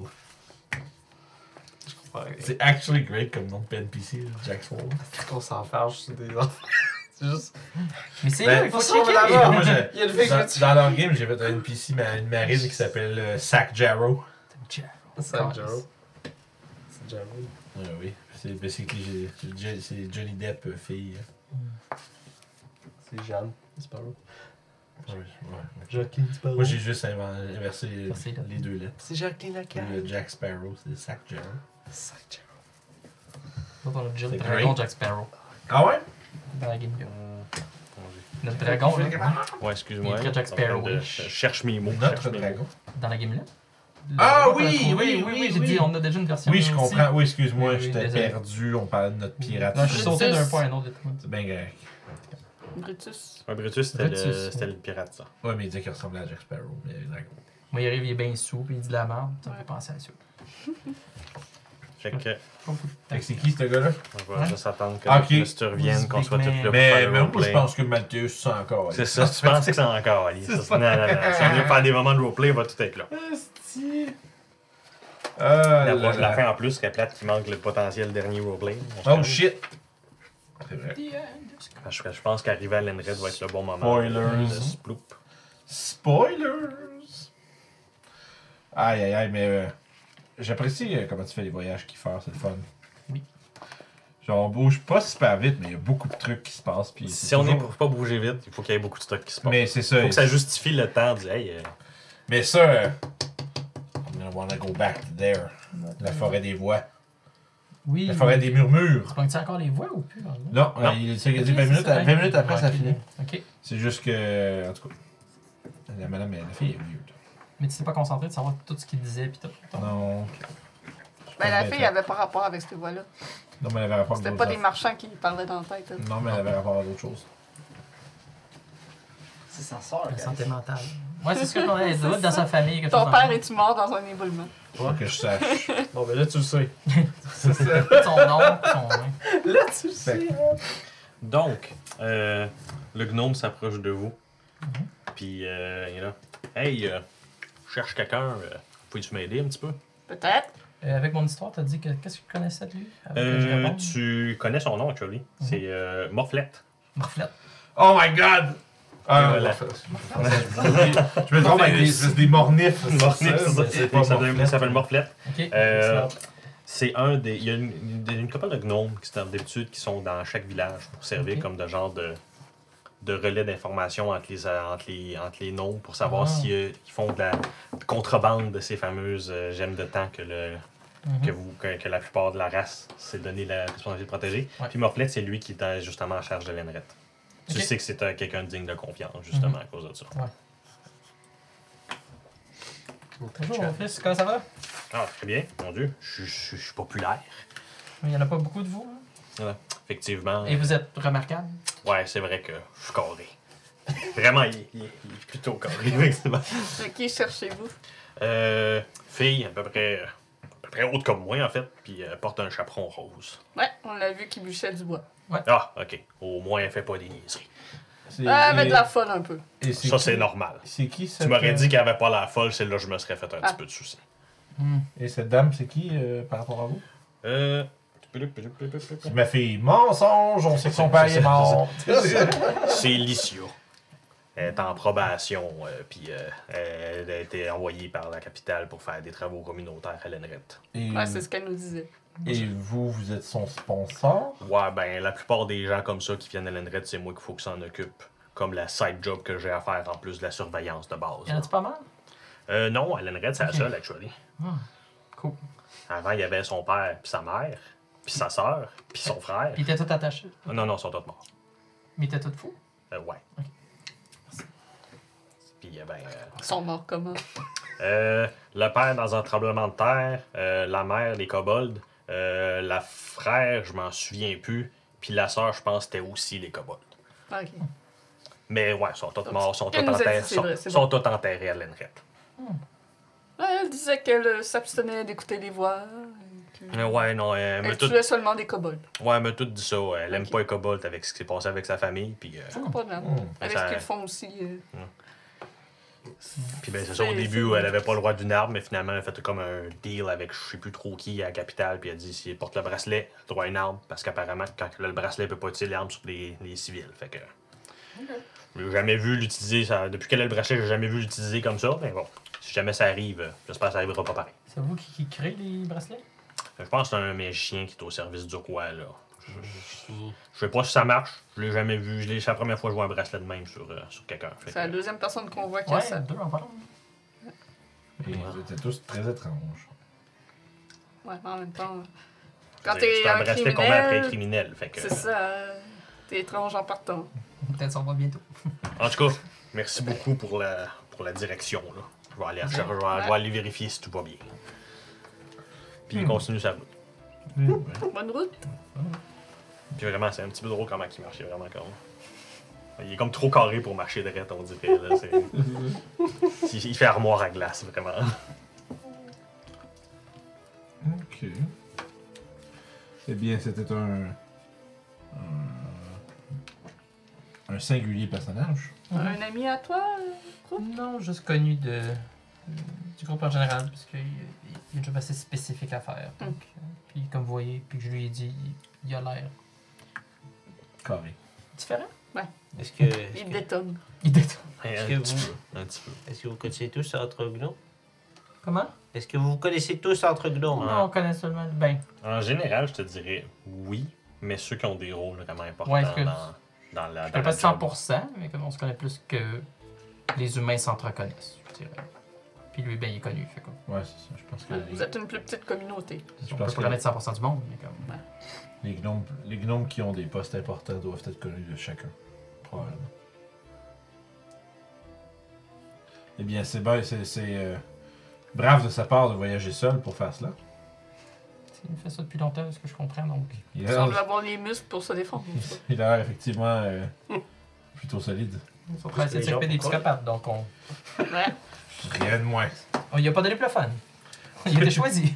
Ouais. C'est actually great comme nom de N P C, là, Jack Swole. C'est qu'on s'en fâche sur des enfants. C'est juste. Mais c'est Ben, là, il faut faut checker. sauver la Moi, j'ai- Il y a une fille dans, que tu- dans leur game, j'ai fait un N P C, ma- une marine qui s'appelle euh, Sack Jarrow. C'est Ah, Jaro. C'est Jaro. Oui, oui. C'est basically j'ai- j'ai- c'est Johnny Depp, euh, fille. C'est Jeanne. C'est pas vrai. Ouais, ouais. Jacqueline Sparrow. Moi, j'ai juste inven- inversé les, Inversé, là. les deux lettres. C'est Jacqueline Puis Lacaille. le Jack Sparrow, c'est Sack Jarrow. C'est Jaro. L'autre, on a déjà le C'est dragon great. Jack Sparrow. Ah ouais? Dans la game là. Hum, Notre dragon, là. Ouais, excuse-moi. Il est très Jack Je suis en train de- Sparrow. Je cherche mes mots. je Notre cherche mes dragon. Dans la game là. Ah Le dragon oui, qu'on a trouvé, oui, oui, oui, j'ai oui. dit, on a déjà une version. Oui, je aussi. comprends. Oui, excuse-moi, Oui, oui, j'étais désolé. perdu. On parlait de notre pirate. Non, je suis sauté Brutus. d'un point à un autre. C'est bien correct. Brutus. Ouais, Brutus, c'était le, Brutus, c'était ouais. le pirate, ça. Ouais, mais il disait qu'il ressemblait à Jack Sparrow, mais dragon. Moi, il arrive, il est bien sous, puis il dit de la merde. Ça me fait penser à ça. Fait que, Fait que c'est qui, ce gars-là? on va Ouais. juste attendre que Ah, ok. le tu reviennes, qu'on soit tous là pour Mais, faire le mais moi, roleplay. je pense que Mathieu, c'est ça encore. C'est ça, tu penses que c'est encore lié. C'est ça. ça. Non, non, non. Si on vient faire des moments de roleplay, on va tout être là. Esti. Ah, La, là, la là. fin en plus serait plate qui manque le potentiel dernier roleplay. On se Oh calme. shit! C'est vrai. Je, je pense qu'arriver à l'Enred va être le bon moment. Spoilers. De sploop. Spoilers! Aïe aïe aïe, mais euh, j'apprécie euh, comment tu fais les voyages Kiefer, c'est le fun. Oui. Genre, on bouge pas super vite, mais il y a beaucoup de trucs qui se passent. Puis c'est Si on est toujours- pour pas bouger vite, il faut qu'il y ait beaucoup de stock qui se passe. Mais c'est ça. Il faut que ça justifie le temps de hey, euh, Mais ça, euh, I'm gonna wanna go back to there. La forêt des voix. Oui. La forêt des murmures. Tu pognes-tu encore les voix ou plus? Là? Non, Non. euh, il s'est dit Ok, vingt c'est minutes, ça, vingt minutes après, ouais, ça ok. finit. Ok. C'est juste que, en tout cas, la madame, la fille est weird. Mais tu t'es pas concentré de savoir tout ce qu'il disait pis tout. Non. Ben, la Ben, fille fait. avait pas rapport avec ces voix-là. Non, mais elle avait rapport à C'était d'autres pas des affaires. marchands qui parlaient dans la tête. elle. Non, mais elle avait rapport à d'autres choses. C'est sa sœur. La guys. santé mentale. Ouais, c'est ce que je parlais. Elle doit être dans sa famille. quelque chose Ton dans- père est-tu mort dans un éboulement? Pas que je sache. Bon, ben là, tu le sais. C'est ça. Son nom, son. ouais. Là, tu le sais. Donc, euh, le gnome s'approche de vous. Puis euh, il est là. Hey, euh, je cherche quelqu'un. Euh, Peux-tu m'aider un petit peu? Peut-être. Euh, avec mon histoire, t'as dit que qu'est-ce que tu connaissais de lui? Avant que je Euh, réponde? tu connais son nom, actually. C'est euh, Morflette. Morflette. Oh my god! Ah, voilà. Je me trompe avec des, c'est des mornifs. c'est Morflette, ça, c'est ça. mais c'est Il pas s'appelle- il Morflette. s'appelle Morflette. Ok. Euh, c'est C'est un des. Il y a une, une, une couple de gnomes qui sont d'habitude qui sont dans chaque village pour servir Ok. comme de genre de, de relais d'information entre les, entre, les, entre les gnomes pour savoir Ah. si euh, ils font de la contrebande de ces fameuses euh, gemmes de temps que, le, Mhm. que, vous, que, que la plupart de la race s'est donné la responsabilité de protéger. Ouais. Puis Morflette, c'est lui qui est justement en charge de l'Enret. Tu Ok. sais que c'est euh, quelqu'un de digne de confiance, justement, Mhm. à cause de ça. Bonjour, mon fils. Comment ça va? Ah, très bien, mon Dieu, je, je- je suis populaire. Il n'y en a pas beaucoup de vous. hein? Effectivement. Et vous êtes remarquable. Ouais, c'est vrai que je suis carré. Vraiment, il, il- il est plutôt carré. effectivement. Qui cherchez-vous? Euh, fille, à peu près, à peu près haute comme moi, en fait, puis elle porte un chaperon rose. Ouais, on l'a vu qui bûchait du bois. Ah, ok. Au moins, elle fait pas des niaiseries. C'est- Ah, mais et- de la folle un peu. et Ça, qui- c'est normal. C'est qui Tu cette... m'aurais euh, dit qu'elle avait pas la folle, c'est là que je me serais fait un Ah. petit peu de soucis. Et cette dame, c'est qui euh, par rapport à vous? Euh. C'est ma fille. Mensonge, on sait que son père est mort. C'est Licia. Elle est en probation, euh, puis euh, elle a été envoyée par la capitale pour faire des travaux communautaires à l'Enrette. Et, Ouais, c'est ce qu'elle nous disait. et vous, vous êtes son sponsor? Ouais, ben, la plupart des gens comme ça qui viennent à l'Enrette, c'est moi qu'il faut que s'en occupe. Comme la side job que j'ai à faire en plus de la surveillance de base. Y en a-tu pas mal? Euh, non, à l'Enrette, c'est Ok. la seule, actually. Cool. Avant, il y avait son père, puis sa mère, puis sa sœur, puis son frère. Puis t'es tout attaché. Non, non, ils sont tous morts. Mais t'es tout fou? Euh, ouais. Ok. Puis, euh, ben. euh, Ils sont morts comment? Euh, le père dans un tremblement de terre, euh, la mère, les kobolds, euh, la frère, je m'en souviens plus, puis la sœur, je pense, c'était aussi les kobolds. Ah, ok. Mais ouais, ils sont tous Donc, morts, sont tous elle nous a dit, enterrés, c'est sont, vrai, c'est sont bon. tous enterrés à l'Enrette. Ouais, elle disait qu'elle euh, s'abstenait d'écouter les voix. et que- Euh, ouais, non, elle m'a Elle tout, tuait seulement des kobolds. ouais, elle m'a tout dit ça. Elle aime Ok. pas les kobolds avec ce qui s'est passé avec sa famille, puis, euh, Pas de problème. Hmm. Avec Ça- ce qu'ils font aussi. euh, puis ben, c'est ça, au C'est- début, c'est- elle avait pas le droit d'une arme, mais finalement, elle a fait comme un deal avec je sais plus trop qui à la capitale, puis elle a dit si elle porte le bracelet, elle a le droit à une arme, parce qu'apparemment, quand le bracelet peut pas utiliser l'arme sur les, les civils. Fait que. J'ai jamais vu l'utiliser, ça- depuis qu'elle a le bracelet, j'ai jamais vu l'utiliser comme ça, mais bon, si jamais ça arrive, euh, j'espère que ça arrivera pas pareil. C'est vous qui, qui crée les bracelets? Je pense que c'est un magicien qui est au service du roi, là. Je, je, je sais pas si ça marche, je l'ai jamais vu, je l'ai- c'est la première fois que je vois un bracelet de même sur, euh, sur quelqu'un. Fait C'est la que- deuxième personne qu'on voit qui a Ouais, ça. deux en parlant. Et vous étiez tous très étranges. Ouais, mais en même temps. je Quand veux dire, t'es c'est un un bracelet qu'on met après criminel, criminel. Fait que, c'est ça. euh, T'es étrange en partant. Peut-être ça va bientôt. En tout cas, merci beaucoup pour la, pour la direction. Là. Je vais aller, rechercher- je vais- je vais aller vérifier si tout va bien. Puis il continue sa route. Bonne route. Puis vraiment, c'est un petit peu drôle comment il marche. Il est vraiment comme. Il est comme trop carré pour marcher droit, on dirait. Là. C'est- il, il fait armoire à glace, vraiment. Ok. Eh bien, c'était un, un. un singulier personnage. Un ami à toi? euh? Non, juste connu de, du groupe en général, parce qu'il il y a une job assez spécifique à faire. Donc, euh, puis comme vous voyez, puis que je lui ai dit, il, il a l'air Carré. différent. Est-ce que, est-ce Il que, détonne. Il détonne. Un, Est-ce un que petit vous- peu. Un petit peu. est-ce que vous connaissez tous entre gnomes? Comment? Est-ce que vous vous connaissez tous entre gnomes? Non, on connaît seulement. Ben, En général, je te dirais oui, mais ceux qui ont des rôles vraiment importants Ouais, est-ce que- dans, dans la. je dans ne pas la cent job. pour cent, mais comme on se connaît plus que les humains s'entreconnaissent, je dirais. Puis lui, ben, il est connu. Fait comme, Ouais, c'est ça. Je pense que. Vous êtes une plus petite communauté. Je on peut pense pas que connaître cent pour cent du monde, mais comme. les gnomes, les gnomes qui ont des postes importants doivent être connus de chacun. Probablement. Eh bien, c'est bien, c'est c'est, euh, brave de sa part de voyager seul pour faire cela. Il fait ça depuis longtemps, ce que je comprends, donc. Il Il a semble l'air, avoir les muscles pour se défendre. il a l'air effectivement euh, plutôt solide. Il faut essayer de les gens s'occuper des pourquoi? psychopathes, donc on. Ouais. Rien de moins. On lui a pas donné plus fun. Il a été choisi.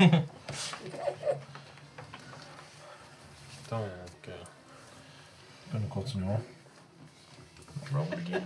Donc, euh, Nous continuons. Roll again.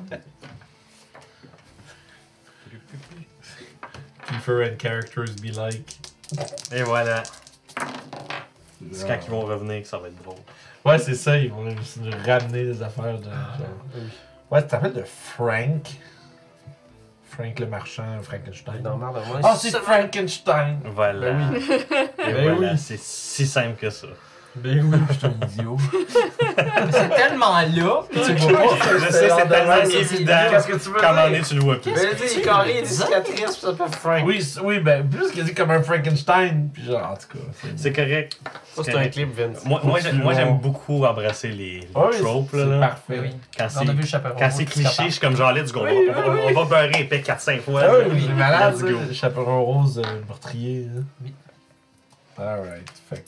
Kiefer and characters be like. Et voilà. C'est quand ils vont revenir que ça va être drôle. Ouais, c'est ça, ils vont nous, nous ramener des affaires de genre. Ouais, tu t'appelles de Frank. Frank le marchand, Frankenstein. Normal, moi, Ah, c'est Frankenstein! Voilà. Ben oui. Et Ben voilà, oui. c'est si simple que ça. Ben oui, je suis un idiot. Mais c'est tellement là que tu vois pas. Je sais, c'est tellement évident. Qu'est-ce que tu veux Qu'à un moment dire? donné, tu le vois plus. Ben, tu sais, il est carré, il y a des cicatrices, puis ça s'appelle Frank. Oui, c- oui, ben, plus qu'il a dit comme un Frankenstein, puis genre, en tout cas. c'est- C'est correct. Ça, c'est un correct. clip, Vince. Moi, moi, j'aime- moi, Faut que tu j'aime vois. beaucoup embrasser les, les Ah oui, tropes. c'est Là, là. parfait. Oui, oui. Quand On c'est a vu le chaperon. quand c'est rouge, cliché, je suis comme genre, let's go. Oui, on, va, oui, on va beurrer épais quatre cinq fois. Ah là. oui, c'est malade, Let's ça, go. le chaperon rose euh, meurtrier. là. Oui. Alright, fait que-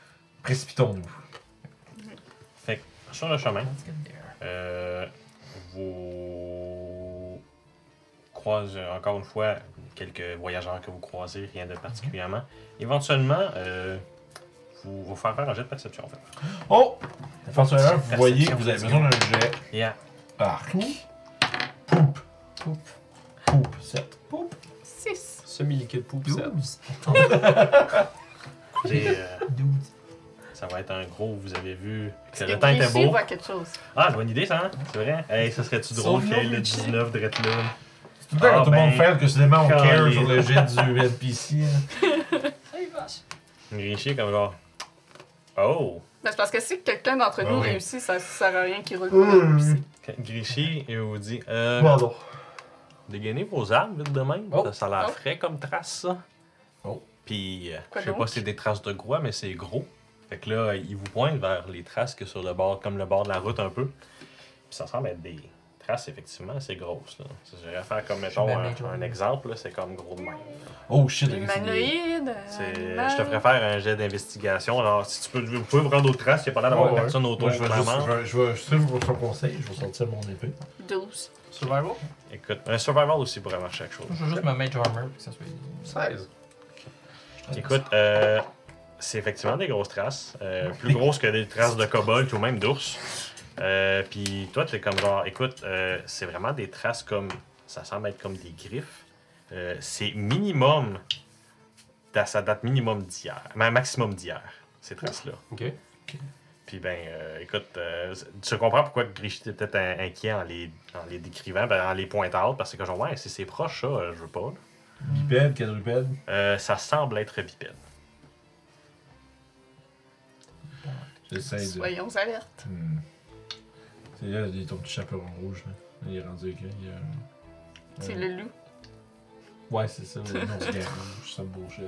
précipitons-nous. Fait que, sur le chemin, Let's get there. euh, vous vous croisez encore une fois quelques voyageurs que vous croisez, rien de particulièrement. Éventuellement, euh, vous vous faire faire un jet de perception en fait. Oh! Forcément, vous voyez que Perception, vous avez perception. besoin d'un jet. Yeah. Arc. Poup. Poup. Poup. sept. Poup. six. Semi-liquide poop, ça. douze. Écoutez, euh, douze. ça va être un gros, vous avez vu que Est-ce le que temps était Grishy beau. voit quelque chose? Ah, bonne idée ça, hein? C'est vrai? Hey, ça serait-tu drôle Sauve-nous, qu'il y ait le Richie. dix-neuf de Retlun? Tout le temps, quand Ah, tout le monde ben, fait que soudainement on care calé. sur le jet du N P C. hein. Hey, vache. Grinché comme genre. Oh! Ben, c'est parce que si quelqu'un d'entre nous Ah oui. réussit, ça sert à rien qu'il roule pour nous aussi. Grinché, il vous dit euh, Pardon. dégainez vos armes vite de même. Oh. Ça, ça a l'air Oh. frais comme trace, ça. Oh. Puis, euh, Quoi je sais donc? pas si c'est des traces de groix, mais c'est gros. Fait que là, il vous pointe vers les traces que sur le bord, comme le bord de la route un peu. Puis ça semble être des traces effectivement assez grosses. Là. Ça, j'irais faire comme, mettons, vais un, mettre un exemple, là, c'est comme gros de même. Oh shit, regarde, c'est des- Humanoïde, C'est- animal. Je te ferais faire un jet d'investigation. Alors, si tu peux, vous pouvez vous rendre d'autres traces, il n'y a pas l'air d'avoir Ouais, ouais. personne autour, Moi, je vais juste, clairement. je vais, je vais suivre son conseil, je vais sortir mon épée. douze. Survival? Écoute, un survival aussi pourrait marcher quelque chose. Je veux juste me mage armor pour que ça soit. seize. Écoute, euh, c'est effectivement des grosses traces. euh, plus grosses que des traces de kobold ou même d'ours. Euh, Puis toi, t'es comme genre, écoute, euh, c'est vraiment des traces comme. Ça semble être comme des griffes. Euh, c'est minimum. da- Ça date minimum d'hier. Mais maximum d'hier, ces traces-là. Ok. Puis ben, euh, écoute, euh, tu comprends pourquoi Grishy était peut-être in- inquiet en les, en les décrivant, ben, en les pointant, parce que genre, ouais, si c'est proche, ça, euh, je veux pas. là. Bipède, quadrupède. Euh, ça semble être bipède. J'essaie de. Soyons alertes. Hmm. C'est là, il y a ton petit chaperon rouge. Là. Il est rendu avec. Il y a un- C'est un- le loup. Ouais, c'est ça, le non, c'est rouge, c'est bullshit.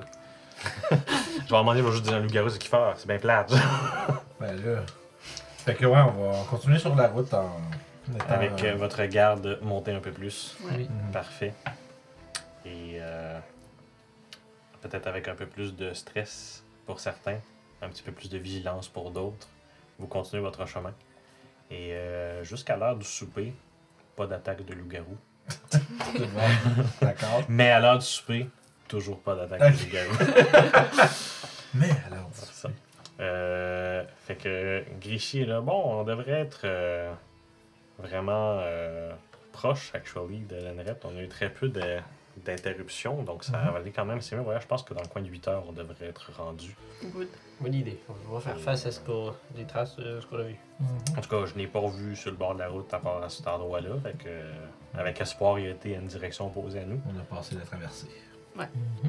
Je vais demander, je vais juste dire un loup-garou, c'est qui fait, c'est bien plate. Ben là. Fait que ouais, on va continuer sur la route en. en étant, Avec euh, euh, votre garde montée un peu plus. Ouais. Oui. mhm. Parfait. Et euh, peut-être avec un peu plus de stress pour certains, un petit peu plus de vigilance pour d'autres. Vous continuez votre chemin. Et euh, jusqu'à l'heure du souper, pas d'attaque de loup-garou. C'est bon. D'accord. Mais à l'heure du souper, toujours pas d'attaque Ok. de loup-garou. Mais alors. C'est ça. Euh, fait que Grishy est là. Bon, on devrait être euh, vraiment euh, proche, actually, de l'Enrep. On a eu très peu de- d'interruptions, donc ça Mhm. va aller quand même. C'est mieux, voilà, je pense que dans le coin de huit heures, on devrait être rendu. Good. Bonne idée. On va faire face à ce qu'on... des traces de ce qu'on a vu. Mhm. En tout cas, je n'ai pas revu sur le bord de la route à part à cet endroit-là. Fait que, euh, avec espoir, il a été à une direction opposée à nous. On a passé la traversée. Mhm.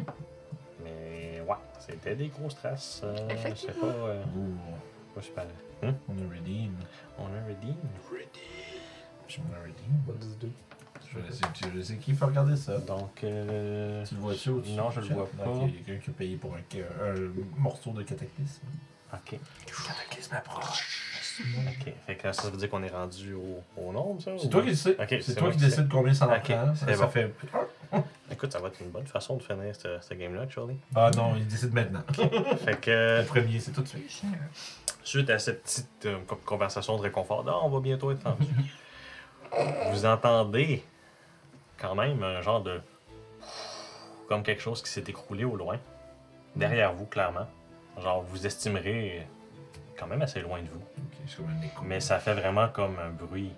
Mais ouais, c'était des grosses traces. Euh, je sais Effectivement. pas. Euh, Ouh, pas super. Hum? on a redeem. On a redeem. Puis on a redeem. What does it do? Je vais laisser, je vais laisser qui fait regarder ça. Donc, euh, Tu le vois-tu ou tu Non, je le tu- vois pas. Ok, il y a quelqu'un qui a payé pour un, un morceau de cataclysme. ok. Cataclysme approche. Ok. Fait que ça veut dire qu'on est rendu au, au nombre, ça? C'est ou- toi qui décides. Ok, c'est c'est toi moi qui qui décides combien ça en Ok, prend. c'est Ça bon. fait. Écoute, ça va être une bonne façon de finir ce, ce game-là, actually. Ah non, il décide maintenant. Fait que, Le premier, c'est tout de suite. suite à cette petite euh, co- conversation de réconfort, ah, on va bientôt être rendu. Vous entendez quand même un genre de. Comme quelque chose qui s'est écroulé au loin. Derrière vous, clairement. Genre, vous estimerez quand même assez loin de vous. Ok, c'est comme un écho. Mais ça fait vraiment comme un bruit.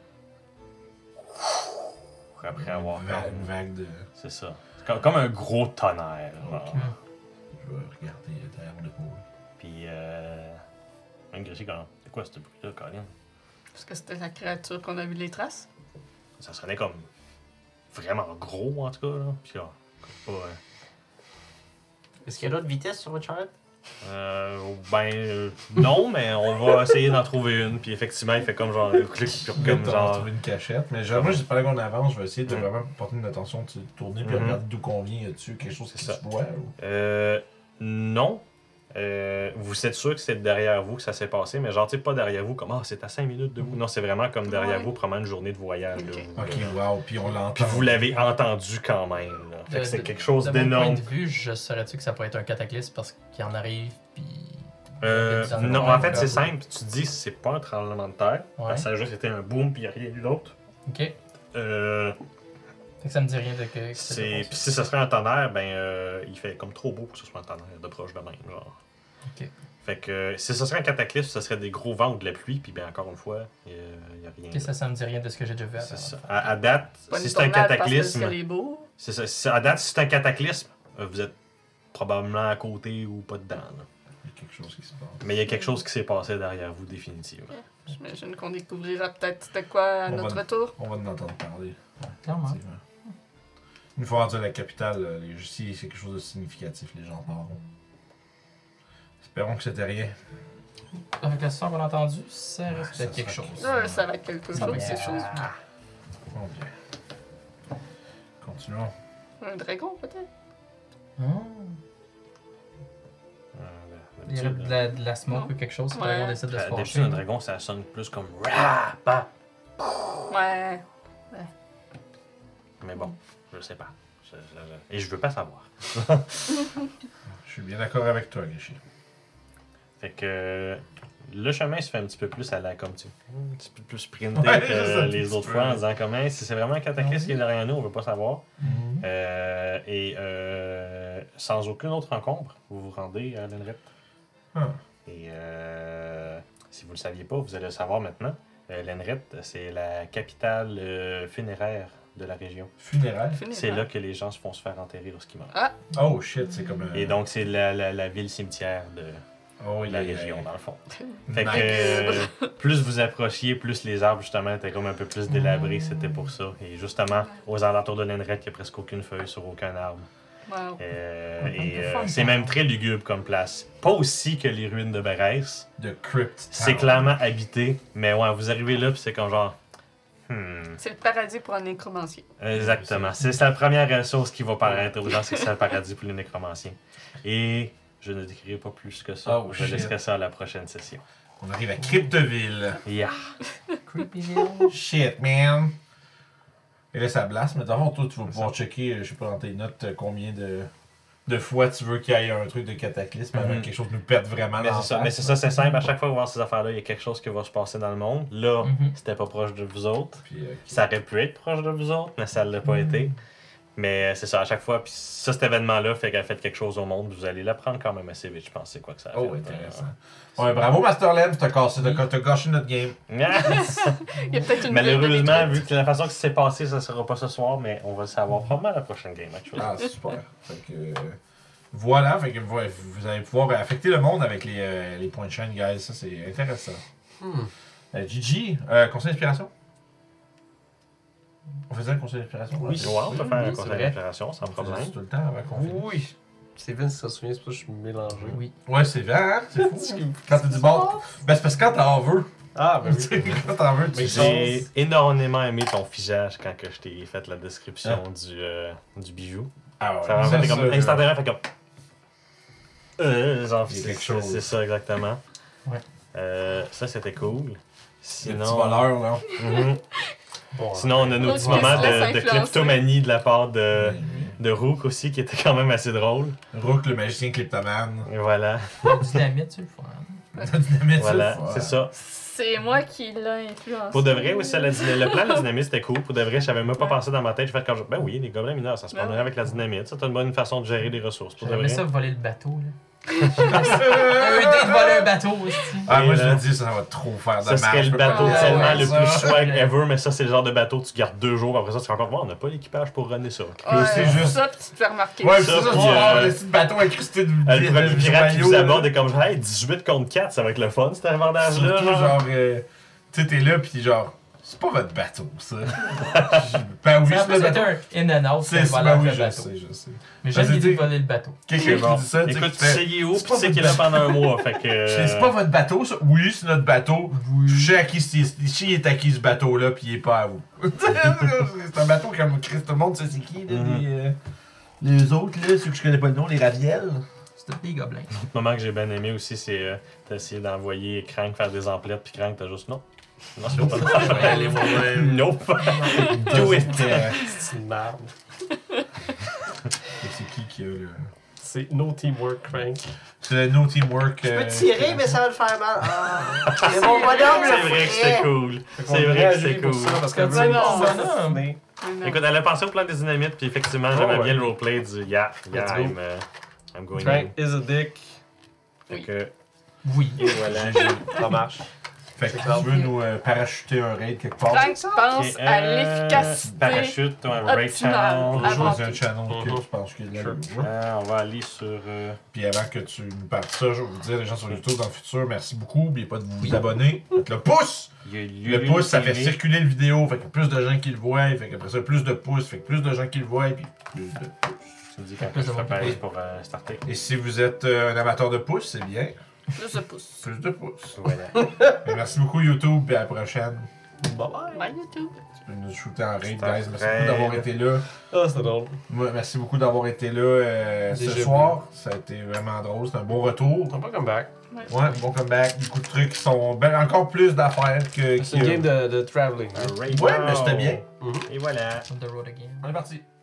Après avoir. Une, va- une vague de. C'est ça. C'est comme, comme un gros tonnerre. genre. Ok. Je vais regarder derrière mon épaule. Puis, euh. Même Grishy, quand. C'est quoi ce bruit-là, Colin? Est-ce que c'était la créature qu'on a vu les traces? Ça sonnait comme. Vraiment gros, en tout cas, là. Puis là, comme pas. euh, Est-ce qu'il y a d'autres vitesses sur votre charrette? Euh, ben, euh, non, mais on va essayer d'en trouver une. Puis effectivement, il fait comme genre. le clic, puis Comme comme genre... genre. trouver une cachette. Mais genre, moi, pendant qu'on avance, je vais essayer de Mm. vraiment porter une attention, tu tourner puis Mhm. regarder d'où qu'on vient. Y a-tu quelque chose qui C'est se ça. voit ou... Euh. Non. Euh, vous êtes sûr que c'est derrière vous que ça s'est passé, mais genre, tu sais, pas derrière vous, comme ah, c'est à cinq minutes de vous. Non, c'est vraiment comme derrière Ouais. vous, probablement une journée de voyage. là, Ok. vous, Ok, là. wow, puis on l'entend. Puis vous l'avez entendu quand même. Là. Fait que De- c'est de- quelque chose de mon point d'énorme. de vue, je saurais-tu que ça pourrait être un cataclysme parce qu'il en arrive, puis. Euh, Il y a des non, endroits en fait, c'est comme- simple. Tu dis c'est pas un tremblement de terre. Ouais. parce que Ça a juste été un boom, puis il n'y a rien eu d'autre. Ok. Euh, Fait que ça me dit rien de que. que c'est... c'est Puis si ce serait un tonnerre, ben euh, il fait comme trop beau pour que ce soit un tonnerre de proche de même, genre. Ok. Fait que euh, si ce serait un cataclysme, ce serait des gros vents ou de la pluie, puis ben encore une fois, il n'y a rien. Ok, ça, ça me dit rien de ce que j'ai déjà vu avant. C'est ça. À, à date, Pas si une c'est un tornade parce que le cataclysme, ciel est beau. c'est ça. Si- à date, si c'est un cataclysme, euh, vous êtes probablement à côté ou pas dedans. là. Il y a quelque chose qui se passe. Mais il y a quelque chose qui s'est passé derrière vous, définitivement. J'imagine qu'on découvrira peut-être c'était quoi à On notre va- retour. On va en entendre parler. Clairement. Effectivement. Une fois rendu à la capitale, euh, les, si c'est quelque chose de significatif, les gens parleront. Espérons que c'était rien. Avec la son qu'on a entendu, ça Ouais, reste ça peut-être quelque sera- chose. Là, ça va être quelque Ça va chose, être ces quelque choses. Bon, bien. Continuons. Un dragon, peut-être? Hmm. Euh, Il y aurait d'habitude, de la, de la smoke Non. ou quelque chose si le Ouais. dragon décide de se euh, d'habitude, fâcher. un dragon, ça sonne plus comme Rah! Bah! Ouais. Mais bon, je sais pas. Je- je- je- Et je veux pas savoir. Je suis bien d'accord avec toi, Rishi. Fait que le chemin se fait un petit peu plus à la comme tu un petit peu plus sprinté Ouais, que c'est ça, un les petit autres peu. fois en disant comme Hey, si c'est vraiment un cataclysme qui est derrière nous, on veut pas savoir. Mhm. Euh, et euh, sans aucune autre encombre, vous vous rendez à Lenret. Ah. Et euh, si vous le saviez pas, vous allez le savoir maintenant. Euh, Lenret, c'est la capitale euh, funéraire de la région. Funérailles. C'est là que les gens se font se faire enterrer lorsqu'ils meurent. Ah. Oh shit, c'est comme. euh, Et donc, c'est la, la, la ville cimetière de oh, la il y a- région, dans le fond. Fait Nice. que euh, plus vous approchiez, plus les arbres, justement, étaient comme un peu plus délabrés. C'était pour ça. Et justement, aux alentours de Lenret, il n'y a presque aucune feuille sur aucun arbre. Wow. Euh, Un et peu euh, fun, c'est ça. même très lugubre comme place. Pas aussi que les ruines de Bérès. The Crypt. C'est Town. clairement habité. Mais ouais, vous arrivez là, puis c'est comme genre. Hmm. C'est le paradis pour un nécromancier. Exactement. C'est la première chose qui va paraître aux gens, c'est que c'est un paradis pour les nécromanciens. Et je ne décrirai pas plus que ça. Oh, je shit. laisserai ça à la prochaine session. On arrive à Crypteville. Yeah. Creepyville. Shit, man. Et là, ça blast. Mais d'abord, toi, tu vas pouvoir checker, euh, je sais pas, dans tes notes, euh, combien de, de fois tu veux qu'il y ait un truc de cataclysme avant Mhm. que quelque chose nous pète vraiment Mais dans c'est ça, la mais face. c'est ça, c'est simple. À chaque fois que vous voyez ces affaires-là, il y a quelque chose qui va se passer dans le monde. Là, Mhm. c'était pas proche de vous autres. Puis, euh, Ça aurait pu être proche de vous autres, mais ça l'a pas été. Mais euh, c'est ça, à chaque fois. Puis ça, cet événement-là fait qu'elle fait quelque chose au monde. Vous allez l'apprendre quand même assez vite, je pense. C'est quoi que ça a Oh, fait. intéressant. Ouais, bravo, Masterland, t'as cassé, t'as t'as gâché notre game. Il y a peut-être une Malheureusement, ville de vu que la façon que c'est passé, ça sera pas ce soir, mais on va le savoir probablement à la prochaine game, actually. Ah, super. Fait que, euh, voilà, fait que vous, vous allez pouvoir affecter le monde avec les, euh, les points de chaîne, guys. Ça, c'est intéressant. Hmm. Euh, Gigi, euh, conseil d'inspiration? On faisait un conseil d'inspiration? Oui. Ouais, on peut faire un c'est conseil vrai. d'inspiration sans On faisait problème. ça tout le temps avant qu'on finisse. Oui. C'est Vince qui s'en souvient, c'est pour ça que je suis mélangé. Oui. Ouais, c'est vrai, hein? C'est fou. hein? Quand tu dis bon, ben c'est parce que quand t'en veux. Ah, ben Tu sais, quand t'en veux, tu Mais sais. j'ai énormément aimé ton figeage quand que je t'ai fait la description du, euh, du bijou. Ah ouais, Ça m'a fait ça, comme ça, instantanément, fait comme. Euh, genre, Il y a c'est quelque c'est- chose. c'est ça exactement. Ouais. Euh, ça, c'était cool. Le Sinon. petit voleur, là. Mhm. bon, Sinon, on a nos L'autre petits qui se moments laisse de, de influencer. kleptomanie de la part de, Oui, de Rook aussi, qui était quand même assez drôle. oui. Rook, le magicien kleptomane. Et voilà. Dynamite, c'est le fun. La dynamite, Voilà, le fun. c'est ça. C'est moi qui l'ai influencé. Pour de vrai, aussi, la dyna- le plan de la dynamite, c'était cool. Pour de vrai, j'avais même pas Ouais. pensé dans ma tête. Je fais quand je... Ben oui, les gobelins mineurs, ça se Ben prendrait oui. avec la dynamite. C'est une bonne façon de gérer les ressources. Pour de J'aimerais vrai. ça voler le bateau, là. Un dé de voler un bateau aussi. Ah, moi, Et je là, me dis, ça va trop faire de Ça mal. serait je le peux pas bateau le tellement faire, le ça. plus swag ever, mais ça, c'est le genre de bateau que tu gardes deux jours. Après ça, tu te rends compte, on n'a pas l'équipage pour runner ça. Ouais, c'est juste- ça, puis tu te fais remarquer. Ouais, Ça, c'est ça, puis, tu vas avoir euh, le petit bateau incrusté de Euh, le premier de- pirate qui de vous maillot, aborde là. est comme genre, hey, dix-huit contre quatre, ça va être le fun cet abordage-là. Surtout, genre. genre, euh, tu sais, t'es là, pis genre, c'est pas votre bateau, ça. Ben oui, Ça a c'est plus le été bateau. un in and out C'est que ça, voler ben oui, le je bateau. sais, je sais. Mais Ben, j'aime l'idée c'est- de voler le bateau. Quelqu'un C'est bon. qui dit ça, tu sais, Écoute, qui tu fait, sais, il est où, c'est puis pas tu sais votre qu'il est là pendant un mois. Fait que. Je sais, c'est pas votre bateau, ça. Oui, c'est notre bateau. Je sais à qui c'est. Si il est à qui ce bateau-là, pis il est pas à vous. C'est un bateau comme Chris, tout le monde sait c'est qui, là, Mhm. les, euh, les autres, là, ceux que je connais pas le nom, les Ravielles. C'est tous des gobelins. Le moment que j'ai bien aimé aussi, c'est euh, t'as essayé d'envoyer Crank faire des emplettes, puis Crank, t'as juste non. Non, c'est pas Je vais y aller moi-même. Nope. Do it. Euh, c'est une merde. C'est qui qui a le. C'est No Teamwork Crank. C'est le no teamwork. Je peux euh, tirer, mais ça va le faire mal. Ah, c'est mon bonhomme, C'est le vrai que c'était ferait. cool. Fait qu'on C'est devrait vrai que agir c'était pour cool. ça, parce Quand que tu Mais dis non. bonhomme, mais Mais non. Écoute, elle a pensé au plan des dynamites, puis effectivement, j'aimais ouais. bien le roleplay du yeah, yeah, Let's go. I'm, uh, I'm going in. Frank is a dick. Fait que, oui. et voilà. Ça marche. Fait que tu veux nous euh, parachuter un raid quelque part? Frank pense Ok, à euh, l'efficacité. Parachute, un raid optimale. channel. On va Avant choisir un tout. channel que Mhm. tu penses qu'il y a de la Sure. Euh, on va aller sur. euh, Puis avant que tu nous parles ça, je vais vous dire, les gens sur YouTube dans le futur, merci beaucoup. N'oubliez pas de vous abonner. Faites le pouce! il y a Le Lulu pouce, ça fait T V. circuler le vidéo. Fait que plus de gens qui le voient. Fait qu'après ça, plus de pouces. Fait que plus de gens qui le voient. Puis plus de pouces. Tu me dis quand Plus je de fais monde pareil qui pour euh, starter. Et si vous êtes euh, un amateur de pouces, c'est bien. Plus de pouces. Plus de pouces. Voilà. Et merci beaucoup YouTube. Puis à la prochaine. Bye bye. Bye YouTube. Tu peux nous shooter en raid, C'est guys. un Merci beaucoup raid. d'avoir été là. Ah, c'était drôle. Moi, merci beaucoup d'avoir été là euh, ce Déjà vu. soir. Ça a été vraiment drôle. C'est un bon retour. On pas come back. Ouais, bon comeback. Beaucoup de trucs qui sont ben, encore plus d'affaires que. C'est une que- game de, de traveling. Un raid Ouais, now. mais c'était bien. Mhm. Et voilà. On the road again. On est parti.